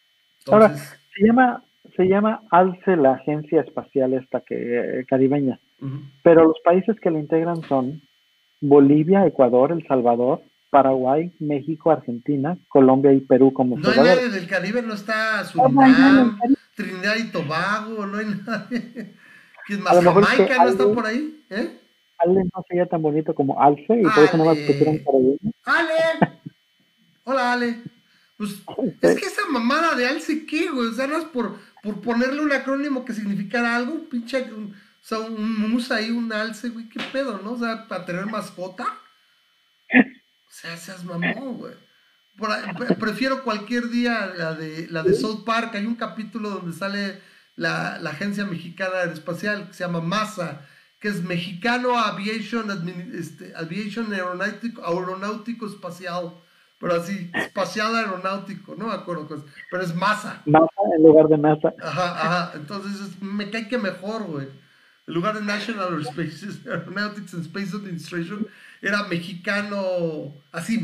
Ahora, Entonces, se llama ALCE, la agencia espacial esta caribeña. Ujú. pero los países que lo integran son Bolivia, Ecuador, El Salvador, Paraguay, México, Argentina, Colombia y Perú como No hay observadores. nadie del Caribe, no está No hay nadie en Surinam, Caribe. Trinidad y Tobago, no hay nadie. ¿Quién A más? lo mejor es que Jamaica no está Ale, por ahí, ¿eh? Ale no sería tan bonito como Alce y por eso nada más pusieron Ale, caribeño. Ale, hola Ale. Pues es Sí. que esa mamada de Alce, ¿qué, güey? O sea, no es por ponerle un acrónimo que significara algo, pinche, o sea, un musa ahí, un alce, güey, qué pedo, ¿no? O sea, para tener mascota. O sea, seas mamón, güey. Prefiero cualquier día la de South Park. Hay un capítulo donde sale la agencia mexicana aeroespacial que se llama MASA, que es Mexicano Aviation Aeronáutico Espacial. Pero así, espacial aeronáutico, no me acuerdo, pero es MASA. NASA en lugar de NASA. Ajá, ajá. Entonces me cae que mejor, güey. En lugar de National Aeronautics and Space Administration, era mexicano, así,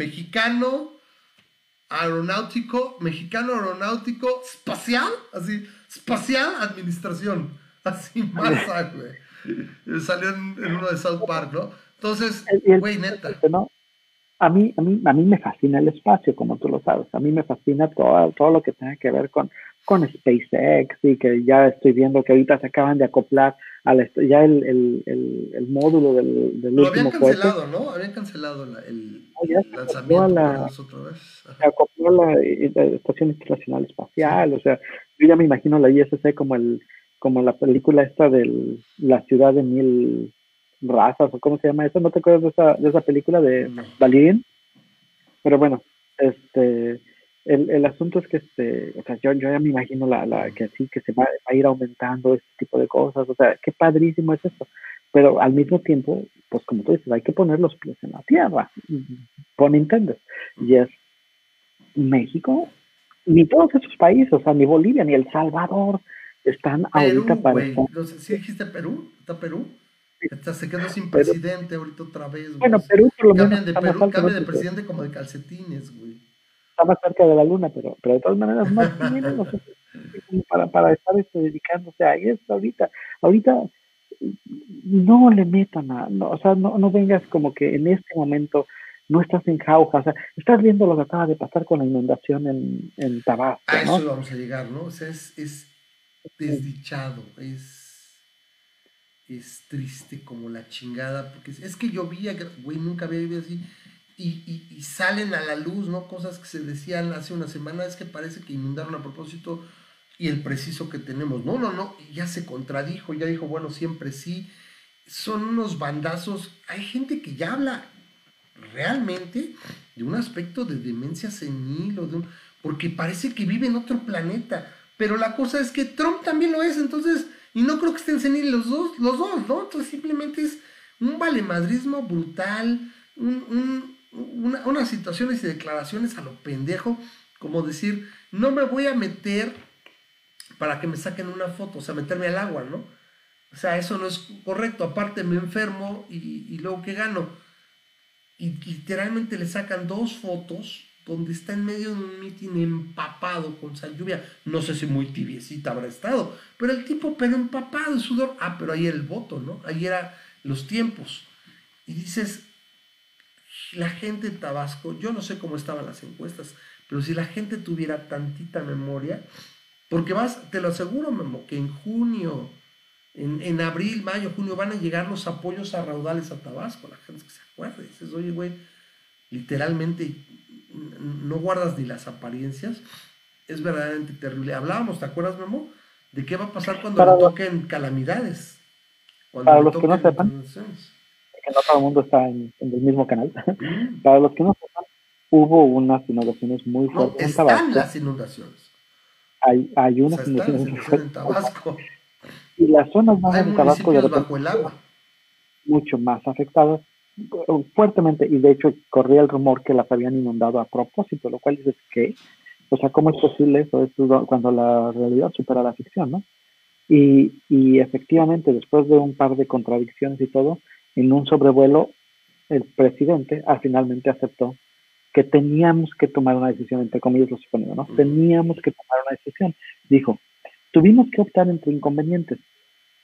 mexicano aeronáutico espacial, así, espacial administración, así, masa, güey. Salió en uno de South Park, ¿no? Entonces, Y el güey, punto es neta. este, ¿no? A mí me fascina el espacio, como tú lo sabes. A mí me fascina todo lo que tenga que ver con SpaceX y que ya estoy viendo que ahorita se acaban de acoplar ya el módulo del Lo habían último cohete. cancelado, ¿no? Habían cancelado Ya el lanzamiento por eso otra vez. se Ajá. acopló la Estación Internacional Sí. Espacial. O sea, yo ya me imagino la ISS como la película esta de la ciudad de mil razas, o cómo se llama eso. ¿No te acuerdas de esa película de No. Valerian? Pero bueno, el asunto es que o sea, yo ya me imagino que sí, que se va a ir aumentando este tipo de cosas. O sea, qué padrísimo es esto. Pero al mismo tiempo, pues como tú dices, hay que poner los pies en la tierra. Pon Nintendo. Y es México, ni todos esos países, o sea, ni Bolivia, ni El Salvador, están ahorita Perú, para güey. estar. No sé, ¿sí dijiste Perú? ¿Está Perú? Hasta se quedó sin Pero, presidente ahorita otra vez, güey. bueno, Perú por lo menos Cambian de está más Perú, alto, ¿no? cambia de Porque presidente como de calcetines, güey. está más cerca de la luna, pero de todas maneras no tienen los como para estar dedicándose a eso ahorita. Ahorita no le metan no, o sea, no vengas como que en este momento no estás en jauja, o sea, estás viendo lo que acaba de pasar con la inundación en Tabasco, A eso ¿no? vamos a llegar, ¿no? O sea, es desdichado, es triste como la chingada, porque es que llovía, güey, nunca había vivido así. Y salen a la luz, ¿no? Cosas que se decían hace una semana, es que parece que inundaron a propósito y el preciso que tenemos. No, ya se contradijo, ya dijo, bueno, siempre sí. Son unos bandazos. Hay gente que ya habla realmente de un aspecto de demencia senil porque parece que vive en otro planeta. Pero la cosa es que Trump también lo es, entonces, y no creo que estén seniles los dos, ¿no? Entonces simplemente es un valemadrismo brutal, unas situaciones y declaraciones a lo pendejo, como decir, no me voy a meter para que me saquen una foto, o sea, meterme al agua, ¿no? O sea, eso no es correcto, aparte me enfermo y luego ¿qué gano? Y literalmente le sacan 2 fotos donde está en medio de un mitin empapado con sal lluvia. No sé si muy tibiecita habrá estado, pero el tipo, pero empapado de sudor. Ah, pero ahí era el voto, ¿no? Ahí eran los tiempos. Y dices, la gente de Tabasco, yo no sé cómo estaban las encuestas, pero si la gente tuviera tantita memoria, porque te lo aseguro, Memo, que en junio, en abril, mayo, junio van a llegar los apoyos a raudales a Tabasco, la gente que se acuerda, dices, oye, güey, literalmente no guardas ni las apariencias, es verdaderamente terrible. Hablábamos, ¿te acuerdas, Memo? De qué va a pasar cuando Para le los, toquen calamidades, cuando para le los que no toquen sepan, inundaciones. que no todo el mundo está en el mismo canal. Mm. Para los que no sepan, hubo unas inundaciones muy No, fuertes en están Tabasco. las inundaciones. Hay O unas sea, están las inundaciones muy inundaciones fuertes en Tabasco. y las zonas Hay bajas de Tabasco de municipios repente bajo el agua. mucho más afectadas fuertemente, y de hecho corría el rumor que las habían inundado a propósito, lo cual dices que, o sea, ¿cómo es posible eso? Es cuando la realidad supera la ficción, ¿no? Y efectivamente, después de un par de contradicciones y todo, en un sobrevuelo, el presidente finalmente aceptó que teníamos que tomar una decisión, entre comillas lo suponiendo, ¿no? Teníamos que tomar una decisión. Dijo, tuvimos que optar entre inconvenientes.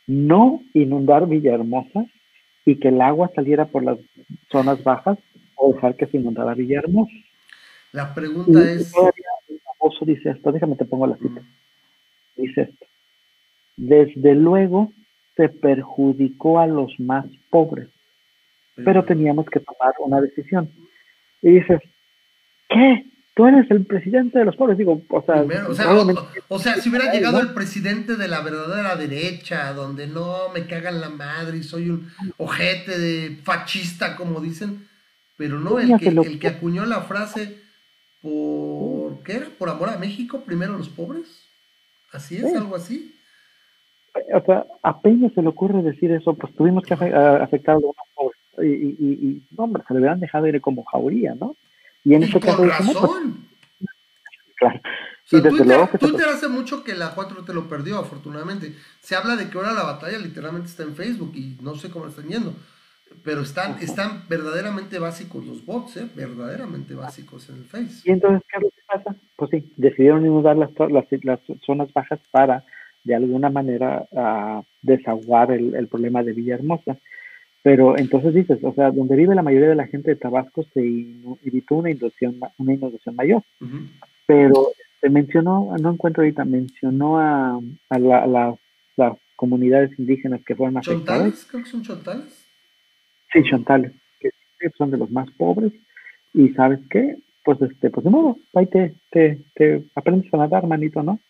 no inundar Villahermosa y que el agua saliera por las zonas bajas o dejar que se inundara Villahermosa. La Y pregunta es, todavía el famoso dice esto, déjame te pongo la cita, mm, dice esto, desde luego se perjudicó a los más pobres, pero primero, teníamos que tomar una decisión. Y dices, ¿qué? Tú eres el presidente de los pobres. Digo, o sea, primero, o sea, obviamente, si hubiera llegado ¿no? el presidente de la verdadera derecha, donde no me cagan la madre y soy un ojete de fascista, como dicen, pero no, Tú ni se lo el que acuñó la frase por, ¿qué era? Por amor a México, primero los pobres. Así es, sí. algo así. O sea, apenas se le ocurre decir eso, pues tuvimos que afectar a los más pobres. No, hombre, se le hubieran dejado ir como jauría, ¿no? Y en Y este caso con dice, no, pues razón. claro. O Y sea, desde luego que se Twitter hace mucho que la 4 te lo perdió, afortunadamente. Se habla de que ahora la batalla literalmente está en Facebook y no sé cómo están yendo. Pero ajá. están verdaderamente básicos los bots, ¿eh? Verdaderamente básicos en el Face. Y entonces, ¿qué es lo que pasa? Pues sí, decidieron inundar las zonas bajas para, de alguna manera, desaguar el problema de Villahermosa. Pero entonces dices, o sea, donde vive la mayoría de la gente de Tabasco se evitó una inundación mayor. Ujú. Pero se mencionó, no encuentro ahorita, mencionó a las comunidades indígenas que fueron afectadas, Chontales, creo que son chontales. sí, ¿O no? Chontales, que son de los más pobres, y ¿sabes qué? Pues pues de modo, ahí te aprendes a nadar, manito, ¿no?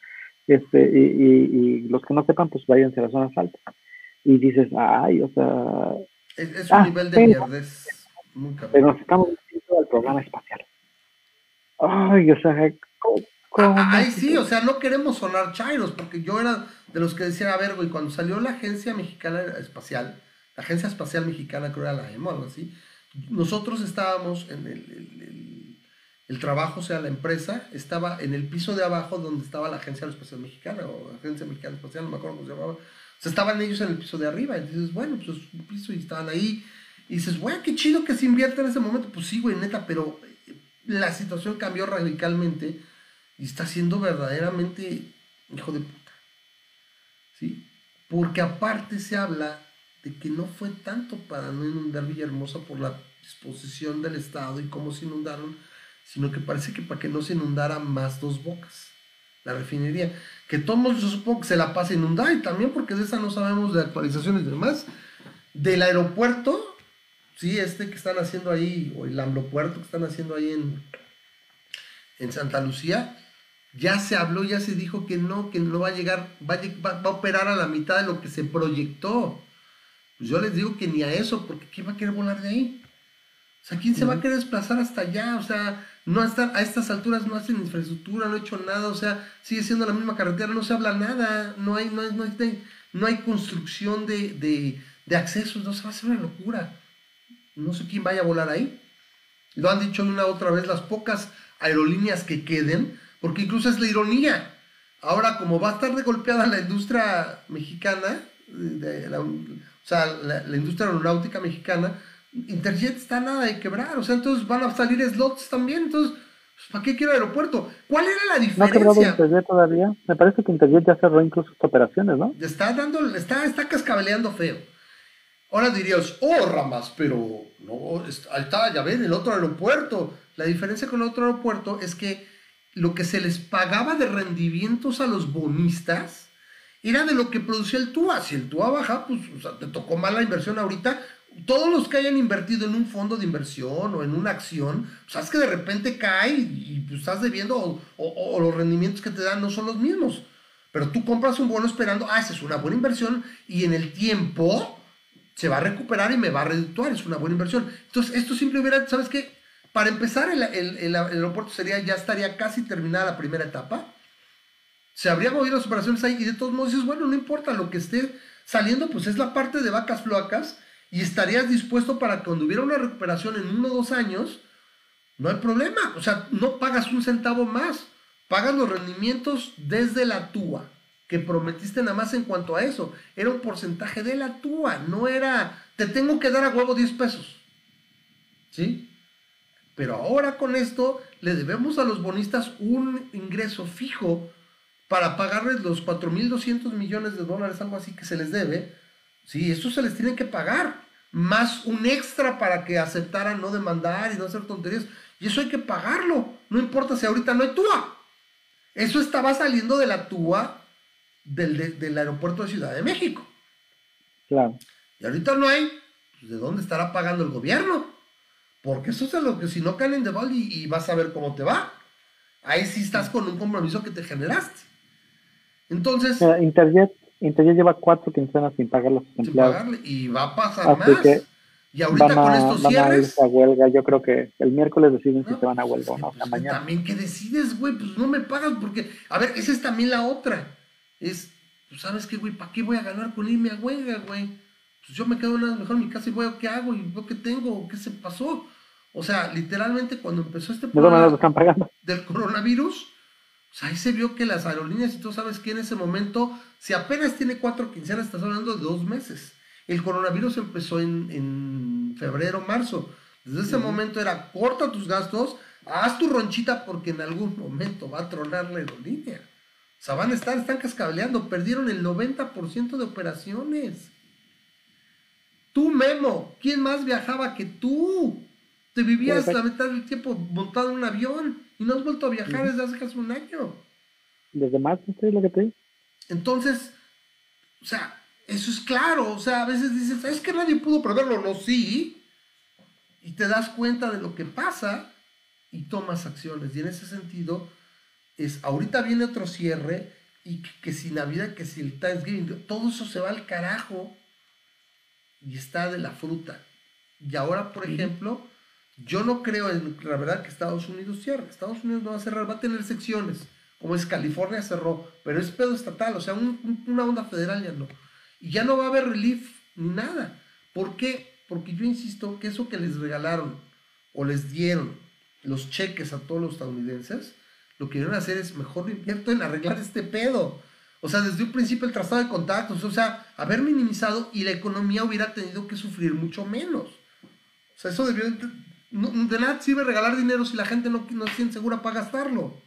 Y los que no sepan, pues váyanse a las zonas altas. Y dices, ay, o sea, Es un nivel de pero, mierdez muy cabrón. nos estamos metiendo al programa espacial. Ay, o sea, ¿cómo Ahí se sí, te... o sea, no queremos sonar chairos, porque yo era de los que decían, a ver, güey, cuando salió la Agencia Mexicana Espacial, la Agencia Espacial Mexicana, creo era la EMO, algo así, nosotros estábamos en el trabajo, o sea, la empresa, estaba en el piso de abajo donde estaba la Agencia Espacial Mexicana, o Agencia Mexicana Espacial, no me acuerdo cómo se llamaba. O sea, estaban ellos en el piso de arriba, y dices, bueno, pues es un piso y estaban ahí, y dices, güey, qué chido que se invierta en ese momento, pues sí, güey, neta, pero la situación cambió radicalmente y está siendo verdaderamente hijo de puta, ¿sí? Porque aparte se habla de que no fue tanto para no inundar Villahermosa por la disposición del Estado y cómo se inundaron, sino que parece que para que no se inundara más Dos Bocas, la refinería, que todos yo supongo que se la pasa inundada y también porque de esa no sabemos de actualizaciones y demás, del aeropuerto, sí, que están haciendo ahí, o el aeropuerto que están haciendo ahí en Santa Lucía, ya se habló, ya se dijo que no va a llegar, va a operar a la mitad de lo que se proyectó. Pues yo les digo que ni a eso, porque ¿quién va a querer volar de ahí? O sea, ¿quién se va a Ujú. querer desplazar hasta allá? O sea, no hasta, a estas alturas no hacen infraestructura, no ha hecho nada, o sea, sigue siendo la misma carretera, no se habla nada, no hay construcción de accesos, no se va a hacer una locura. No sé quién vaya a volar ahí. Lo han dicho una otra vez, las pocas aerolíneas que queden, porque incluso es la ironía. Ahora, como va a estar de golpeada la industria mexicana, o sea, la industria aeronáutica mexicana, Interjet está nada de quebrar, o sea, entonces van a salir slots también, entonces, pues, ¿para qué quiero aeropuerto? ¿Cuál era la ¿No ha quebrado diferencia? Interjet todavía? Me parece que Interjet ya cerró incluso sus operaciones, ¿no? Está cascabeleando feo. Ahora dirías, oh, Ramas, pero no, ahí está, ya ven, el otro aeropuerto. La diferencia con el otro aeropuerto es que lo que se les pagaba de rendimientos a los bonistas era de lo que producía el TUA. Si el TUA baja, pues o sea, te tocó mal la inversión ahorita. Todos los que hayan invertido en un fondo de inversión o en una acción, sabes que de repente cae y pues, estás debiendo o los rendimientos que te dan no son los mismos. Pero tú compras un bono esperando, esa es una buena inversión y en el tiempo se va a recuperar y me va a redituar, es una buena inversión. Entonces, esto siempre hubiera, ¿sabes qué? Para empezar, el aeropuerto ya estaría casi terminada la primera etapa. Se habrían movido las operaciones ahí y de todos modos dices, bueno, no importa lo que esté saliendo, pues es la parte de vacas flacas y estarías dispuesto para cuando hubiera una recuperación en 1 o 2 años, no hay problema. O sea, no pagas un centavo más, pagas los rendimientos desde la TUA que prometiste nada más en cuanto a eso. Era un porcentaje de la TUA, no era, te tengo que dar a huevo 10 pesos. ¿Sí? Pero ahora con esto le debemos a los bonistas un ingreso fijo para pagarles los 4.200 millones de dólares, algo así que se les debe. Sí, eso se les tiene que pagar, más un extra para que aceptaran no demandar y no hacer tonterías. Y eso hay que pagarlo, no importa si ahorita no hay TUA. Eso estaba saliendo de la TUA del aeropuerto de Ciudad de México. Claro. Y ahorita no hay, pues, ¿de dónde estará pagando el gobierno? Porque eso es lo que si no caen en default y vas a ver cómo te va. Ahí sí estás con un compromiso que te generaste. Entonces, Interjet lleva 4 quincenas sin pagar a los sin empleados. pagarle, y va a pasar Así más. que Y ahorita con estos van a cierres, irse a huelga. Yo creo que el miércoles deciden si no, se van a pues, huelga o no. pues, Mañana. también que decides, güey, pues no me pagas porque, a ver, esa es también la otra. Es, pues, ¿sabes qué, güey? ¿Para qué voy a ganar con irme a huelga, güey? Pues yo me quedo mejor en mi casa y voy a qué hago y veo qué tengo, qué se pasó. O sea, literalmente cuando empezó este De todas maneras lo problema están pagando. del coronavirus, pues ahí se vio que las aerolíneas, y tú sabes que en ese momento, si apenas tiene 4 quincenas, estás hablando de 2 meses. El coronavirus empezó en febrero, marzo. Desde ese momento era, corta tus gastos, haz tu ronchita porque en algún momento va a tronar la aerolínea. O sea, están cascabeleando, perdieron el 90% de operaciones. Tú, Memo, ¿quién más viajaba que tú? Te vivías la mitad del tiempo montado en un avión y no has vuelto a viajar desde hace casi un año. Desde marzo, es lo que te digo. Entonces, o sea, eso es claro. O sea, a veces dices, es que nadie pudo preverlo. No, sí. Y te das cuenta de lo que pasa y tomas acciones. Y en ese sentido, ahorita viene otro cierre y que si Navidad, que si el Thanksgiving, todo eso se va al carajo y está de la fruta. Y ahora, por ejemplo, yo no creo en la verdad que Estados Unidos cierre. Estados Unidos no va a cerrar, va a tener secciones. Como es California cerró, pero es pedo estatal, o sea, una onda federal ya no. Y ya no va a haber relief ni nada. ¿Por qué? Porque yo insisto que eso que les regalaron o les dieron los cheques a todos los estadounidenses, lo que deben hacer es mejor lo invierto en arreglar este pedo. O sea, desde un principio el trazado de contactos, o sea, haber minimizado y la economía hubiera tenido que sufrir mucho menos. O sea, eso debió de nada sirve regalar dinero si la gente no se siente segura para gastarlo.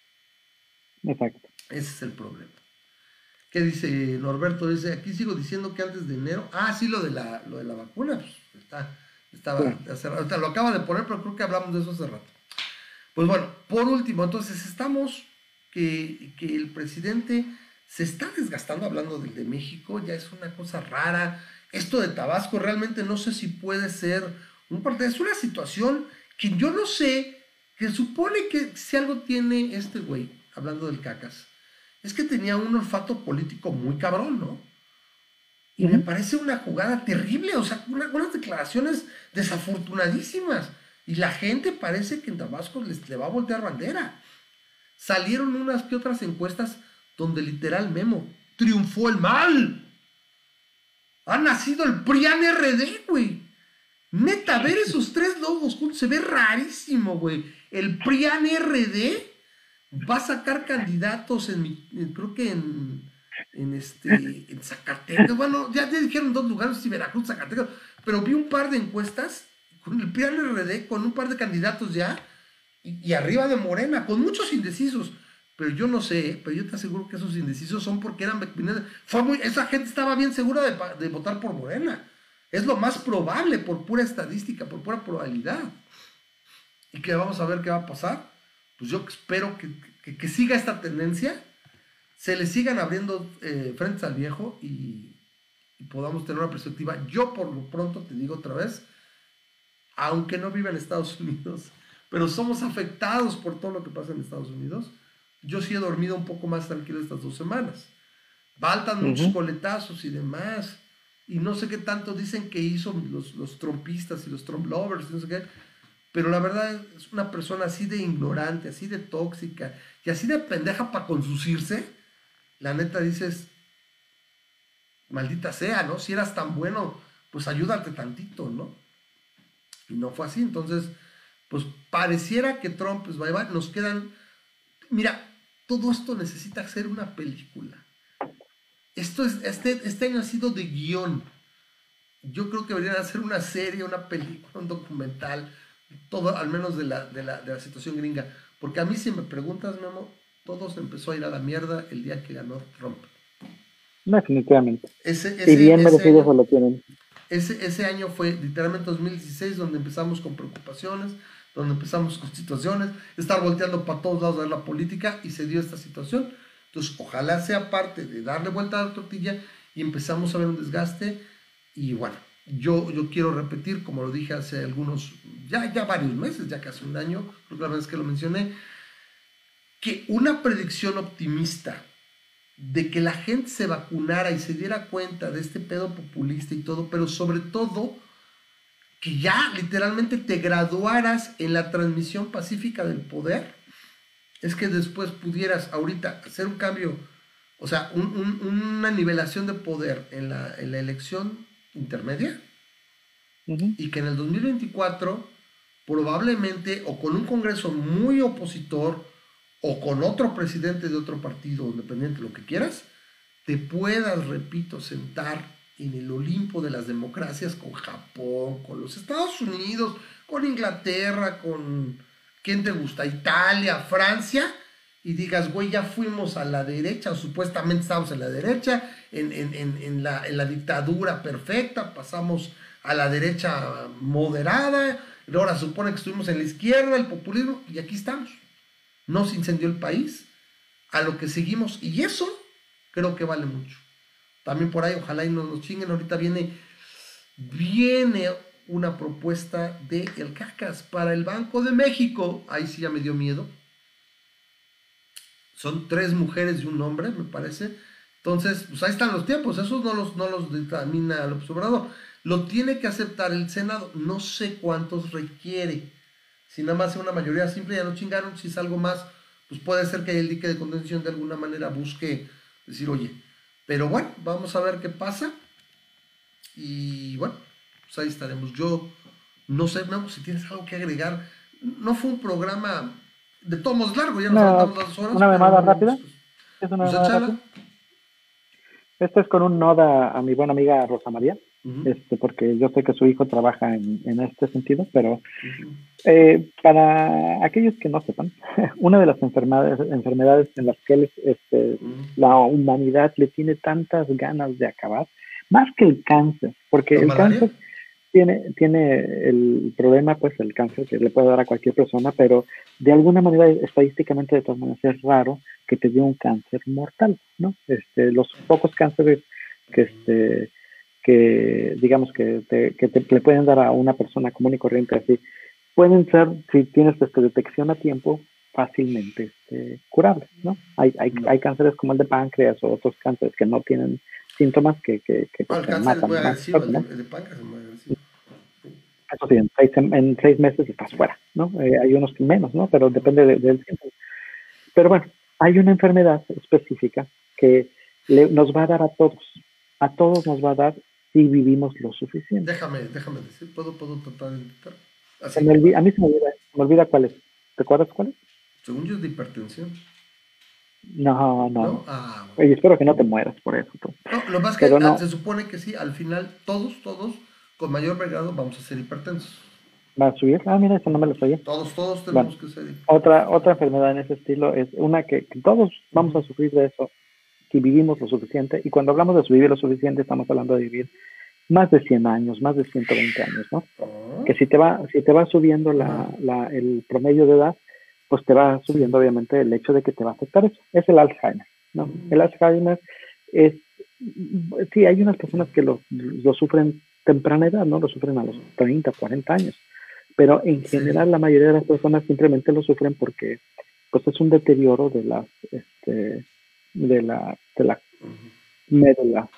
Exacto. Ese es el problema. ¿Qué dice Norberto? Dice, aquí sigo diciendo que antes de enero. Ah, sí, lo de la vacuna. Pues estaba hace rato. Lo acaba de poner, pero creo que hablamos de eso hace rato. Pues bueno, por último, entonces estamos que el presidente se está desgastando hablando del de México. Ya es una cosa rara. Esto de Tabasco realmente no sé si puede ser es una situación que yo no sé, que supone que si algo tiene este güey, hablando del Cacas, es que tenía un olfato político muy cabrón, ¿no? Y me parece una jugada terrible, o sea, unas declaraciones desafortunadísimas. Y la gente parece que en Tabasco le va a voltear bandera. Salieron unas que otras encuestas donde literal, Memo, triunfó el mal. Ha nacido el PRIAN-RD, güey. Neta, ver esos 3 logos juntos se ve rarísimo, güey. El PRIAN-RD va a sacar candidatos creo que en Zacatecas. Bueno, ya dijeron 2 lugares, si Veracruz, Zacatecas, pero vi un par de encuestas con el PRIAN-RD, con un par de candidatos ya, y arriba de Morena, con muchos indecisos. Pero yo no sé, pero yo te aseguro que esos indecisos son porque eran... esa gente estaba bien segura de votar por Morena. Es lo más probable por pura estadística, por pura probabilidad. Y que vamos a ver qué va a pasar. Pues yo espero que siga esta tendencia, se le sigan abriendo frentes al viejo y podamos tener una perspectiva. Yo por lo pronto te digo otra vez, aunque no viva en Estados Unidos, pero somos afectados por todo lo que pasa en Estados Unidos, yo sí he dormido un poco más tranquilo estas 2 semanas. Faltan muchos coletazos y demás. Y no sé qué tanto dicen que hizo los trompistas y los Trump lovers, no sé qué. Pero la verdad es una persona así de ignorante, así de tóxica y así de pendeja para conducirse. La neta dices, maldita sea, ¿no? Si eras tan bueno, pues ayúdate tantito, ¿no? Y no fue así. Entonces, pues pareciera que Trump, pues va, nos quedan... Mira, todo esto necesita ser una película. Este año ha sido de guión. Yo creo que deberían hacer una serie, una película, un documental, todo, al menos de la situación gringa. Porque a mí, si me preguntas, Memo, todo se empezó a ir a la mierda el día que ganó Trump. Definitivamente. Ese, Y bien ese, ese merecido año, se lo tienen. ese año fue literalmente 2016 donde empezamos con preocupaciones, donde empezamos con situaciones, estar volteando para todos lados a ver la política y se dio esta situación. Entonces, ojalá sea parte de darle vuelta a la tortilla y empezamos a ver un desgaste. Y bueno, yo quiero repetir, como lo dije hace algunos, ya varios meses, ya casi un año, creo que la vez que lo mencioné, que una predicción optimista de que la gente se vacunara y se diera cuenta de este pedo populista y todo, pero sobre todo que ya literalmente te graduaras en la transmisión pacífica del poder, es que después pudieras ahorita hacer un cambio, o sea, una nivelación de poder en la elección intermedia, y que en el 2024 probablemente o con un Congreso muy opositor o con otro presidente de otro partido independiente, lo que quieras, te puedas, repito, sentar en el Olimpo de las democracias con Japón, con los Estados Unidos, con Inglaterra, con, ¿quién te gusta? Italia, Francia, y digas, güey, ya fuimos a la derecha, o supuestamente estamos en la derecha, en la dictadura perfecta, pasamos a la derecha moderada, ahora supone que estuvimos en la izquierda, el populismo, y aquí estamos. No se incendió el país, a lo que seguimos, y eso creo que vale mucho. También por ahí, ojalá y no nos chinguen, ahorita viene una propuesta de el Cacas para el Banco de México, ahí sí ya me dio miedo. Son 3 mujeres y un hombre, me parece. Entonces, pues ahí están los tiempos, esos no los determina el Obrador. Lo tiene que aceptar el Senado, no sé cuántos requiere. Si nada más es una mayoría simple, ya no chingaron. Si es algo más, pues puede ser que el dique de contención de alguna manera busque decir, oye, pero bueno, vamos a ver qué pasa. Y bueno, pues ahí estaremos. Yo no sé, Memo, si tienes algo que agregar. No fue un programa de todos modos largo, ya nos aventamos 2 horas. Una memada rápida. Pues, ¿Es una memada rápida? Esto es con un noda a mi buena amiga Rosa María. Porque yo sé que su hijo trabaja en este sentido, pero para aquellos que no sepan, una de las enfermedades en las que la humanidad le tiene tantas ganas de acabar, más que el cáncer, porque el cáncer tiene el problema, pues el cáncer que le puede dar a cualquier persona, pero de alguna manera, estadísticamente, de todas maneras, es raro que te dé un cáncer mortal, ¿no? Los pocos cánceres que digamos que le pueden dar a una persona común y corriente así, pueden ser, si tienes detección a tiempo, fácilmente curables, ¿no? Hay cánceres como el de páncreas o otros cánceres que no tienen síntomas que el cáncer matan, es muy agresivo, ¿no? El de páncreas es muy agresivo. Eso sí, en 6 meses estás fuera, ¿no? Hay unos que menos, ¿no? Pero depende del síntoma. Pero bueno, hay una enfermedad específica que nos va a dar a todos nos va a dar si vivimos lo suficiente. Déjame decir, ¿puedo tratar de intentar? A mí se me olvida cuál es. ¿Te acuerdas cuál es? Según yo es de hipertensión. No. Ah, bueno. Oye, espero que no te mueras por eso. Tú. No, lo más que se supone que sí, al final todos, con mayor grado vamos a ser hipertensos. ¿Va a subir? Ah, mira, eso no me lo sabía. Todos tenemos que ser hipertensos. Otra enfermedad en ese estilo es una que todos vamos a sufrir de eso si vivimos lo suficiente, y cuando hablamos de vivir lo suficiente estamos hablando de vivir más de 100 años, más de 120 años, ¿no? Que si te va subiendo el promedio de edad, pues te va subiendo obviamente el hecho de que te va a afectar eso. Es el Alzheimer, ¿no? El Alzheimer es, sí, hay unas personas que lo sufren temprana edad, ¿no? Lo sufren a los 30, 40 años, pero en general la mayoría de las personas simplemente lo sufren porque pues es un deterioro de la médula.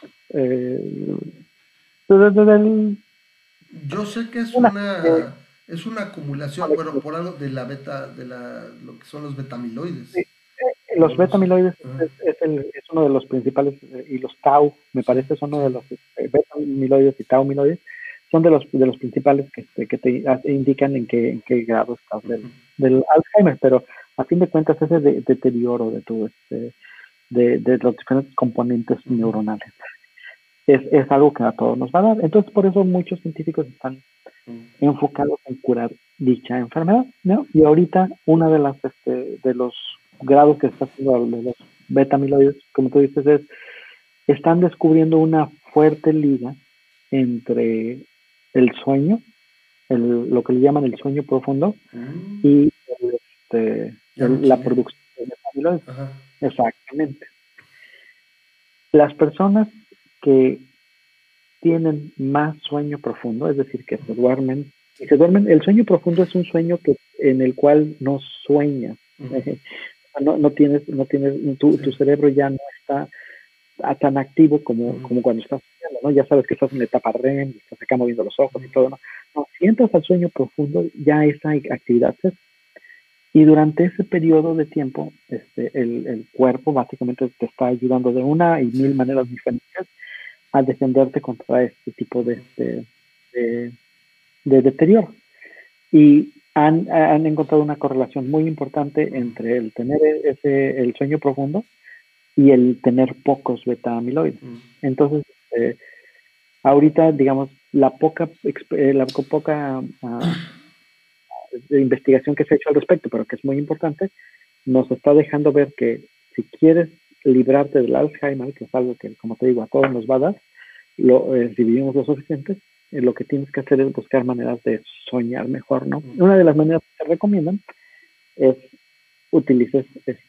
Yo sé que es una acumulación, bueno, por algo de lo que son los betamiloides. Sí, los betamiloides es uno de los principales, y los tau, me parece, son uno de los betamiloides y taumiloides, son de los principales que te indican en qué grado estás del Alzheimer, pero a fin de cuentas ese deterioro de tu de los diferentes componentes neuronales es algo que a todos nos va a dar. Entonces por eso muchos científicos están enfocados en curar dicha enfermedad, ¿no? Y ahorita una de las grado que está haciendo de los beta amiloides, como tú dices, están descubriendo una fuerte liga entre el sueño, lo que le llaman el sueño profundo, y la producción de beta amiloides. Exactamente. Las personas que tienen más sueño profundo, es decir, que se duermen, el sueño profundo es un sueño en el cual no sueñas. No tienes tu cerebro ya no está tan activo como cuando estás soñando, ¿no? Ya sabes que estás en la etapa REM, estás acá moviendo los ojos y todo, ¿no? No, si entras al sueño profundo, ya esa actividad se... Y durante ese periodo de tiempo, el cuerpo básicamente te está ayudando de una y mil maneras diferentes a defenderte contra este tipo de deterioro. Y han encontrado una correlación muy importante entre el tener el sueño profundo y el tener pocos beta amiloides. Entonces, ahorita, digamos, la poca investigación que se ha hecho al respecto, pero que es muy importante, nos está dejando ver que si quieres librarte del Alzheimer, que es algo que, como te digo, a todos nos va a dar, si vivimos lo suficiente, lo que tienes que hacer es buscar maneras de soñar mejor, ¿no? Una de las maneras que se recomiendan es utilices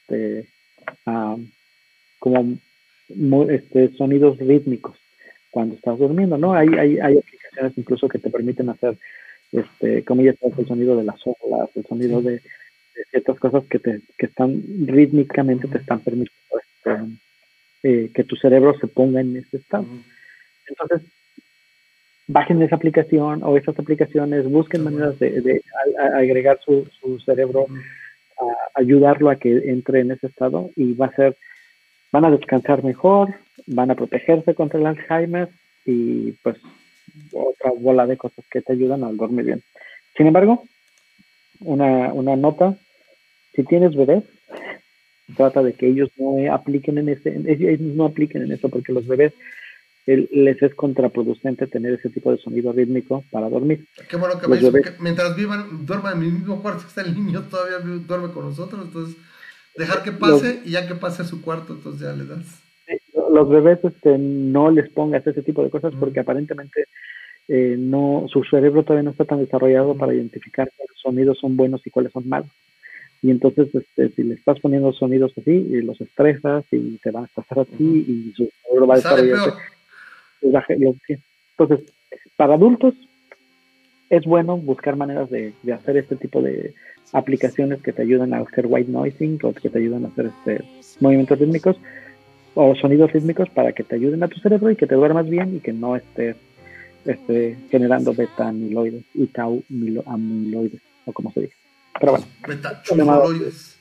como sonidos rítmicos cuando estás durmiendo, ¿no? Hay aplicaciones incluso que te permiten hacer como ya sabes, el sonido de las olas, el sonido de ciertas cosas que están rítmicamente, te están permitiendo que tu cerebro se ponga en ese estado. Entonces, bajen esa aplicación o esas aplicaciones, busquen maneras de agregar su cerebro, ayudarlo a que entre en ese estado y van a descansar mejor, van a protegerse contra el Alzheimer y pues otra bola de cosas que te ayudan a dormir bien. Sin embargo, una nota, si tienes bebés, trata de que ellos no apliquen en eso, porque los bebés les es contraproducente tener ese tipo de sonido rítmico para dormir. Qué bueno que me dices, porque mientras duerman en mi mismo cuarto, está el niño todavía duerme con nosotros, entonces dejar que pase y ya que pase a su cuarto, entonces ya le das. Los bebés no les pongas ese tipo de cosas porque aparentemente su cerebro todavía no está tan desarrollado para identificar cuáles sonidos son buenos y cuáles son malos. Y entonces si le estás poniendo sonidos así, los estresas y te van a estresar a ti y su cerebro va a desarrollarse. Entonces, para adultos es bueno buscar maneras de hacer este tipo de aplicaciones que te ayudan a hacer white noising o que te ayudan a hacer movimientos rítmicos o sonidos rítmicos para que te ayuden a tu cerebro y que te duermas bien y que no estés generando beta amiloides y tau amiloides o como se dice. Pero bueno, beta amiloides.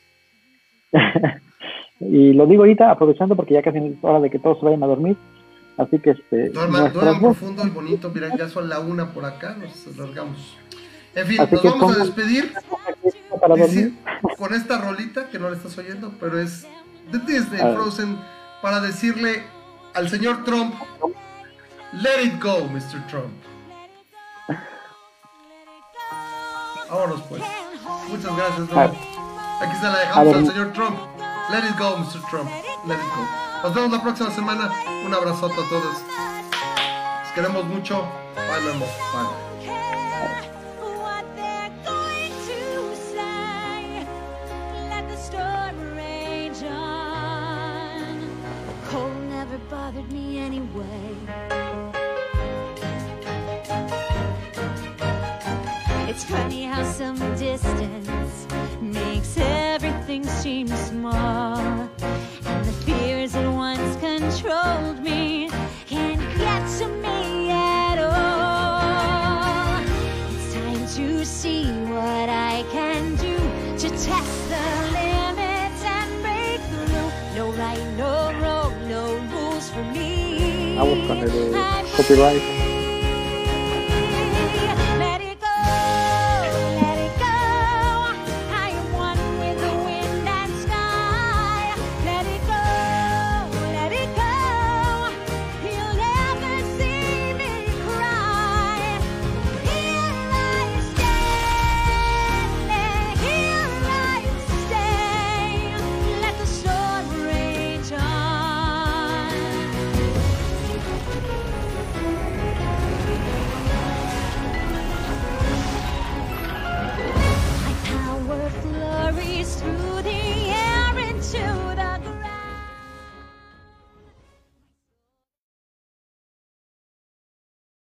Y lo digo ahorita aprovechando porque ya casi es hora de que todos se vayan a dormir, así que duerman profundo y bonito. Miren, ya son la 1 por acá, nos largamos. En fin, así nos vamos a despedir con esta rolita que no la estás oyendo, pero es de Disney Frozen, para decirle al señor Trump: let it go, Mr. Trump. Vámonos pues. Muchas gracias, Trump. Aquí se la dejamos al señor Trump. Let it go, Mr. Trump. Let it go. Nos vemos la próxima semana. Un abrazote a todos. Los queremos mucho. Bye, mi amor. Bye. Bothered me anyway. It's funny how some distance makes everything seem small, and the fears that once controlled me can't get to me at all. It's time to see what I can do to test the limits and break through. No right, no wrong, no rules for me. Vamos con el copyright.